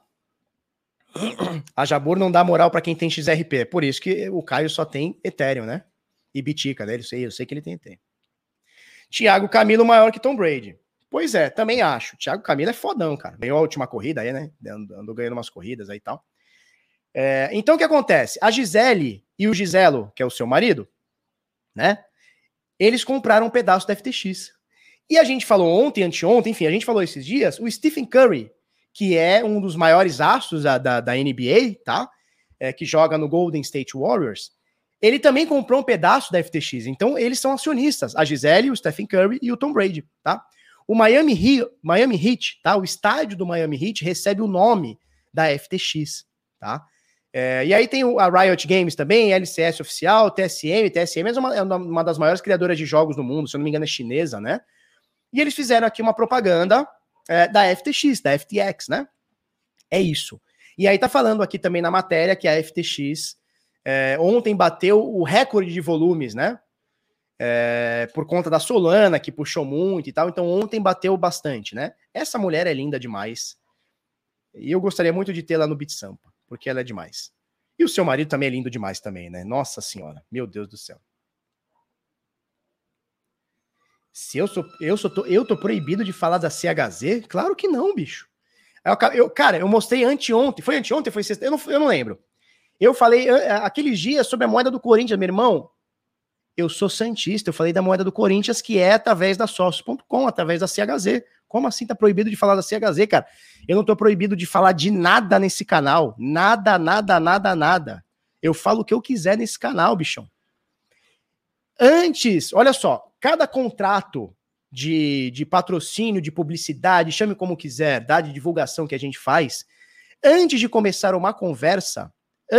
A: A Jabur não dá moral pra quem tem XRP. Por isso que o Caio só tem Ethereum, né? E Bitica, né? Eu sei que ele tem Ethereum. Thiago Camilo maior que Tom Brady. Pois é, também acho. Thiago Camilo é fodão, cara. Ganhou a última corrida aí, né? Andou ganhando umas corridas aí e tal. Então o que acontece? A Gisele e o Giselo, que é o seu marido, né? Eles compraram um pedaço da FTX. E a gente falou ontem, anteontem, enfim, a gente falou esses dias, o Stephen Curry, que é um dos maiores astros da NBA, tá? Que joga no Golden State Warriors, ele também comprou um pedaço da FTX. Então, eles são acionistas. A Gisele, o Stephen Curry e o Tom Brady, tá? O Miami Heat, tá? O estádio do Miami Heat recebe o nome da FTX, tá? E aí tem a Riot Games também, LCS oficial, TSM é uma das maiores criadoras de jogos do mundo, se eu não me engano é chinesa, né? E eles fizeram aqui uma propaganda da FTX, da FTX, né? É isso. E aí tá falando aqui também na matéria que a FTX ontem bateu o recorde de volumes, né? Por conta da Solana, que puxou muito e tal. Então ontem bateu bastante, né? Essa mulher é linda demais. E eu gostaria muito de tê-la no BitSampa, porque ela é demais. E o seu marido também é lindo demais também, né? Nossa senhora, meu Deus do céu. Se eu tô proibido de falar da CHZ? Claro que não, bicho. Cara, eu mostrei anteontem. Foi anteontem? Foi sexta? Eu não lembro. Eu falei aqueles dias sobre a moeda do Corinthians, meu irmão. Eu sou santista. Eu falei da moeda do Corinthians, que é através da Sócios.com, através da CHZ. Como assim tá proibido de falar da CHZ, cara? Eu não tô proibido de falar de nada nesse canal. Nada, nada, nada, nada. Eu falo o que eu quiser nesse canal, bichão. Antes, olha só, cada contrato de patrocínio, de publicidade, chame como quiser, de divulgação que a gente faz, antes de começar uma conversa,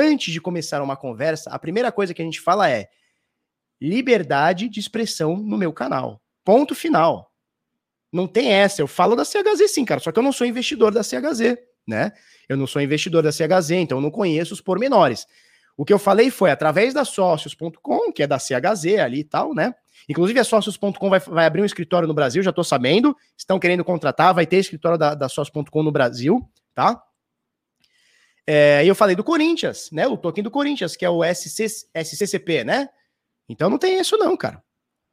A: a primeira coisa que a gente fala é liberdade de expressão no meu canal. Ponto final. Não tem essa. Eu falo da CHZ sim, cara, só que eu não sou investidor da CHZ, né? Eu não sou investidor da CHZ, então eu não conheço os pormenores. O que eu falei foi através da Sócios.com, que é da CHZ ali e tal, né? Inclusive a Sócios.com vai abrir um escritório no Brasil, já tô sabendo. Estão querendo contratar, vai ter escritório da Sócios.com no Brasil, tá? E eu falei do Corinthians, né? O token do Corinthians, que é o SCCP, né? Então não tem isso não, cara.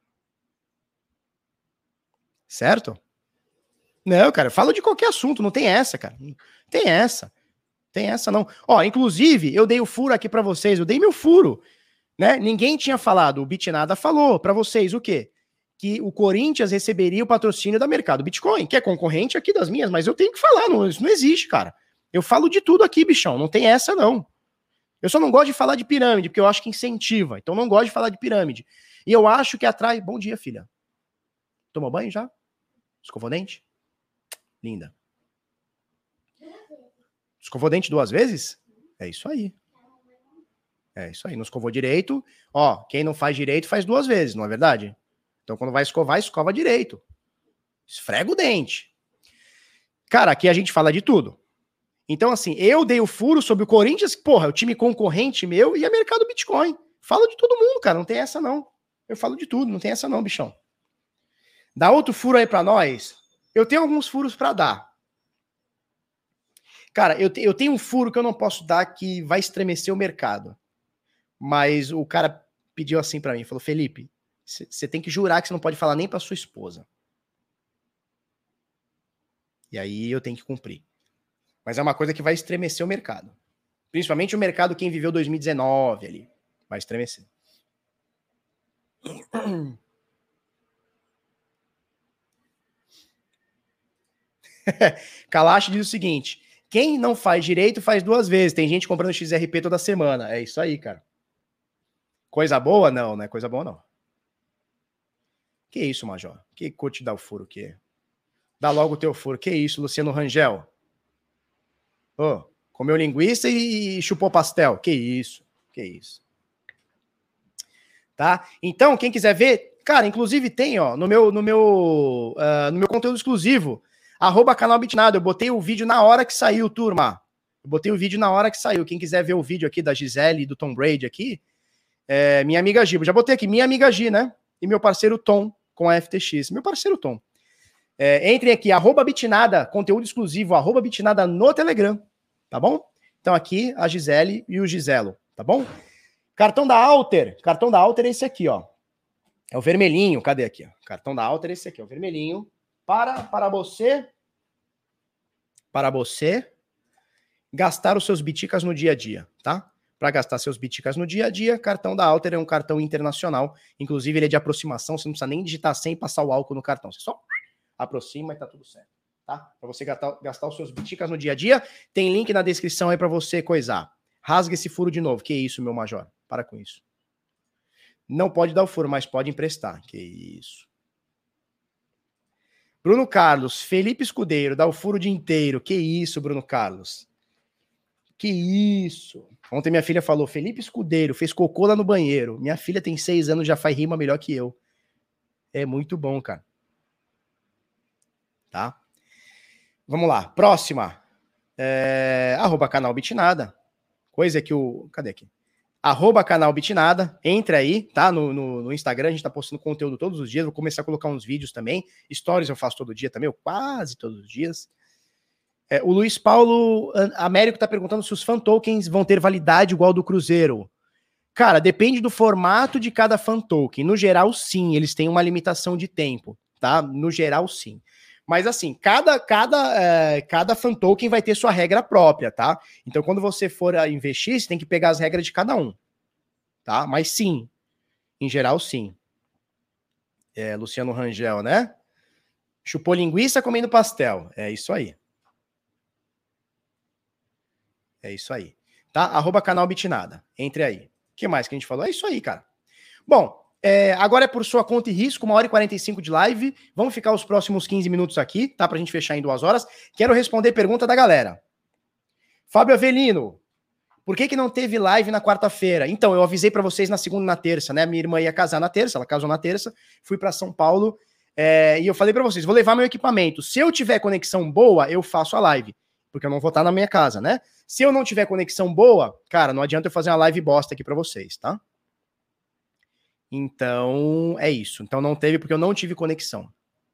A: Certo? Não, cara, eu falo de qualquer assunto, não tem essa, cara. Não tem essa. Tem essa não. Ó, inclusive, eu dei o furo aqui pra vocês, eu dei meu furo, né? Ninguém tinha falado, o Bitnada falou pra vocês o quê? Que o Corinthians receberia o patrocínio da Mercado Bitcoin, que é concorrente aqui das minhas, mas eu tenho que falar, não, isso não existe, cara. Eu falo de tudo aqui, bichão, não tem essa não. Eu só não gosto de falar de pirâmide, porque eu acho que incentiva, então não gosto de falar de pirâmide. E eu acho que atrai... Bom dia, filha. Tomou banho já? Escovou dente? Linda. Escovou dente 2 vezes? É isso aí. É isso aí. Não escovou direito. Ó, quem não faz direito faz 2 vezes, não é verdade? Então quando vai escovar, escova direito. Esfrega o dente. Cara, aqui a gente fala de tudo. Então, assim, eu dei o furo sobre o Corinthians, porra, o time concorrente meu e a Mercado Bitcoin. Falo de todo mundo, cara, não tem essa não. Eu falo de tudo, não tem essa não, bichão. Dá outro furo aí pra nós. Eu tenho alguns furos pra dar. Cara, eu tenho um furo que eu não posso dar que vai estremecer o mercado. Mas o cara pediu assim pra mim, falou, Felipe, você tem que jurar que você não pode falar nem pra sua esposa. E aí eu tenho que cumprir. Mas é uma coisa que vai estremecer o mercado. Principalmente o mercado quem viveu 2019 ali. Vai estremecer. Kalash diz o seguinte, quem não faz direito faz 2 vezes. Tem gente comprando XRP toda semana. É isso aí, cara. Coisa boa? Não, não é coisa boa, não. Que isso, Major? Que curte dar o furo, que? Dá logo o teu furo. Que isso, Luciano Rangel? Ô, comeu linguiça e chupou pastel. Que isso? Que isso? Tá? Então, quem quiser ver, cara, inclusive tem, ó, no meu conteúdo exclusivo, @canal Bitnada, eu botei o vídeo na hora que saiu, turma. Eu botei o vídeo na hora que saiu. Quem quiser ver o vídeo aqui da Gisele e do Tom Brady aqui, minha amiga Gi, eu já botei aqui, minha amiga Gi, né? E meu parceiro Tom, com a FTX. Meu parceiro Tom. Entrem aqui, @Bitnada, conteúdo exclusivo, @Bitnada no Telegram, tá bom? Então aqui, a Gisele e o Giselo, tá bom? Cartão da Alter é esse aqui, ó. É o vermelhinho, cadê aqui? Ó? Cartão da Alter é esse aqui, ó, o vermelhinho. Para você gastar os seus biticas no dia a dia, tá? Para gastar seus biticas no dia a dia, cartão da Alter é um cartão internacional, inclusive ele é de aproximação, você não precisa nem digitar sem passar o álcool no cartão, você só aproxima e tá tudo certo, tá? Para você gastar os seus biticas no dia a dia, tem link na descrição aí para você coisar. Rasga esse furo de novo, que isso, meu major, para com isso. Não pode dar o furo, mas pode emprestar, que isso. Bruno Carlos, Felipe Escudeiro, dá o furo o dia inteiro. Que isso, Bruno Carlos? Que isso? Ontem minha filha falou, Felipe Escudeiro, fez cocô lá no banheiro. Minha filha tem 6 anos, já faz rima melhor que eu. É muito bom, cara. Tá? Vamos lá, próxima. @canal Bitnada. Coisa que o... Cadê aqui? @canal Bitnada, entra aí, tá? No Instagram, a gente tá postando conteúdo todos os dias, vou começar a colocar uns vídeos também, stories eu faço todo dia também, quase todos os dias. O Luiz Paulo Américo tá perguntando se os fan tokens vão ter validade igual do Cruzeiro. Cara, depende do formato de cada fan token, no geral sim, eles têm uma limitação de tempo, tá? No geral sim. Mas assim, cada fan token vai ter sua regra própria, tá? Então, quando você for investir, você tem que pegar as regras de cada um, tá? Mas sim, em geral, sim. Luciano Rangel, né? Chupou linguiça comendo pastel. É isso aí. É isso aí. Tá? @ canal Bitnada. Entre aí. O que mais que a gente falou? É isso aí, cara. Bom, agora é por sua conta e risco, 1h45 de live. Vamos ficar os próximos 15 minutos aqui, tá? Pra gente fechar em 2 horas. Quero responder pergunta da galera. Fábio Avelino, por que não teve live na quarta-feira? Então, eu avisei pra vocês na segunda e na terça, né? Minha irmã ia casar na terça, ela casou na terça. Fui pra São Paulo e eu falei pra vocês, vou levar meu equipamento. Se eu tiver conexão boa, eu faço a live. Porque eu não vou estar na minha casa, né? Se eu não tiver conexão boa, cara, não adianta eu fazer uma live bosta aqui pra vocês, tá? Então, é isso. Então não teve porque eu não tive conexão.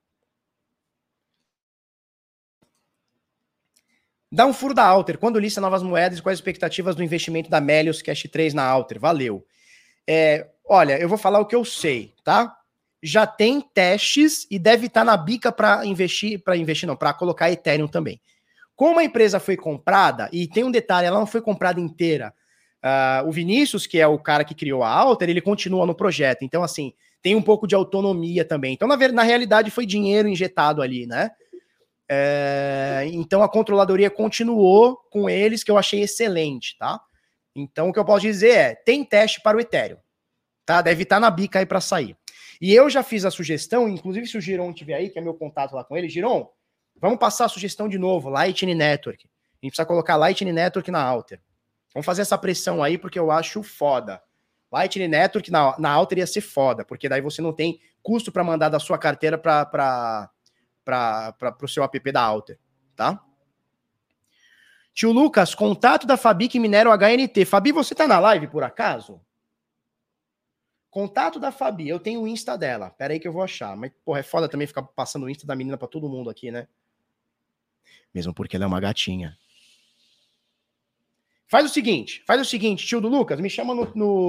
A: Dá um furo da Alter. Quando lista novas moedas e quais as expectativas do investimento da Melios Cash 3 na Alter? Valeu. Olha, eu vou falar o que eu sei, tá? Já tem testes e deve estar na bica para colocar Ethereum também. Como a empresa foi comprada, e tem um detalhe, ela não foi comprada inteira. O Vinícius, que é o cara que criou a Alter, ele continua no projeto. Então, assim, tem um pouco de autonomia também. Então, na realidade, foi dinheiro injetado ali, né? Então, a controladoria continuou com eles, que eu achei excelente, tá? Então, o que eu posso dizer é, tem teste para o Ethereum, tá? Deve estar na bica aí para sair. E eu já fiz a sugestão, inclusive se o Giron estiver aí, que é meu contato lá com ele, Giron, vamos passar a sugestão de novo, Lightning Network. A gente precisa colocar Lightning Network na Alter. Vamos fazer essa pressão aí, porque eu acho foda. Lightning Network na Alter ia ser foda, porque daí você não tem custo para mandar da sua carteira para o seu app da Alter, tá? Tio Lucas, contato da Fabi que minera o HNT. Fabi, você tá na live, por acaso? Contato da Fabi, eu tenho o Insta dela. Pera aí que eu vou achar. Mas, porra, é foda também ficar passando o Insta da menina pra todo mundo aqui, né? Mesmo porque ela é uma gatinha. Faz o seguinte, tio do Lucas, me chama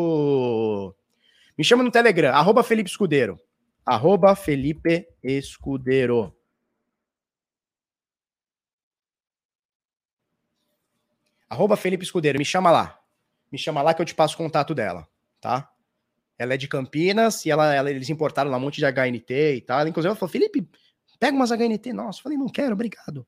A: me chama no Telegram, @Felipe Escudeiro. @Felipe Escudeiro. @Felipe Escudeiro, me chama lá. Me chama lá que eu te passo o contato dela, tá? Ela é de Campinas e eles importaram lá um monte de HNT e tal. Inclusive ela falou, Felipe, pega umas HNT. Nossa, eu falei, não quero, obrigado.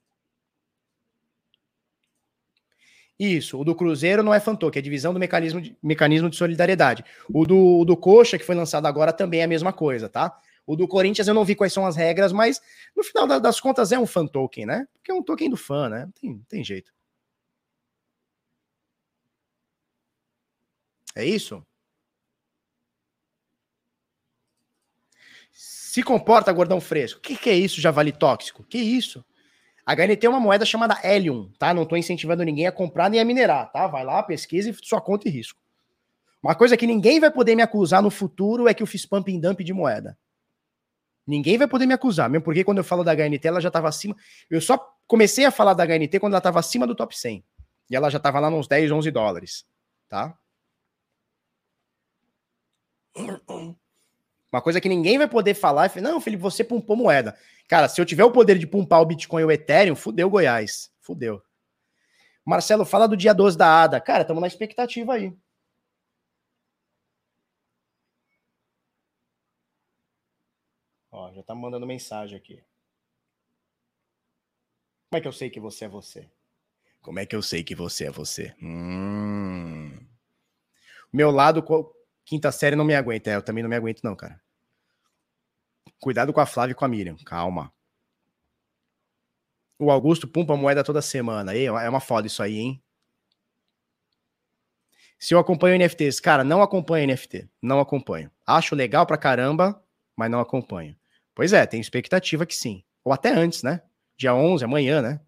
A: Isso, o do Cruzeiro não é Fantoque, é divisão do mecanismo de solidariedade. O do Coxa, que foi lançado agora, também é a mesma coisa, tá? O do Corinthians eu não vi quais são as regras, mas no final das contas é um fan token, né? Porque é um token do fã, né? Tem jeito. É isso? Se comporta, gordão fresco. O que é isso, javali tóxico? Que isso? A HNT é uma moeda chamada Helium, tá? Não tô incentivando ninguém a comprar nem a minerar, tá? Vai lá, pesquisa e sua conta e risco. Uma coisa que ninguém vai poder me acusar no futuro é que eu fiz pump and dump de moeda. Ninguém vai poder me acusar, mesmo porque quando eu falo da HNT, ela já estava acima. Eu só comecei a falar da HNT quando ela estava acima do top 100. E ela já estava lá nos 10, 11 dólares, tá? Uma coisa que ninguém vai poder falar é, não, Felipe, você pumpou moeda. Cara, se eu tiver o poder de pumpar o Bitcoin e o Ethereum, fudeu Goiás. Fudeu. Marcelo, fala do dia 12 da ADA. Cara, estamos na expectativa aí. Ó, já tá mandando mensagem aqui. Como é que eu sei que você é você? Como é que eu sei que você é você? Meu lado, quinta série não me aguenta. Eu também não me aguento não, cara. Cuidado com a Flávia e com a Miriam. Calma. O Augusto pumpa a moeda toda semana. É uma foda isso aí, hein? Se eu acompanho NFTs, cara, não acompanho NFT. Não acompanho. Acho legal pra caramba, mas não acompanho. Pois é, tem expectativa que sim. Ou até antes, né? Dia 11, amanhã, né?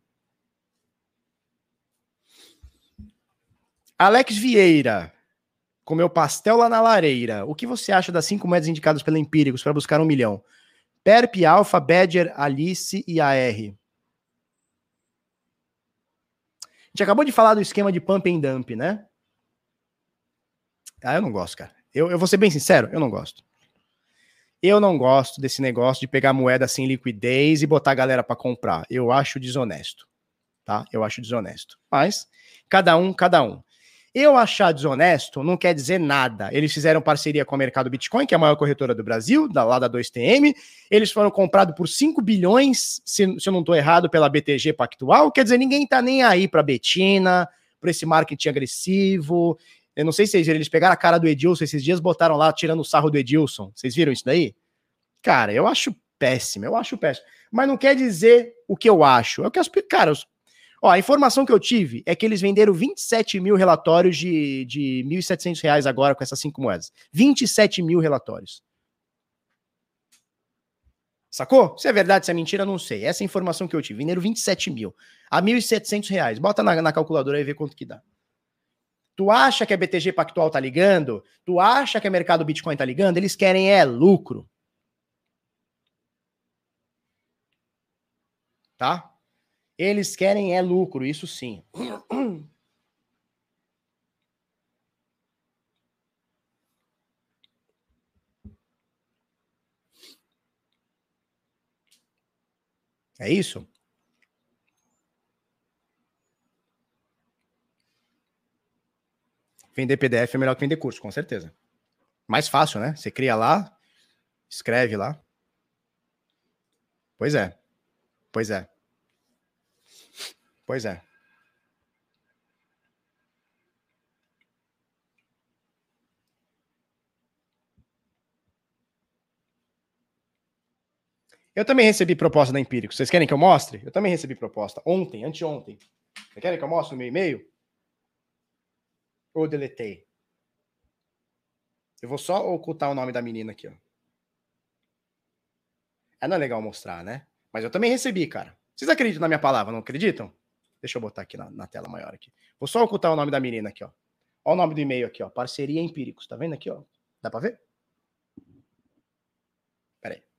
A: Alex Vieira. Comeu pastel lá na lareira. O que você acha das 5 moedas indicadas pela Empíricos para buscar 1 milhão? Perp, Alpha, Badger, Alice e AR. A gente acabou de falar do esquema de pump and dump, né? Eu não gosto, cara. Eu vou ser bem sincero, eu não gosto. Eu não gosto desse negócio de pegar moeda sem liquidez e botar a galera para comprar. Eu acho desonesto, tá? Eu acho desonesto. Mas, cada um, cada um. Eu achar desonesto não quer dizer nada. Eles fizeram parceria com a Mercado Bitcoin, que é a maior corretora do Brasil, lá da 2TM. Eles foram comprados por 5 bilhões, se eu não estou errado, pela BTG Pactual. Quer dizer, ninguém tá nem aí para Betina, para esse marketing agressivo. Eu não sei se vocês viram, eles pegaram a cara do Edilson esses dias, botaram lá, tirando o sarro do Edilson. Vocês viram isso daí? Cara, eu acho péssimo, Mas não quer dizer o que eu acho. É o que as... Cara, ó, a informação que eu tive é que eles venderam 27 mil relatórios de R$ 1.700 agora com essas 5 moedas. 27 mil relatórios. Sacou? Se é verdade, se é mentira, não sei. Essa é a informação que eu tive. Venderam 27 mil a R$ 1.700. Bota na calculadora e vê quanto que dá. Tu acha que a BTG Pactual tá ligando? Tu acha que a Mercado Bitcoin tá ligando? Eles querem lucro. Tá? Eles querem lucro, isso sim. É isso? Vender PDF é melhor que vender curso, com certeza. Mais fácil, né? Você cria lá, escreve lá. Pois é. Pois é. Pois é. Eu também recebi proposta da Empíricos. Vocês querem que eu mostre? Eu também recebi proposta. Ontem, anteontem. Vocês querem que eu mostre no meu e-mail? Ou eu deletei? Eu vou só ocultar o nome da menina aqui, ó. Não é legal mostrar, né? Mas eu também recebi, cara. Vocês acreditam na minha palavra, não acreditam? Deixa eu botar aqui na tela maior aqui. Vou só ocultar o nome da menina aqui, ó. Olha o nome do e-mail aqui, ó. Parceria Empíricos. Tá vendo aqui, ó? Dá pra ver? Pera aí.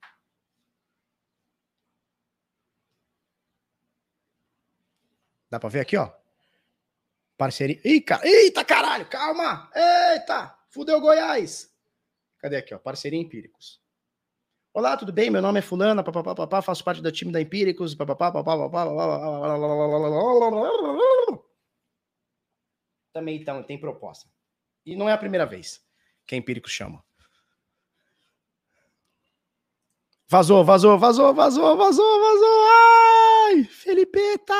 A: Dá pra ver aqui, ó? Parceria. Eita, caralho! Calma! Eita! Fudeu Goiás! Cadê aqui, ó? Parceria Empíricos. Olá, tudo bem? Meu nome é fulana, papapá, faço parte do time da Empíricos, papapá. Também então, tem proposta. E não é a primeira vez que a Empíricos chama. Vazou. Ai, Felipeta!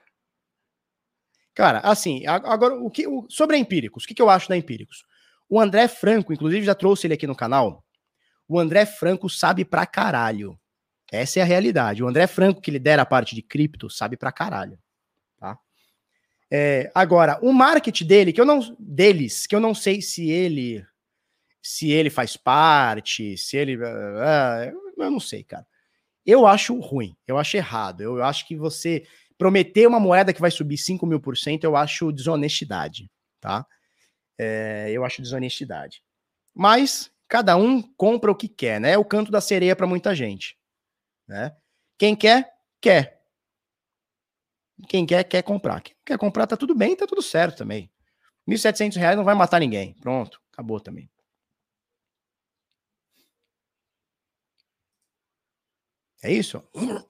A: Cara, assim, agora, sobre a Empíricos, o que eu acho da Empíricos? O André Franco, inclusive já trouxe ele aqui no canal, o André Franco sabe pra caralho. Essa é a realidade. O André Franco, que lidera a parte de cripto, sabe pra caralho. Tá? Agora, o marketing dele, que eu não sei se ele faz parte, se ele... eu não sei, cara. Eu acho ruim, eu acho errado. Eu acho que você prometer uma moeda que vai subir 5.000%, eu acho desonestidade, tá? Eu acho desonestidade. Mas cada um compra o que quer, né? É o canto da sereia para muita gente, né? Quem quer, quer. Quem quer comprar. Quem quer comprar, tá tudo bem, tá tudo certo também. R$ 1.700 não vai matar ninguém. Pronto, acabou também. É isso?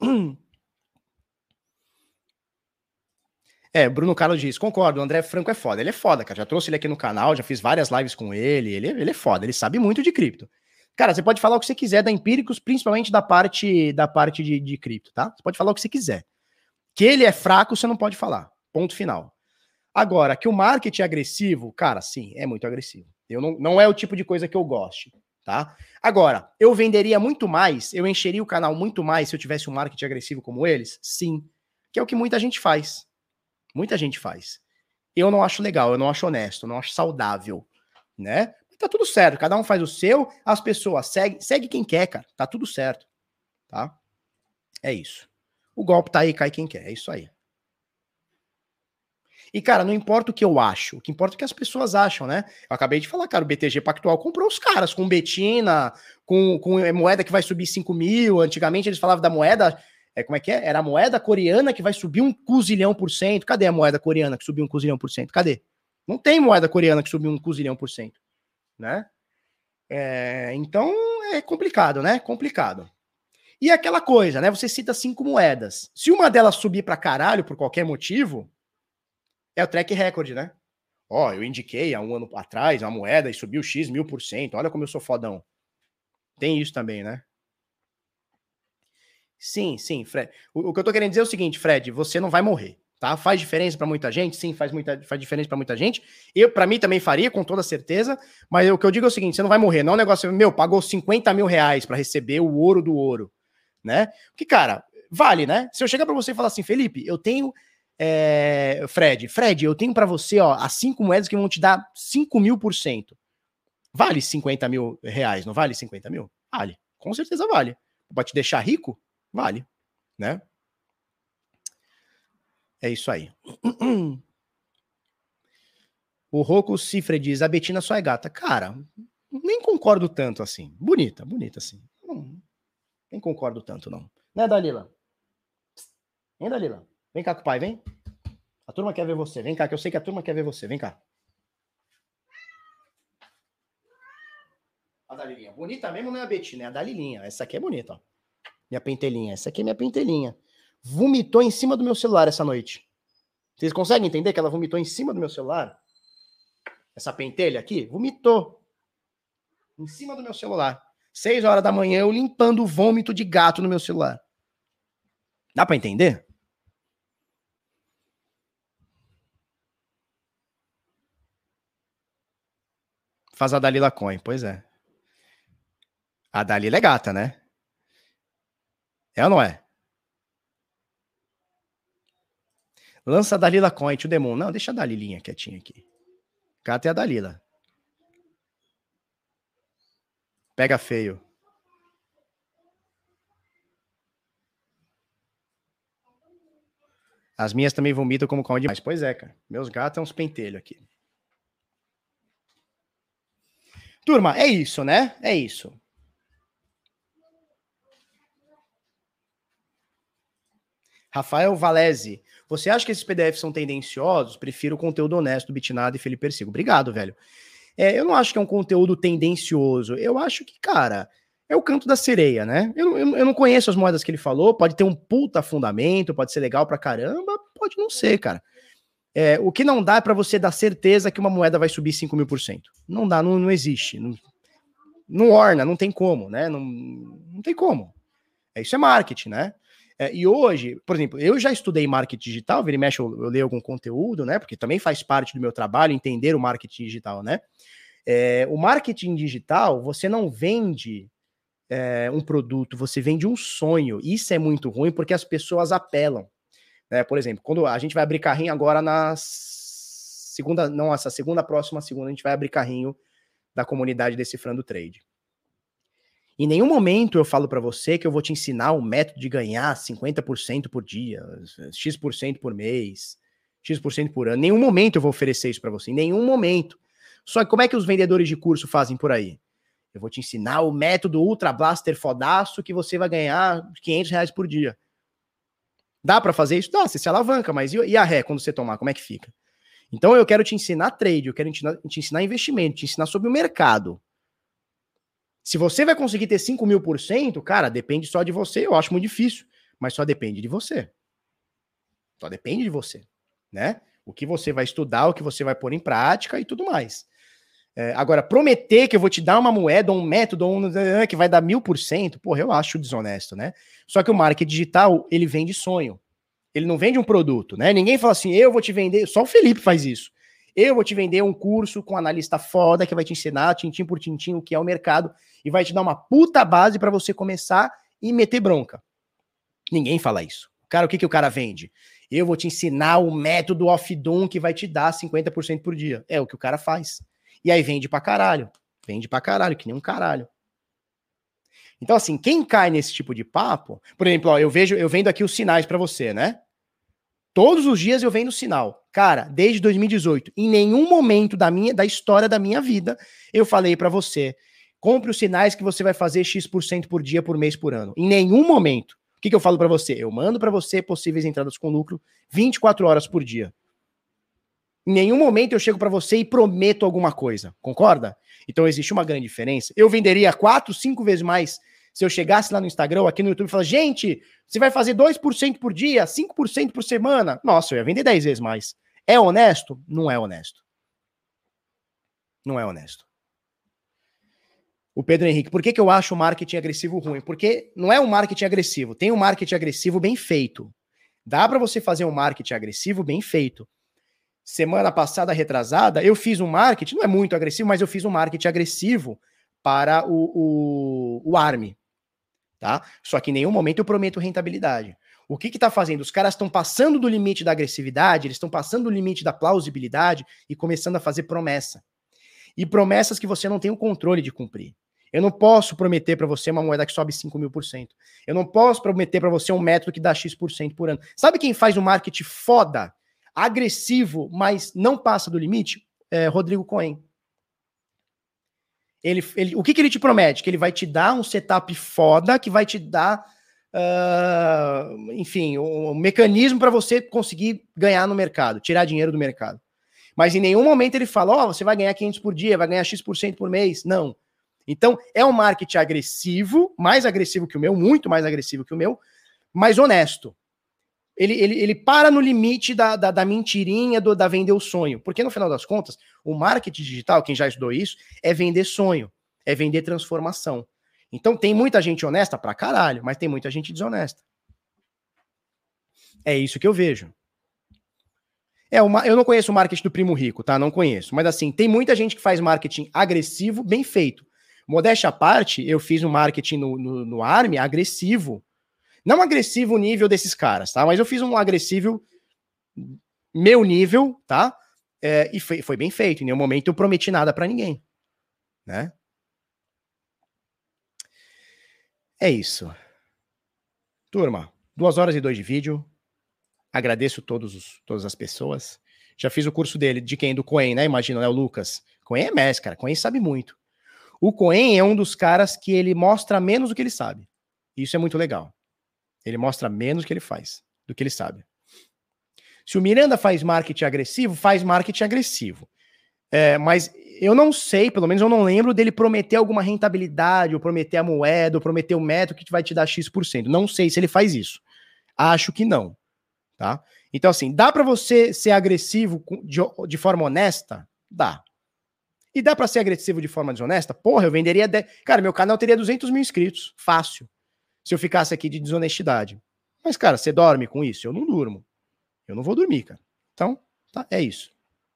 A: Bruno Carlos diz, concordo, o André Franco é foda. Ele é foda, cara. Já trouxe ele aqui no canal, já fiz várias lives com ele. Ele é foda, ele sabe muito de cripto. Cara, você pode falar o que você quiser da Empíricos, principalmente da parte de cripto, tá? Você pode falar o que você quiser. Que ele é fraco, você não pode falar. Ponto final. Agora, que o marketing é agressivo, cara, sim, é muito agressivo. Não é o tipo de coisa que eu goste, tá? Agora, eu venderia muito mais, eu encheria o canal muito mais se eu tivesse um marketing agressivo como eles? Sim. Que é o que muita gente faz. Muita gente faz. Eu não acho legal, eu não acho honesto, eu não acho saudável, né? Tá tudo certo, cada um faz o seu, as pessoas segue quem quer, cara. Tá tudo certo, tá? É isso. O golpe tá aí, cai quem quer, é isso aí. E, cara, não importa o que eu acho, o que importa é o que as pessoas acham, né? Eu acabei de falar, cara, o BTG Pactual comprou os caras com Betina, com moeda que vai subir 5 mil. Antigamente eles falavam da moeda, como é que é? Era a moeda coreana que vai subir 1 cozilhão%. Cadê a moeda coreana que subiu 1 cozilhão%? Cadê? Não tem moeda coreana que subiu 1 cozilhão%, né? Então é complicado, né? Complicado. E aquela coisa, né? Você cita 5 moedas. Se uma delas subir pra caralho por qualquer motivo, é o track record, né? Ó, eu indiquei há um ano atrás a moeda e subiu X 1000%. Olha como eu sou fodão. Tem isso também, né? Sim, Fred. O que eu tô querendo dizer é o seguinte, Fred, você não vai morrer, tá? Faz diferença para muita gente? Sim, faz diferença para muita gente. Para mim também faria, com toda certeza. Mas o que eu digo é o seguinte, você não vai morrer. Não é um negócio, pagou 50 mil reais para receber o ouro do ouro, né? Porque, cara, vale, né? Se eu chegar para você e falar assim, Felipe, eu tenho... Fred, eu tenho para você, ó, as 5 moedas que vão te dar 5.000%. Vale 50 mil reais, não vale 50 mil? Vale, com certeza vale. Pra te deixar rico? Vale, né? É isso aí. O Rocco Cifre diz, a Betina só é gata. Cara, nem concordo tanto assim. Bonita assim. Nem concordo tanto, não. Né, Dalila? Vem, Dalila. Vem cá com o pai, vem. A turma quer ver você. Vem cá, que eu sei que a turma quer ver você. Vem cá. A Dalilinha. Bonita mesmo não é a Betina, é a Dalilinha. Essa aqui é bonita, ó. Minha pentelinha. Essa aqui é minha pentelinha. Vomitou em cima do meu celular essa noite. Vocês conseguem entender que ela vomitou em cima do meu celular? Essa pentelha aqui? Vomitou. Em cima do meu celular. 6 horas da manhã, eu limpando o vômito de gato no meu celular. Dá pra entender? Faz a Dalila Coin, pois é. A Dalila é gata, né? É ou não é? Lança a Dalila Coin, to the moon. Não, deixa a Dalilinha quietinha aqui. Gata é a Dalila. Pega feio. As minhas também vomitam como comem demais. Pois é, cara. Meus gatos são uns pentelhos aqui. Turma, é isso, né? É isso. Rafael Valese. Você acha que esses PDFs são tendenciosos? Prefiro o conteúdo honesto do Bitnado e Felipe Persigo. Obrigado, velho. Eu não acho que é um conteúdo tendencioso. Eu acho que, cara, é o canto da sereia, né? Eu não conheço as moedas que ele falou. Pode ter um puta fundamento, pode ser legal pra caramba, pode não ser, cara. O que não dá é pra você dar certeza que uma moeda vai subir 5.000%. Não dá, não existe. Não orna, não tem como, né? Não tem como. Isso é marketing, né? E hoje, por exemplo, eu já estudei marketing digital, vira e mexe eu leio algum conteúdo, né? Porque também faz parte do meu trabalho entender o marketing digital, né? O marketing digital, você não vende um produto, você vende um sonho. Isso é muito ruim porque as pessoas apelam. Por exemplo, quando a gente vai abrir carrinho agora na segunda, não, essa segunda, próxima segunda, a gente vai abrir carrinho da comunidade Decifrando Trade. Em nenhum momento eu falo para você que eu vou te ensinar o método de ganhar 50% por dia, X% por mês, X% por ano. Em nenhum momento eu vou oferecer isso para você, em nenhum momento. Só que como é que os vendedores de curso fazem por aí? Eu vou te ensinar o método Ultra Blaster fodaço que você vai ganhar R$500 por dia. Dá para fazer isso? Dá, você se alavanca, mas e a ré quando você tomar, como é que fica? Então eu quero te ensinar trade, eu quero te ensinar investimento, te ensinar sobre o mercado. Se você vai conseguir ter 5.000%, cara, depende só de você. Eu acho muito difícil, mas só depende de você. Só depende de você, né? O que você vai estudar, o que você vai pôr em prática e tudo mais. Agora, prometer que eu vou te dar uma moeda, um método, que vai dar 1.000%, porra, eu acho desonesto, né? Só que o marketing digital, ele vende sonho. Ele não vende um produto, né? Ninguém fala assim, eu vou te vender, só o Felipe faz isso. Eu vou te vender um curso com um analista foda que vai te ensinar, tintim por tintim, o que é o mercado e vai te dar uma puta base para você começar e meter bronca. Ninguém fala isso. Cara, o que o cara vende? Eu vou te ensinar o método off-doom que vai te dar 50% por dia. É o que o cara faz. E aí vende pra caralho. Vende pra caralho, que nem um caralho. Então, assim, quem cai nesse tipo de papo... Por exemplo, ó, eu vendo aqui os sinais pra você, né? Todos os dias eu vendo sinal. Cara, desde 2018, em nenhum momento da história da minha vida, eu falei pra você, compre os sinais que você vai fazer X% por dia, por mês, por ano. Em nenhum momento. O que eu falo pra você? Eu mando pra você possíveis entradas com lucro 24 horas por dia. Em nenhum momento eu chego pra você e prometo alguma coisa. Concorda? Então existe uma grande diferença. Eu venderia 4, 5 vezes mais se eu chegasse lá no Instagram ou aqui no YouTube e falasse, gente, você vai fazer 2% por dia, 5% por semana. Nossa, eu ia vender 10 vezes mais. É honesto? Não é honesto. Não é honesto. O Pedro Henrique, por que eu acho o marketing agressivo ruim? Porque não é um marketing agressivo, tem um marketing agressivo bem feito. Dá para você fazer um marketing agressivo bem feito. Semana passada, retrasada, eu fiz um marketing, não é muito agressivo, mas eu fiz um marketing agressivo para o ARM. Tá? Só que em nenhum momento eu prometo rentabilidade. O que está fazendo? Os caras estão passando do limite da agressividade, eles estão passando do limite da plausibilidade e começando a fazer promessa. E promessas que você não tem o controle de cumprir. Eu não posso prometer para você uma moeda que sobe 5.000%. Eu não posso prometer para você um método que dá X% por ano. Sabe quem faz um marketing foda, agressivo, mas não passa do limite? Rodrigo Cohen. O que ele te promete? Que ele vai te dar um setup foda, que vai te dar, enfim, um mecanismo para você conseguir ganhar no mercado, tirar dinheiro do mercado. Mas em nenhum momento ele fala, você vai ganhar 500 por dia, vai ganhar X% por mês. Não. Então, é um marketing agressivo, mais agressivo que o meu, muito mais agressivo que o meu, mas honesto. Ele para no limite da mentirinha, da vender o sonho. Porque, no final das contas, o marketing digital, quem já estudou isso, é vender sonho, é vender transformação. Então, tem muita gente honesta pra caralho, mas tem muita gente desonesta. É isso que eu vejo. Eu não conheço o marketing do Primo Rico, tá? Não conheço. Mas, assim, tem muita gente que faz marketing agressivo, bem feito. Modéstia à parte, eu fiz um marketing no ARM agressivo. Não agressivo nível desses caras, tá? Mas eu fiz um agressivo meu nível, tá? E foi bem feito. Em nenhum momento eu prometi nada pra ninguém, né? É isso. Turma, 2 horas e 2 de vídeo. Agradeço todas as pessoas. Já fiz o curso dele, de quem? Do Cohen, né? Imagina, né? O Lucas. Cohen é mestre, cara. Cohen sabe muito. O Cohen é um dos caras que ele mostra menos do que ele sabe. Isso é muito legal. Ele mostra menos do que ele faz, do que ele sabe. Se o Miranda faz marketing agressivo, faz marketing agressivo. Mas eu não sei, pelo menos eu não lembro dele prometer alguma rentabilidade, ou prometer a moeda, ou prometer o método que vai te dar X%. Não sei se ele faz isso. Acho que não. Tá? Então, assim, dá para você ser agressivo de forma honesta? Dá. E dá pra ser agressivo de forma desonesta? Porra, eu venderia... Cara, meu canal teria 200 mil inscritos. Fácil. Se eu ficasse aqui de desonestidade. Mas, cara, você dorme com isso? Eu não durmo. Eu não vou dormir, cara. Então, tá, é isso.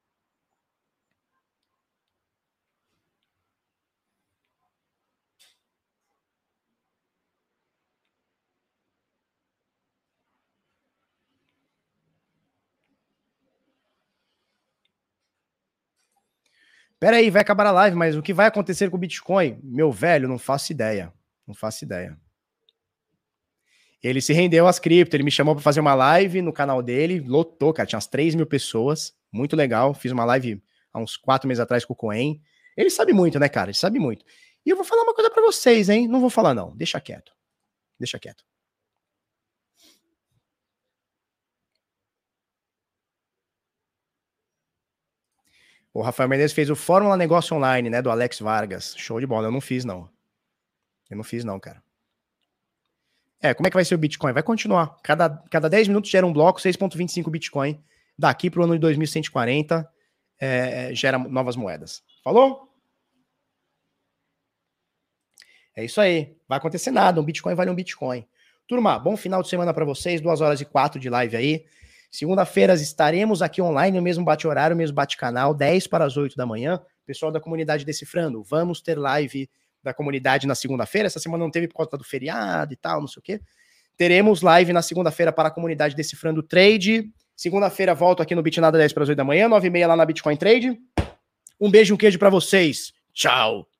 A: Pera aí, vai acabar a live, mas o que vai acontecer com o Bitcoin? Meu velho, não faço ideia. Não faço ideia. Ele se rendeu às cripto, ele me chamou para fazer uma live no canal dele, lotou, cara, tinha umas 3.000 pessoas, muito legal, fiz uma live há uns 4 meses atrás com o Cohen. Ele sabe muito, né, cara? Ele sabe muito. E eu vou falar uma coisa para vocês, hein? Não vou falar não, deixa quieto. Deixa quieto. O Rafael Menezes fez o Fórmula Negócio Online, né, do Alex Vargas. Show de bola, eu não fiz não. Eu não fiz não, cara. Como é que vai ser o Bitcoin? Vai continuar. Cada 10 minutos gera um bloco, 6,25 Bitcoin. Daqui para o ano de 2140, gera novas moedas. Falou? É isso aí. Vai acontecer nada. Um Bitcoin vale um Bitcoin. Turma, bom final de semana para vocês. 2 horas e 4 de live aí. Segunda-feira estaremos aqui online, no mesmo bate-horário, no mesmo bate-canal, 10 para as 8 da manhã. Pessoal da comunidade Decifrando, vamos ter live da comunidade na segunda-feira. Essa semana não teve por conta do feriado e tal, não sei o quê. Teremos live na segunda-feira para a comunidade Decifrando Trade. Segunda-feira volto aqui no Bitnada 10 para as 8 da manhã, 9h30 lá na Bitcoin Trade. Um beijo e um queijo para vocês. Tchau!